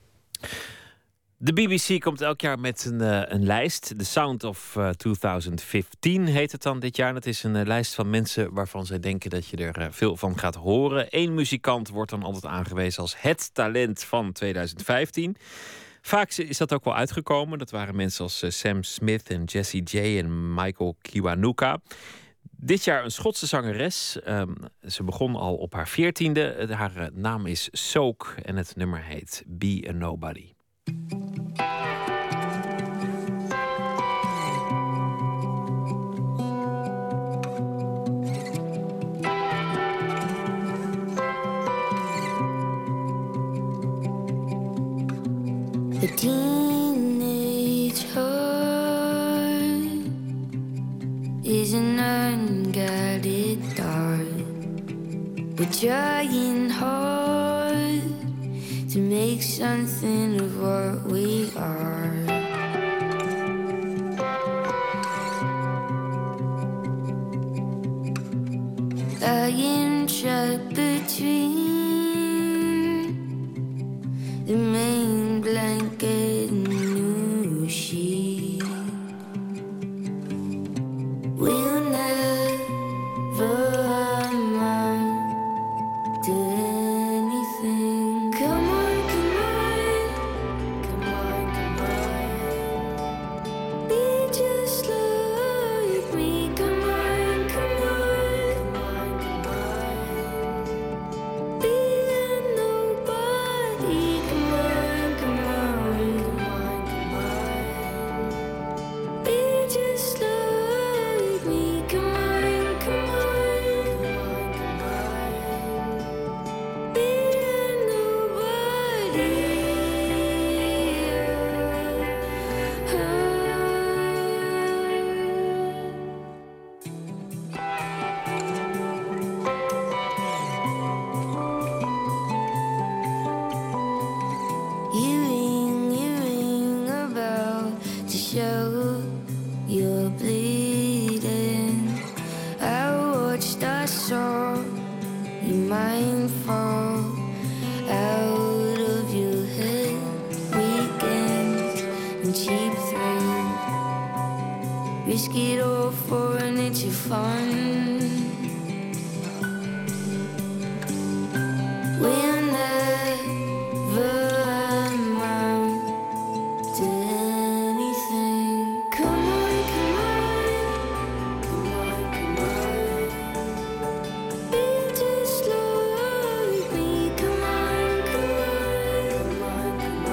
De BBC komt elk jaar met een lijst. The Sound of 2015 heet het dan dit jaar. Het is een lijst van mensen waarvan zij denken dat je er veel van gaat horen. Eén muzikant wordt dan altijd aangewezen als het talent van 2015. Vaak is dat ook wel uitgekomen. Dat waren mensen als Sam Smith en Jessie J en Michael Kiwanuka. Dit jaar een Schotse zangeres. Ze begon al op haar 14e. Haar naam is Soak en het nummer heet Be a Nobody. The teenage heart is an unguided dart. We're trying hard to make something of what we are. I am trapped between the main blanket and new sheet. We'll never amount to anything. Come on, come on, come on, come on. Be just like me. Come on, come on, come on, come on. Be a nobody. Come on, come on, come on, come on. Be just like me. Come on, come on, come on, come on. Be a nobody. You ring about to show you're bleeding. I watched, I saw your mind fall out of your head. Weekends and cheap thrills, risk it all for an inch of fun. We'll never amount to anything. Come on, come on, come on, come on. Be just like me. Come on, come on, come on, come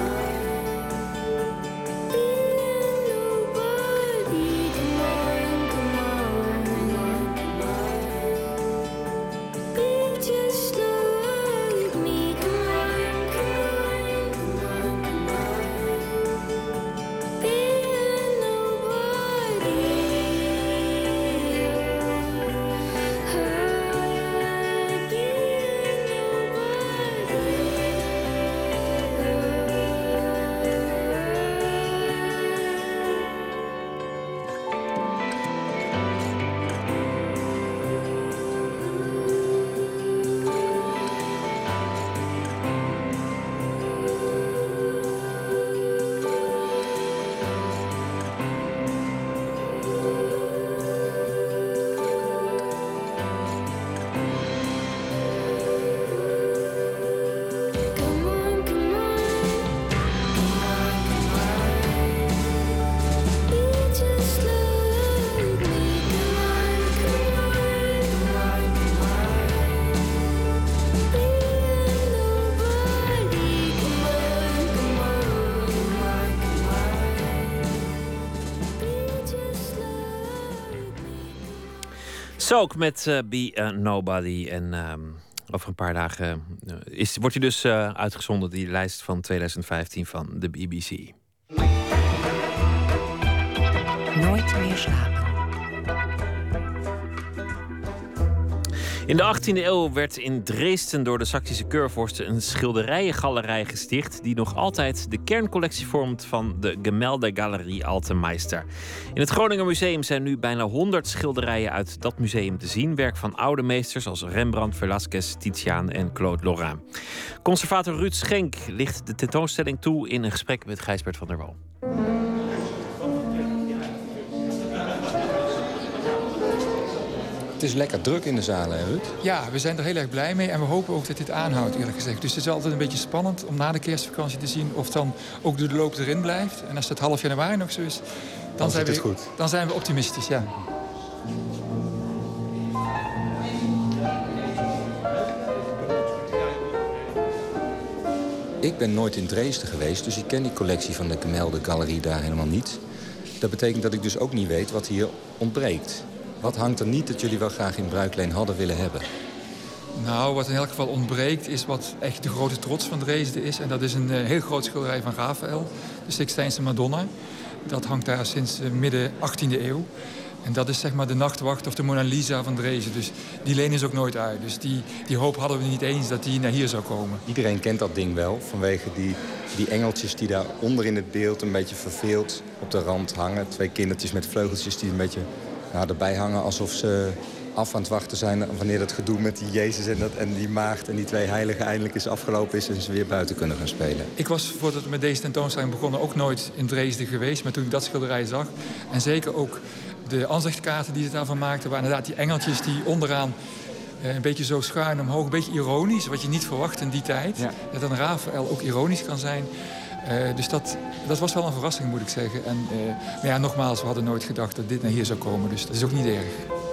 on. Be a nobody. Come on, come on, come on, come on. Be just like me. Come on, come on, come on, come on. Be a nobody. Soak met Be a Nobody. En over een paar dagen wordt hij dus uitgezonden, die lijst van 2015 van de BBC. Nooit meer slapen. In de 18e eeuw werd in Dresden door de Saksische keurvorsten een schilderijengalerij gesticht die nog altijd de kerncollectie vormt van de Gemäldegalerie Alte Meister. In het Groninger Museum zijn nu bijna 100 schilderijen uit dat museum te zien. Werk van oude meesters als Rembrandt, Velázquez, Titiaan en Claude Lorrain. Conservator Ruud Schenk licht de tentoonstelling toe in een gesprek met Gijsbert van der Wal. Het is lekker druk in de zalen, hè, Ruud? Ja, we zijn er heel erg blij mee en we hopen ook dat dit aanhoudt, eerlijk gezegd. Dus het is altijd een beetje spannend om na de kerstvakantie te zien of dan ook door de loop erin blijft. En als het half januari nog zo is, dan zijn we optimistisch, ja. Ik ben nooit in Dresden geweest, dus ik ken die collectie van de Gemäldegalerie daar helemaal niet. Dat betekent dat ik dus ook niet weet wat hier ontbreekt. Wat hangt er niet dat jullie wel graag in bruikleen hadden willen hebben? Nou, wat in elk geval ontbreekt is wat echt de grote trots van Dresden is. En dat is een heel groot schilderij van Raphaël, de Sixtijnse Madonna. Dat hangt daar sinds midden 18e eeuw. En dat is zeg maar de nachtwacht of de Mona Lisa van Dresden. Dus die lenen ze ook nooit uit. Dus die hoop hadden we niet eens dat die naar hier zou komen. Iedereen kent dat ding wel, vanwege die engeltjes die daar onder in het beeld een beetje verveeld op de rand hangen. 2 kindertjes met vleugeltjes die een beetje erbij hangen alsof ze af aan het wachten zijn wanneer dat gedoe met die Jezus en die maagd en die 2 heiligen eindelijk is afgelopen is en ze weer buiten kunnen gaan spelen. Ik was voordat we met deze tentoonstelling begonnen ook nooit in Dresden geweest, maar toen ik dat schilderij zag en zeker ook de aanzichtkaarten die ze daarvan maakten, waren inderdaad die engeltjes die onderaan een beetje zo schuin omhoog, een beetje ironisch, wat je niet verwacht in die tijd. Ja. Dat een Raphaël ook ironisch kan zijn. Dus dat was wel een verrassing, moet ik zeggen. Maar ja, nogmaals, we hadden nooit gedacht dat dit naar hier zou komen. Dus dat is ook niet erg.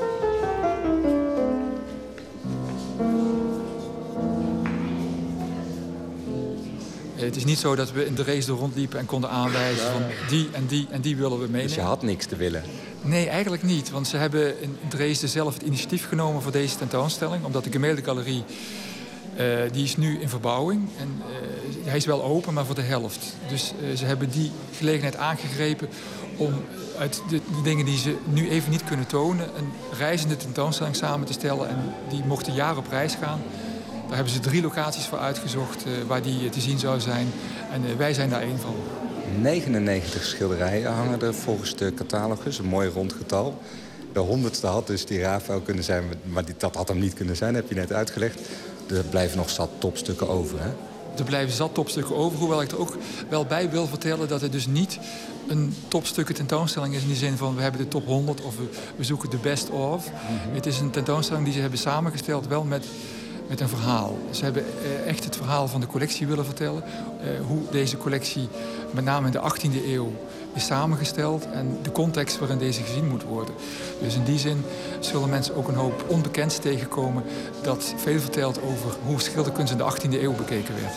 Het is niet zo dat we in Dresden rondliepen en konden aanwijzen van die en die en die willen we meenemen. Dus je had niks te willen? Nee, eigenlijk niet. Want ze hebben in Dresden zelf het initiatief genomen voor deze tentoonstelling. Omdat de Gemäldegalerie, die is nu in verbouwing. En hij is wel open, maar voor de helft. Dus ze hebben die gelegenheid aangegrepen om uit de dingen die ze nu even niet kunnen tonen een reizende tentoonstelling samen te stellen. En die mochten jaar op reis gaan. Daar hebben ze 3 locaties voor uitgezocht waar die te zien zou zijn. En wij zijn daar één van. 99 schilderijen hangen er volgens de catalogus. Een mooi rond getal. De 100ste had dus die Raphaël kunnen zijn, maar dat had hem niet kunnen zijn, heb je net uitgelegd. Er blijven nog zat topstukken over, hè? Er blijven zat topstukken over, hoewel ik er ook wel bij wil vertellen dat het dus niet een topstukken tentoonstelling is in die zin van we hebben de top 100 of we zoeken de best of. Het is een tentoonstelling die ze hebben samengesteld wel met een verhaal. Ze hebben echt het verhaal van de collectie willen vertellen. Hoe deze collectie met name in de 18e eeuw is samengesteld en de context waarin deze gezien moet worden. Dus in die zin zullen mensen ook een hoop onbekends tegenkomen dat veel vertelt over hoe schilderkunst in de 18e eeuw bekeken werd.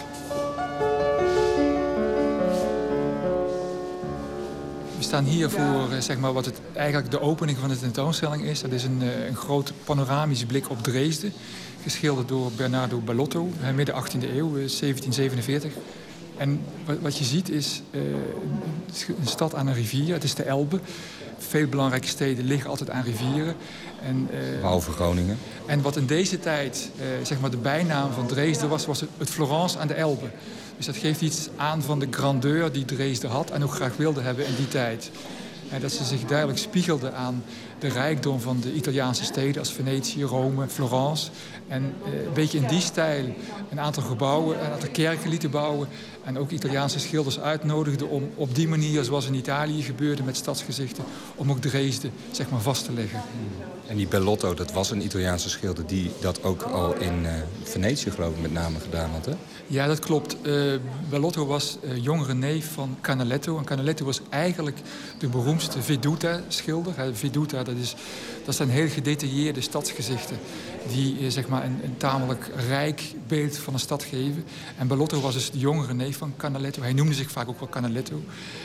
We staan hier voor zeg maar, wat het eigenlijk de opening van de tentoonstelling is. Dat is een groot panoramische blik op Dresden. Geschilderd door Bernardo Bellotto, midden 18e eeuw, 1747. En wat je ziet is een stad aan een rivier. Het is de Elbe. Veel belangrijke steden liggen altijd aan rivieren. Behalve Groningen. En wat in deze tijd zeg maar de bijnaam van Dresden was het Florence aan de Elbe. Dus dat geeft iets aan van de grandeur die Dresden had en ook graag wilde hebben in die tijd. En dat ze zich duidelijk spiegelde aan de rijkdom van de Italiaanse steden als Venetië, Rome, Florence. En een beetje in die stijl een aantal gebouwen, een aantal kerken lieten bouwen. En ook Italiaanse schilders uitnodigden om op die manier, zoals in Italië gebeurde met stadsgezichten, om ook Dresden zeg maar, vast te leggen. En die Bellotto, dat was een Italiaanse schilder die dat ook al in Venetië geloof ik met name gedaan had, hè? Ja, dat klopt. Bellotto was jongere neef van Canaletto. En Canaletto was eigenlijk de beroemdste Veduta-schilder. Veduta, dat zijn heel gedetailleerde stadsgezichten die zeg maar een tamelijk rijk beeld van een stad geven. En Bellotto was dus de jongere neef van Canaletto. Hij noemde zich vaak ook wel Canaletto.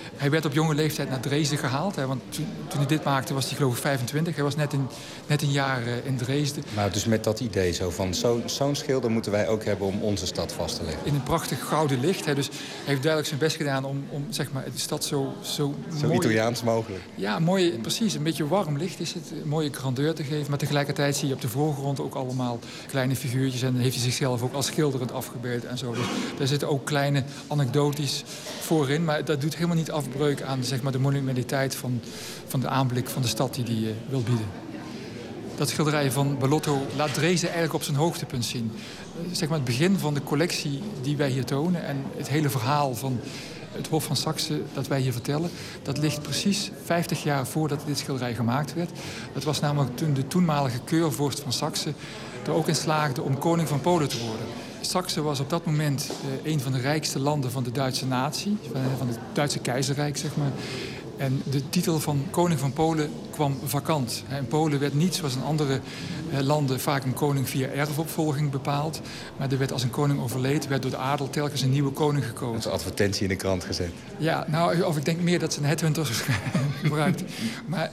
Hij werd op jonge leeftijd naar Dresden gehaald. Hè, want toen hij dit maakte was hij geloof ik 25. Hij was net een jaar in Dresden. Maar dus met dat idee zo van zo'n schilder moeten wij ook hebben om onze stad vast te leggen. In een prachtig gouden licht. Hè, dus hij heeft duidelijk zijn best gedaan om zeg maar, de stad zo mooi... Italiaans mogelijk. Ja, mooi, precies. Een beetje warm licht is het. Een mooie grandeur te geven. Maar tegelijkertijd zie je op de voorgrond ook allemaal kleine figuurtjes. En dan heeft hij zichzelf ook als schilderend afgebeeld en zo. Dus daar zitten ook kleine anekdotisch voorin. Maar dat doet helemaal niet afbreuk aan zeg maar, de monumentaliteit van de aanblik van de stad die hij wil bieden. Dat schilderij van Bellotto laat Dresden eigenlijk op zijn hoogtepunt zien. Zeg maar het begin van de collectie die wij hier tonen en het hele verhaal van het Hof van Saxe dat wij hier vertellen, dat ligt precies 50 jaar voordat dit schilderij gemaakt werd. Dat was namelijk toen de toenmalige keurvorst van Saxe er ook in slaagde om koning van Polen te worden. Saxe was op dat moment een van de rijkste landen van de Duitse natie, van het Duitse keizerrijk, zeg maar. En de titel van koning van Polen kwam vakant. In Polen werd niet zoals in andere landen vaak een koning via erfopvolging bepaald. Maar er werd als een koning overleed, werd door de adel telkens een nieuwe koning gekozen. Dat is een advertentie in de krant gezet. Ja, nou, of ik denk meer dat ze een headhunters gebruikt. Maar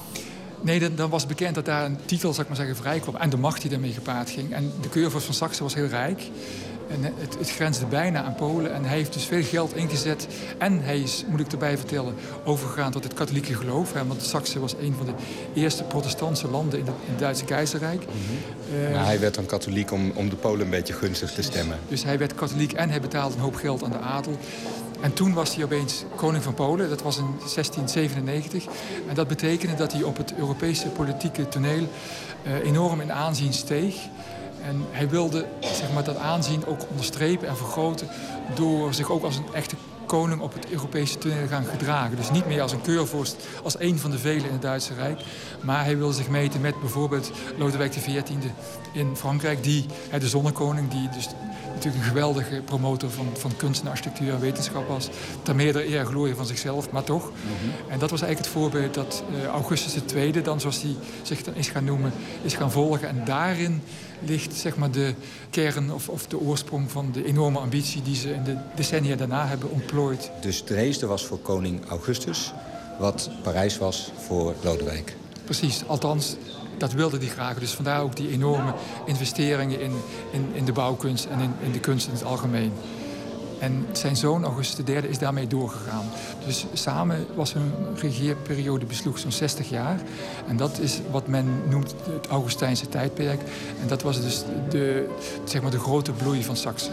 nee, dan was bekend dat daar een titel, zou ik maar zeggen, vrij kwam. En de macht die daarmee gepaard ging. En de keurvorst van Saxe was heel rijk. En het grensde bijna aan Polen. En hij heeft dus veel geld ingezet. En hij is, moet ik erbij vertellen, overgegaan tot het katholieke geloof. Want Saxe was een van de eerste protestantse landen in het Duitse keizerrijk. Maar hij werd dan katholiek om de Polen een beetje gunstig te stemmen. Dus hij werd katholiek en hij betaalde een hoop geld aan de adel. En toen was hij opeens koning van Polen. Dat was in 1697. En dat betekende dat hij op het Europese politieke toneel enorm in aanzien steeg. En hij wilde zeg maar, dat aanzien ook onderstrepen en vergroten door zich ook als een echte koning op het Europese toneel gaan gedragen. Dus niet meer als een keurvorst, als een van de velen in het Duitse Rijk. Maar hij wilde zich meten met bijvoorbeeld Lodewijk XIV in Frankrijk, de zonnekoning, die dus natuurlijk een geweldige promotor van kunst en architectuur en wetenschap was. Ter meerdere eer en glorie van zichzelf, maar toch. En dat was eigenlijk het voorbeeld dat Augustus II, dan zoals hij zich dan is gaan noemen, is gaan volgen. En daarin ligt zeg maar, de kern of de oorsprong van de enorme ambitie die ze in de decennia daarna hebben ontplooid. Dus Dresden was voor koning Augustus wat Parijs was voor Lodewijk. Precies, althans, dat wilde hij graag. Dus vandaar ook die enorme investeringen in de bouwkunst en in de kunst in het algemeen. En zijn zoon Augustus III is daarmee doorgegaan. Dus samen was hun regeerperiode besloeg zo'n 60 jaar. En dat is wat men noemt het Augustijnse tijdperk. En dat was dus de grote bloei van Saxe.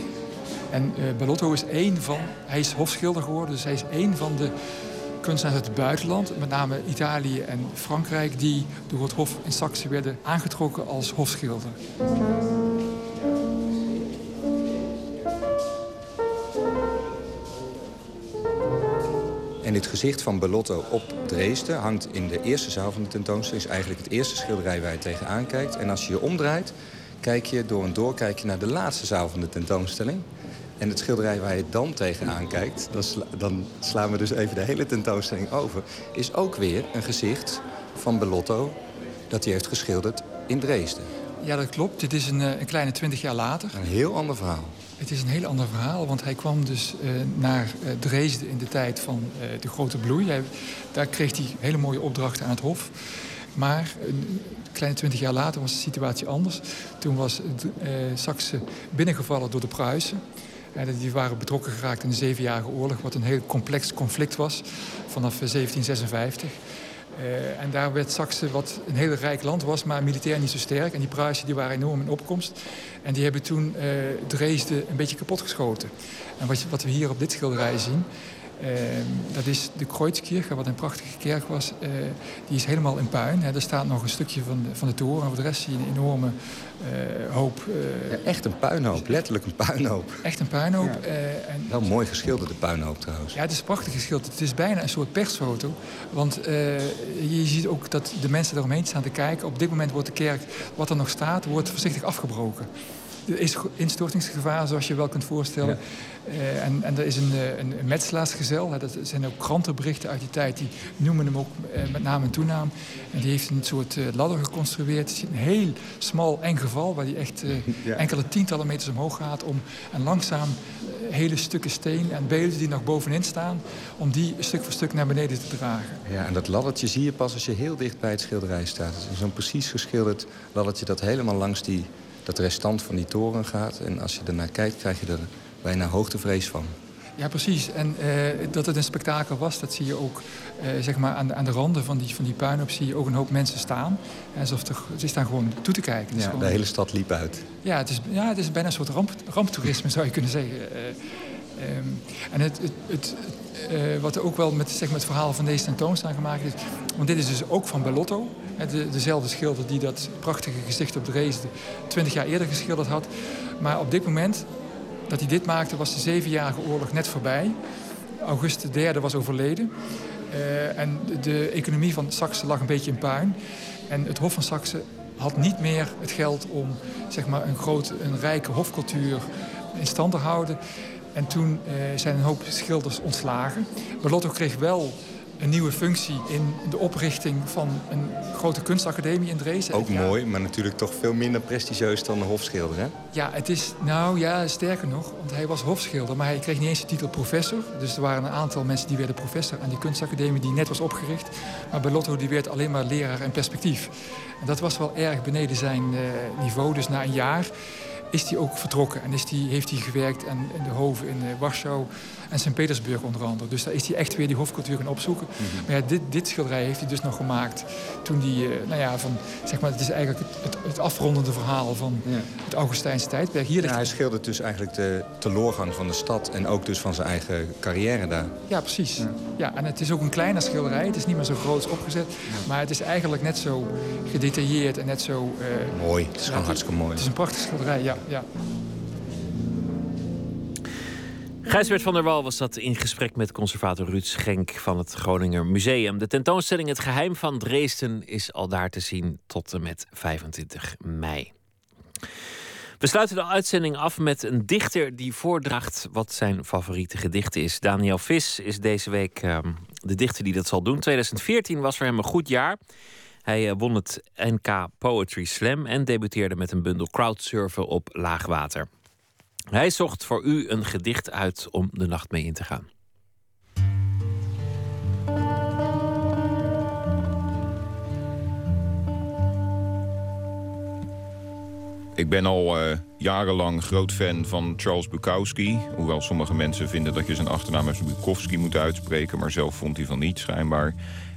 En Bellotto is hij is hofschilder geworden, dus hij is één van de kunstenaars uit het buitenland, met name Italië en Frankrijk, die door het Hof in Saxe werden aangetrokken als hofschilder. En dit gezicht van Bellotto op Dresden hangt in de eerste zaal van de tentoonstelling. Is eigenlijk het eerste schilderij waar je tegenaan kijkt. En als je je omdraait, kijk je door een doorkijkje naar de laatste zaal van de tentoonstelling. En het schilderij waar je dan tegenaan kijkt, dan slaan we dus even de hele tentoonstelling over, is ook weer een gezicht van Bellotto dat hij heeft geschilderd in Dresden. Ja, dat klopt. Dit is een kleine 20 jaar later. Een heel ander verhaal. Het is een heel ander verhaal, want hij kwam dus naar Dresden in de tijd van de grote bloei. Daar kreeg hij hele mooie opdrachten aan het Hof. Maar een kleine 20 jaar later was de situatie anders. Toen was Saxe binnengevallen door de Pruisen. Die waren betrokken geraakt in de 7-jarige oorlog, wat een heel complex conflict was vanaf 1756. En daar werd Saxe, wat een heel rijk land was, maar militair niet zo sterk. En die Pruisen die waren enorm in opkomst. En die hebben toen Dresden een beetje kapotgeschoten. En wat we hier op dit schilderij zien, dat is de Kreuzkirche, wat een prachtige kerk was. Die is helemaal in puin. Er staat nog een stukje van de toren. En voor de rest zie je een enorme hoop. Ja, echt een puinhoop, letterlijk een puinhoop. Echt een puinhoop. Ja. Wel mooi geschilderde puinhoop trouwens. Ja, het is prachtig geschilderd. Het is bijna een soort persfoto. Want je ziet ook dat de mensen eromheen staan te kijken. Op dit moment wordt de kerk, wat er nog staat, wordt voorzichtig afgebroken. Er is instortingsgevaar, zoals je wel kunt voorstellen. Ja. En er is een metselaarsgezel. Dat zijn ook krantenberichten uit die tijd. Die noemen hem ook met naam en toenaam. En die heeft een soort ladder geconstrueerd. Het is een heel smal, eng geval... waar die echt enkele tientallen meters omhoog gaat... en langzaam hele stukken steen en beelden die nog bovenin staan... om die stuk voor stuk naar beneden te dragen. Ja, en dat laddertje zie je pas als je heel dicht bij het schilderij staat. Het is zo'n precies geschilderd laddertje dat helemaal langs dat restant van die toren gaat. En als je ernaar kijkt, krijg je er bijna hoogtevrees van. Ja, precies. En dat het een spektakel was, dat zie je ook zeg maar aan de randen van die puinhoop... zie je ook een hoop mensen staan. Alsof ze staan gewoon toe te kijken. Ja, gewoon... De hele stad liep uit. Ja, het is bijna een soort ramptoerisme, zou je kunnen zeggen. En wat ook wel met het verhaal van deze tentoonstelling gemaakt is... want dit is dus ook van Bellotto. Dezelfde schilder die dat prachtige gezicht op Dresden 20 jaar eerder geschilderd had. Maar op dit moment dat hij dit maakte, was de 7-jarige oorlog net voorbij. Augustus III was overleden. En de economie van Saksen lag een beetje in puin. En het Hof van Saksen had niet meer het geld om zeg maar, een rijke hofcultuur in stand te houden. En toen zijn een hoop schilders ontslagen. Bellotto kreeg wel een nieuwe functie in de oprichting van een grote kunstacademie in Dresden. Ook mooi, maar natuurlijk toch veel minder prestigieus dan de hofschilder, hè? Ja, het is, sterker nog, want hij was hofschilder, maar hij kreeg niet eens de titel professor. Dus er waren een aantal mensen die werden professor aan die kunstacademie die net was opgericht. Maar Bellotto die werd alleen maar leraar en perspectief. En dat was wel erg beneden zijn niveau, dus na een jaar is hij ook vertrokken en heeft hij gewerkt in de hoven in Warschau en Sint-Petersburg onder andere. Dus daar is hij echt weer die hofcultuur gaan opzoeken. Mm-hmm. Maar ja, dit schilderij heeft hij dus nog gemaakt toen hij, het is eigenlijk het afrondende verhaal van het Augustijnse tijdperk. Hij schildert dus eigenlijk de teloorgang van de stad en ook dus van zijn eigen carrière daar. Ja, precies. Ja, en het is ook een kleiner schilderij. Het is niet meer zo groots opgezet, maar het is eigenlijk net zo gedetailleerd en net zo... mooi, het is gewoon hartstikke mooi. Het is een prachtig schilderij, ja. Gijsbert van der Wal was dat in gesprek met conservator Ruud Schenk van het Groninger Museum. De tentoonstelling Het Geheim van Dresden is al daar te zien tot en met 25 mei. We sluiten de uitzending af met een dichter die voordraagt wat zijn favoriete gedicht is. Daniel Vis is deze week de dichter die dat zal doen. 2014 was voor hem een goed jaar. Hij won het NK Poetry Slam en debuteerde met een bundel crowdsurfen op laagwater. Hij zocht voor u een gedicht uit om de nacht mee in te gaan. Ik ben al jarenlang groot fan van Charles Bukowski. Hoewel sommige mensen vinden dat je zijn achternaam als Bukowski moet uitspreken. Maar zelf vond hij van niet, schijnbaar.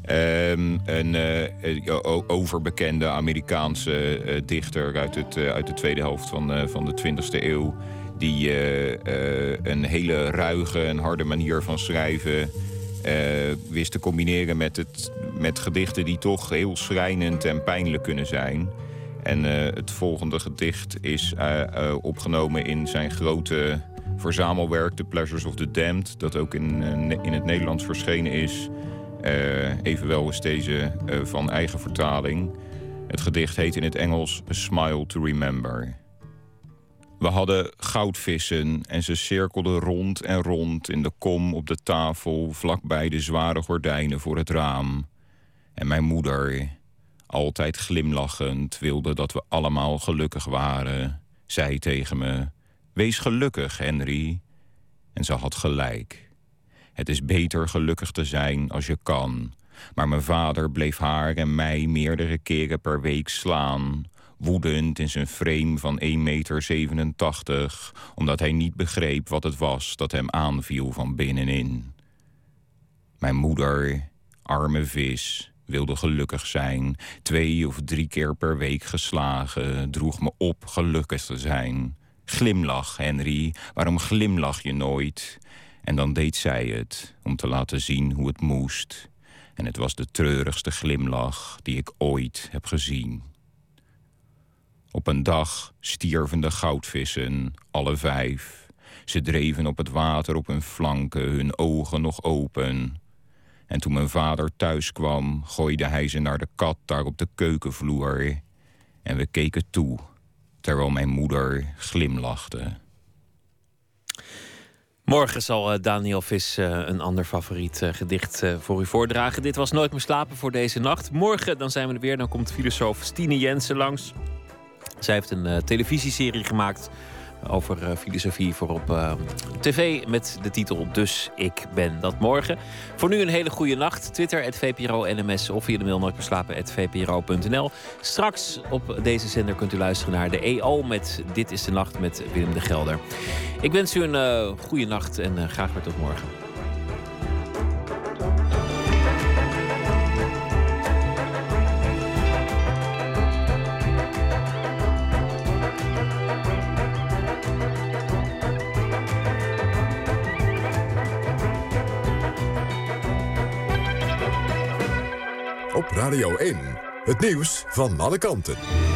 Een overbekende Amerikaanse dichter uit de tweede helft van de 20e eeuw. Die een hele ruige en harde manier van schrijven wist te combineren met gedichten die toch heel schrijnend en pijnlijk kunnen zijn. En het volgende gedicht is opgenomen in zijn grote verzamelwerk The Pleasures of the Damned, dat ook in het Nederlands verschenen is. Evenwel is deze van eigen vertaling. Het gedicht heet in het Engels A Smile to Remember. We hadden goudvissen en ze cirkelden rond en rond in de kom op de tafel, vlakbij de zware gordijnen voor het raam. En mijn moeder, altijd glimlachend, wilde dat we allemaal gelukkig waren, zei tegen me: "Wees gelukkig, Henry." En ze had gelijk. Het is beter gelukkig te zijn als je kan. Maar mijn vader bleef haar en mij meerdere keren per week slaan, woedend in zijn frame van 1,87 meter, omdat hij niet begreep wat het was dat hem aanviel van binnenin. Mijn moeder, arme vis, wilde gelukkig zijn, 2 of 3 keer per week geslagen, droeg me op gelukkig te zijn. Glimlach, Henry, waarom glimlach je nooit? En dan deed zij het, om te laten zien hoe het moest. En het was de treurigste glimlach die ik ooit heb gezien. Op een dag stierven de goudvissen, alle 5. Ze dreven op het water op hun flanken, hun ogen nog open. En toen mijn vader thuis kwam, gooide hij ze naar de kat daar op de keukenvloer. En we keken toe, terwijl mijn moeder glimlachte. Morgen zal Daniel Vis een ander favoriet gedicht voor u voordragen. Dit was Nooit meer slapen voor deze nacht. Morgen dan zijn we er weer. Dan komt filosoof Stine Jensen langs. Zij heeft een televisieserie gemaakt over filosofie voor op tv met de titel Dus ik ben dat morgen. Voor nu een hele goede nacht. Twitter @VPRO-NMS of via de mail nooitmerslapen@vpro.nl. Straks op deze zender kunt u luisteren naar de EO met Dit is de Nacht met Willem de Gelder. Ik wens u een goede nacht en graag weer tot morgen. Op Radio 1, het nieuws van alle kanten.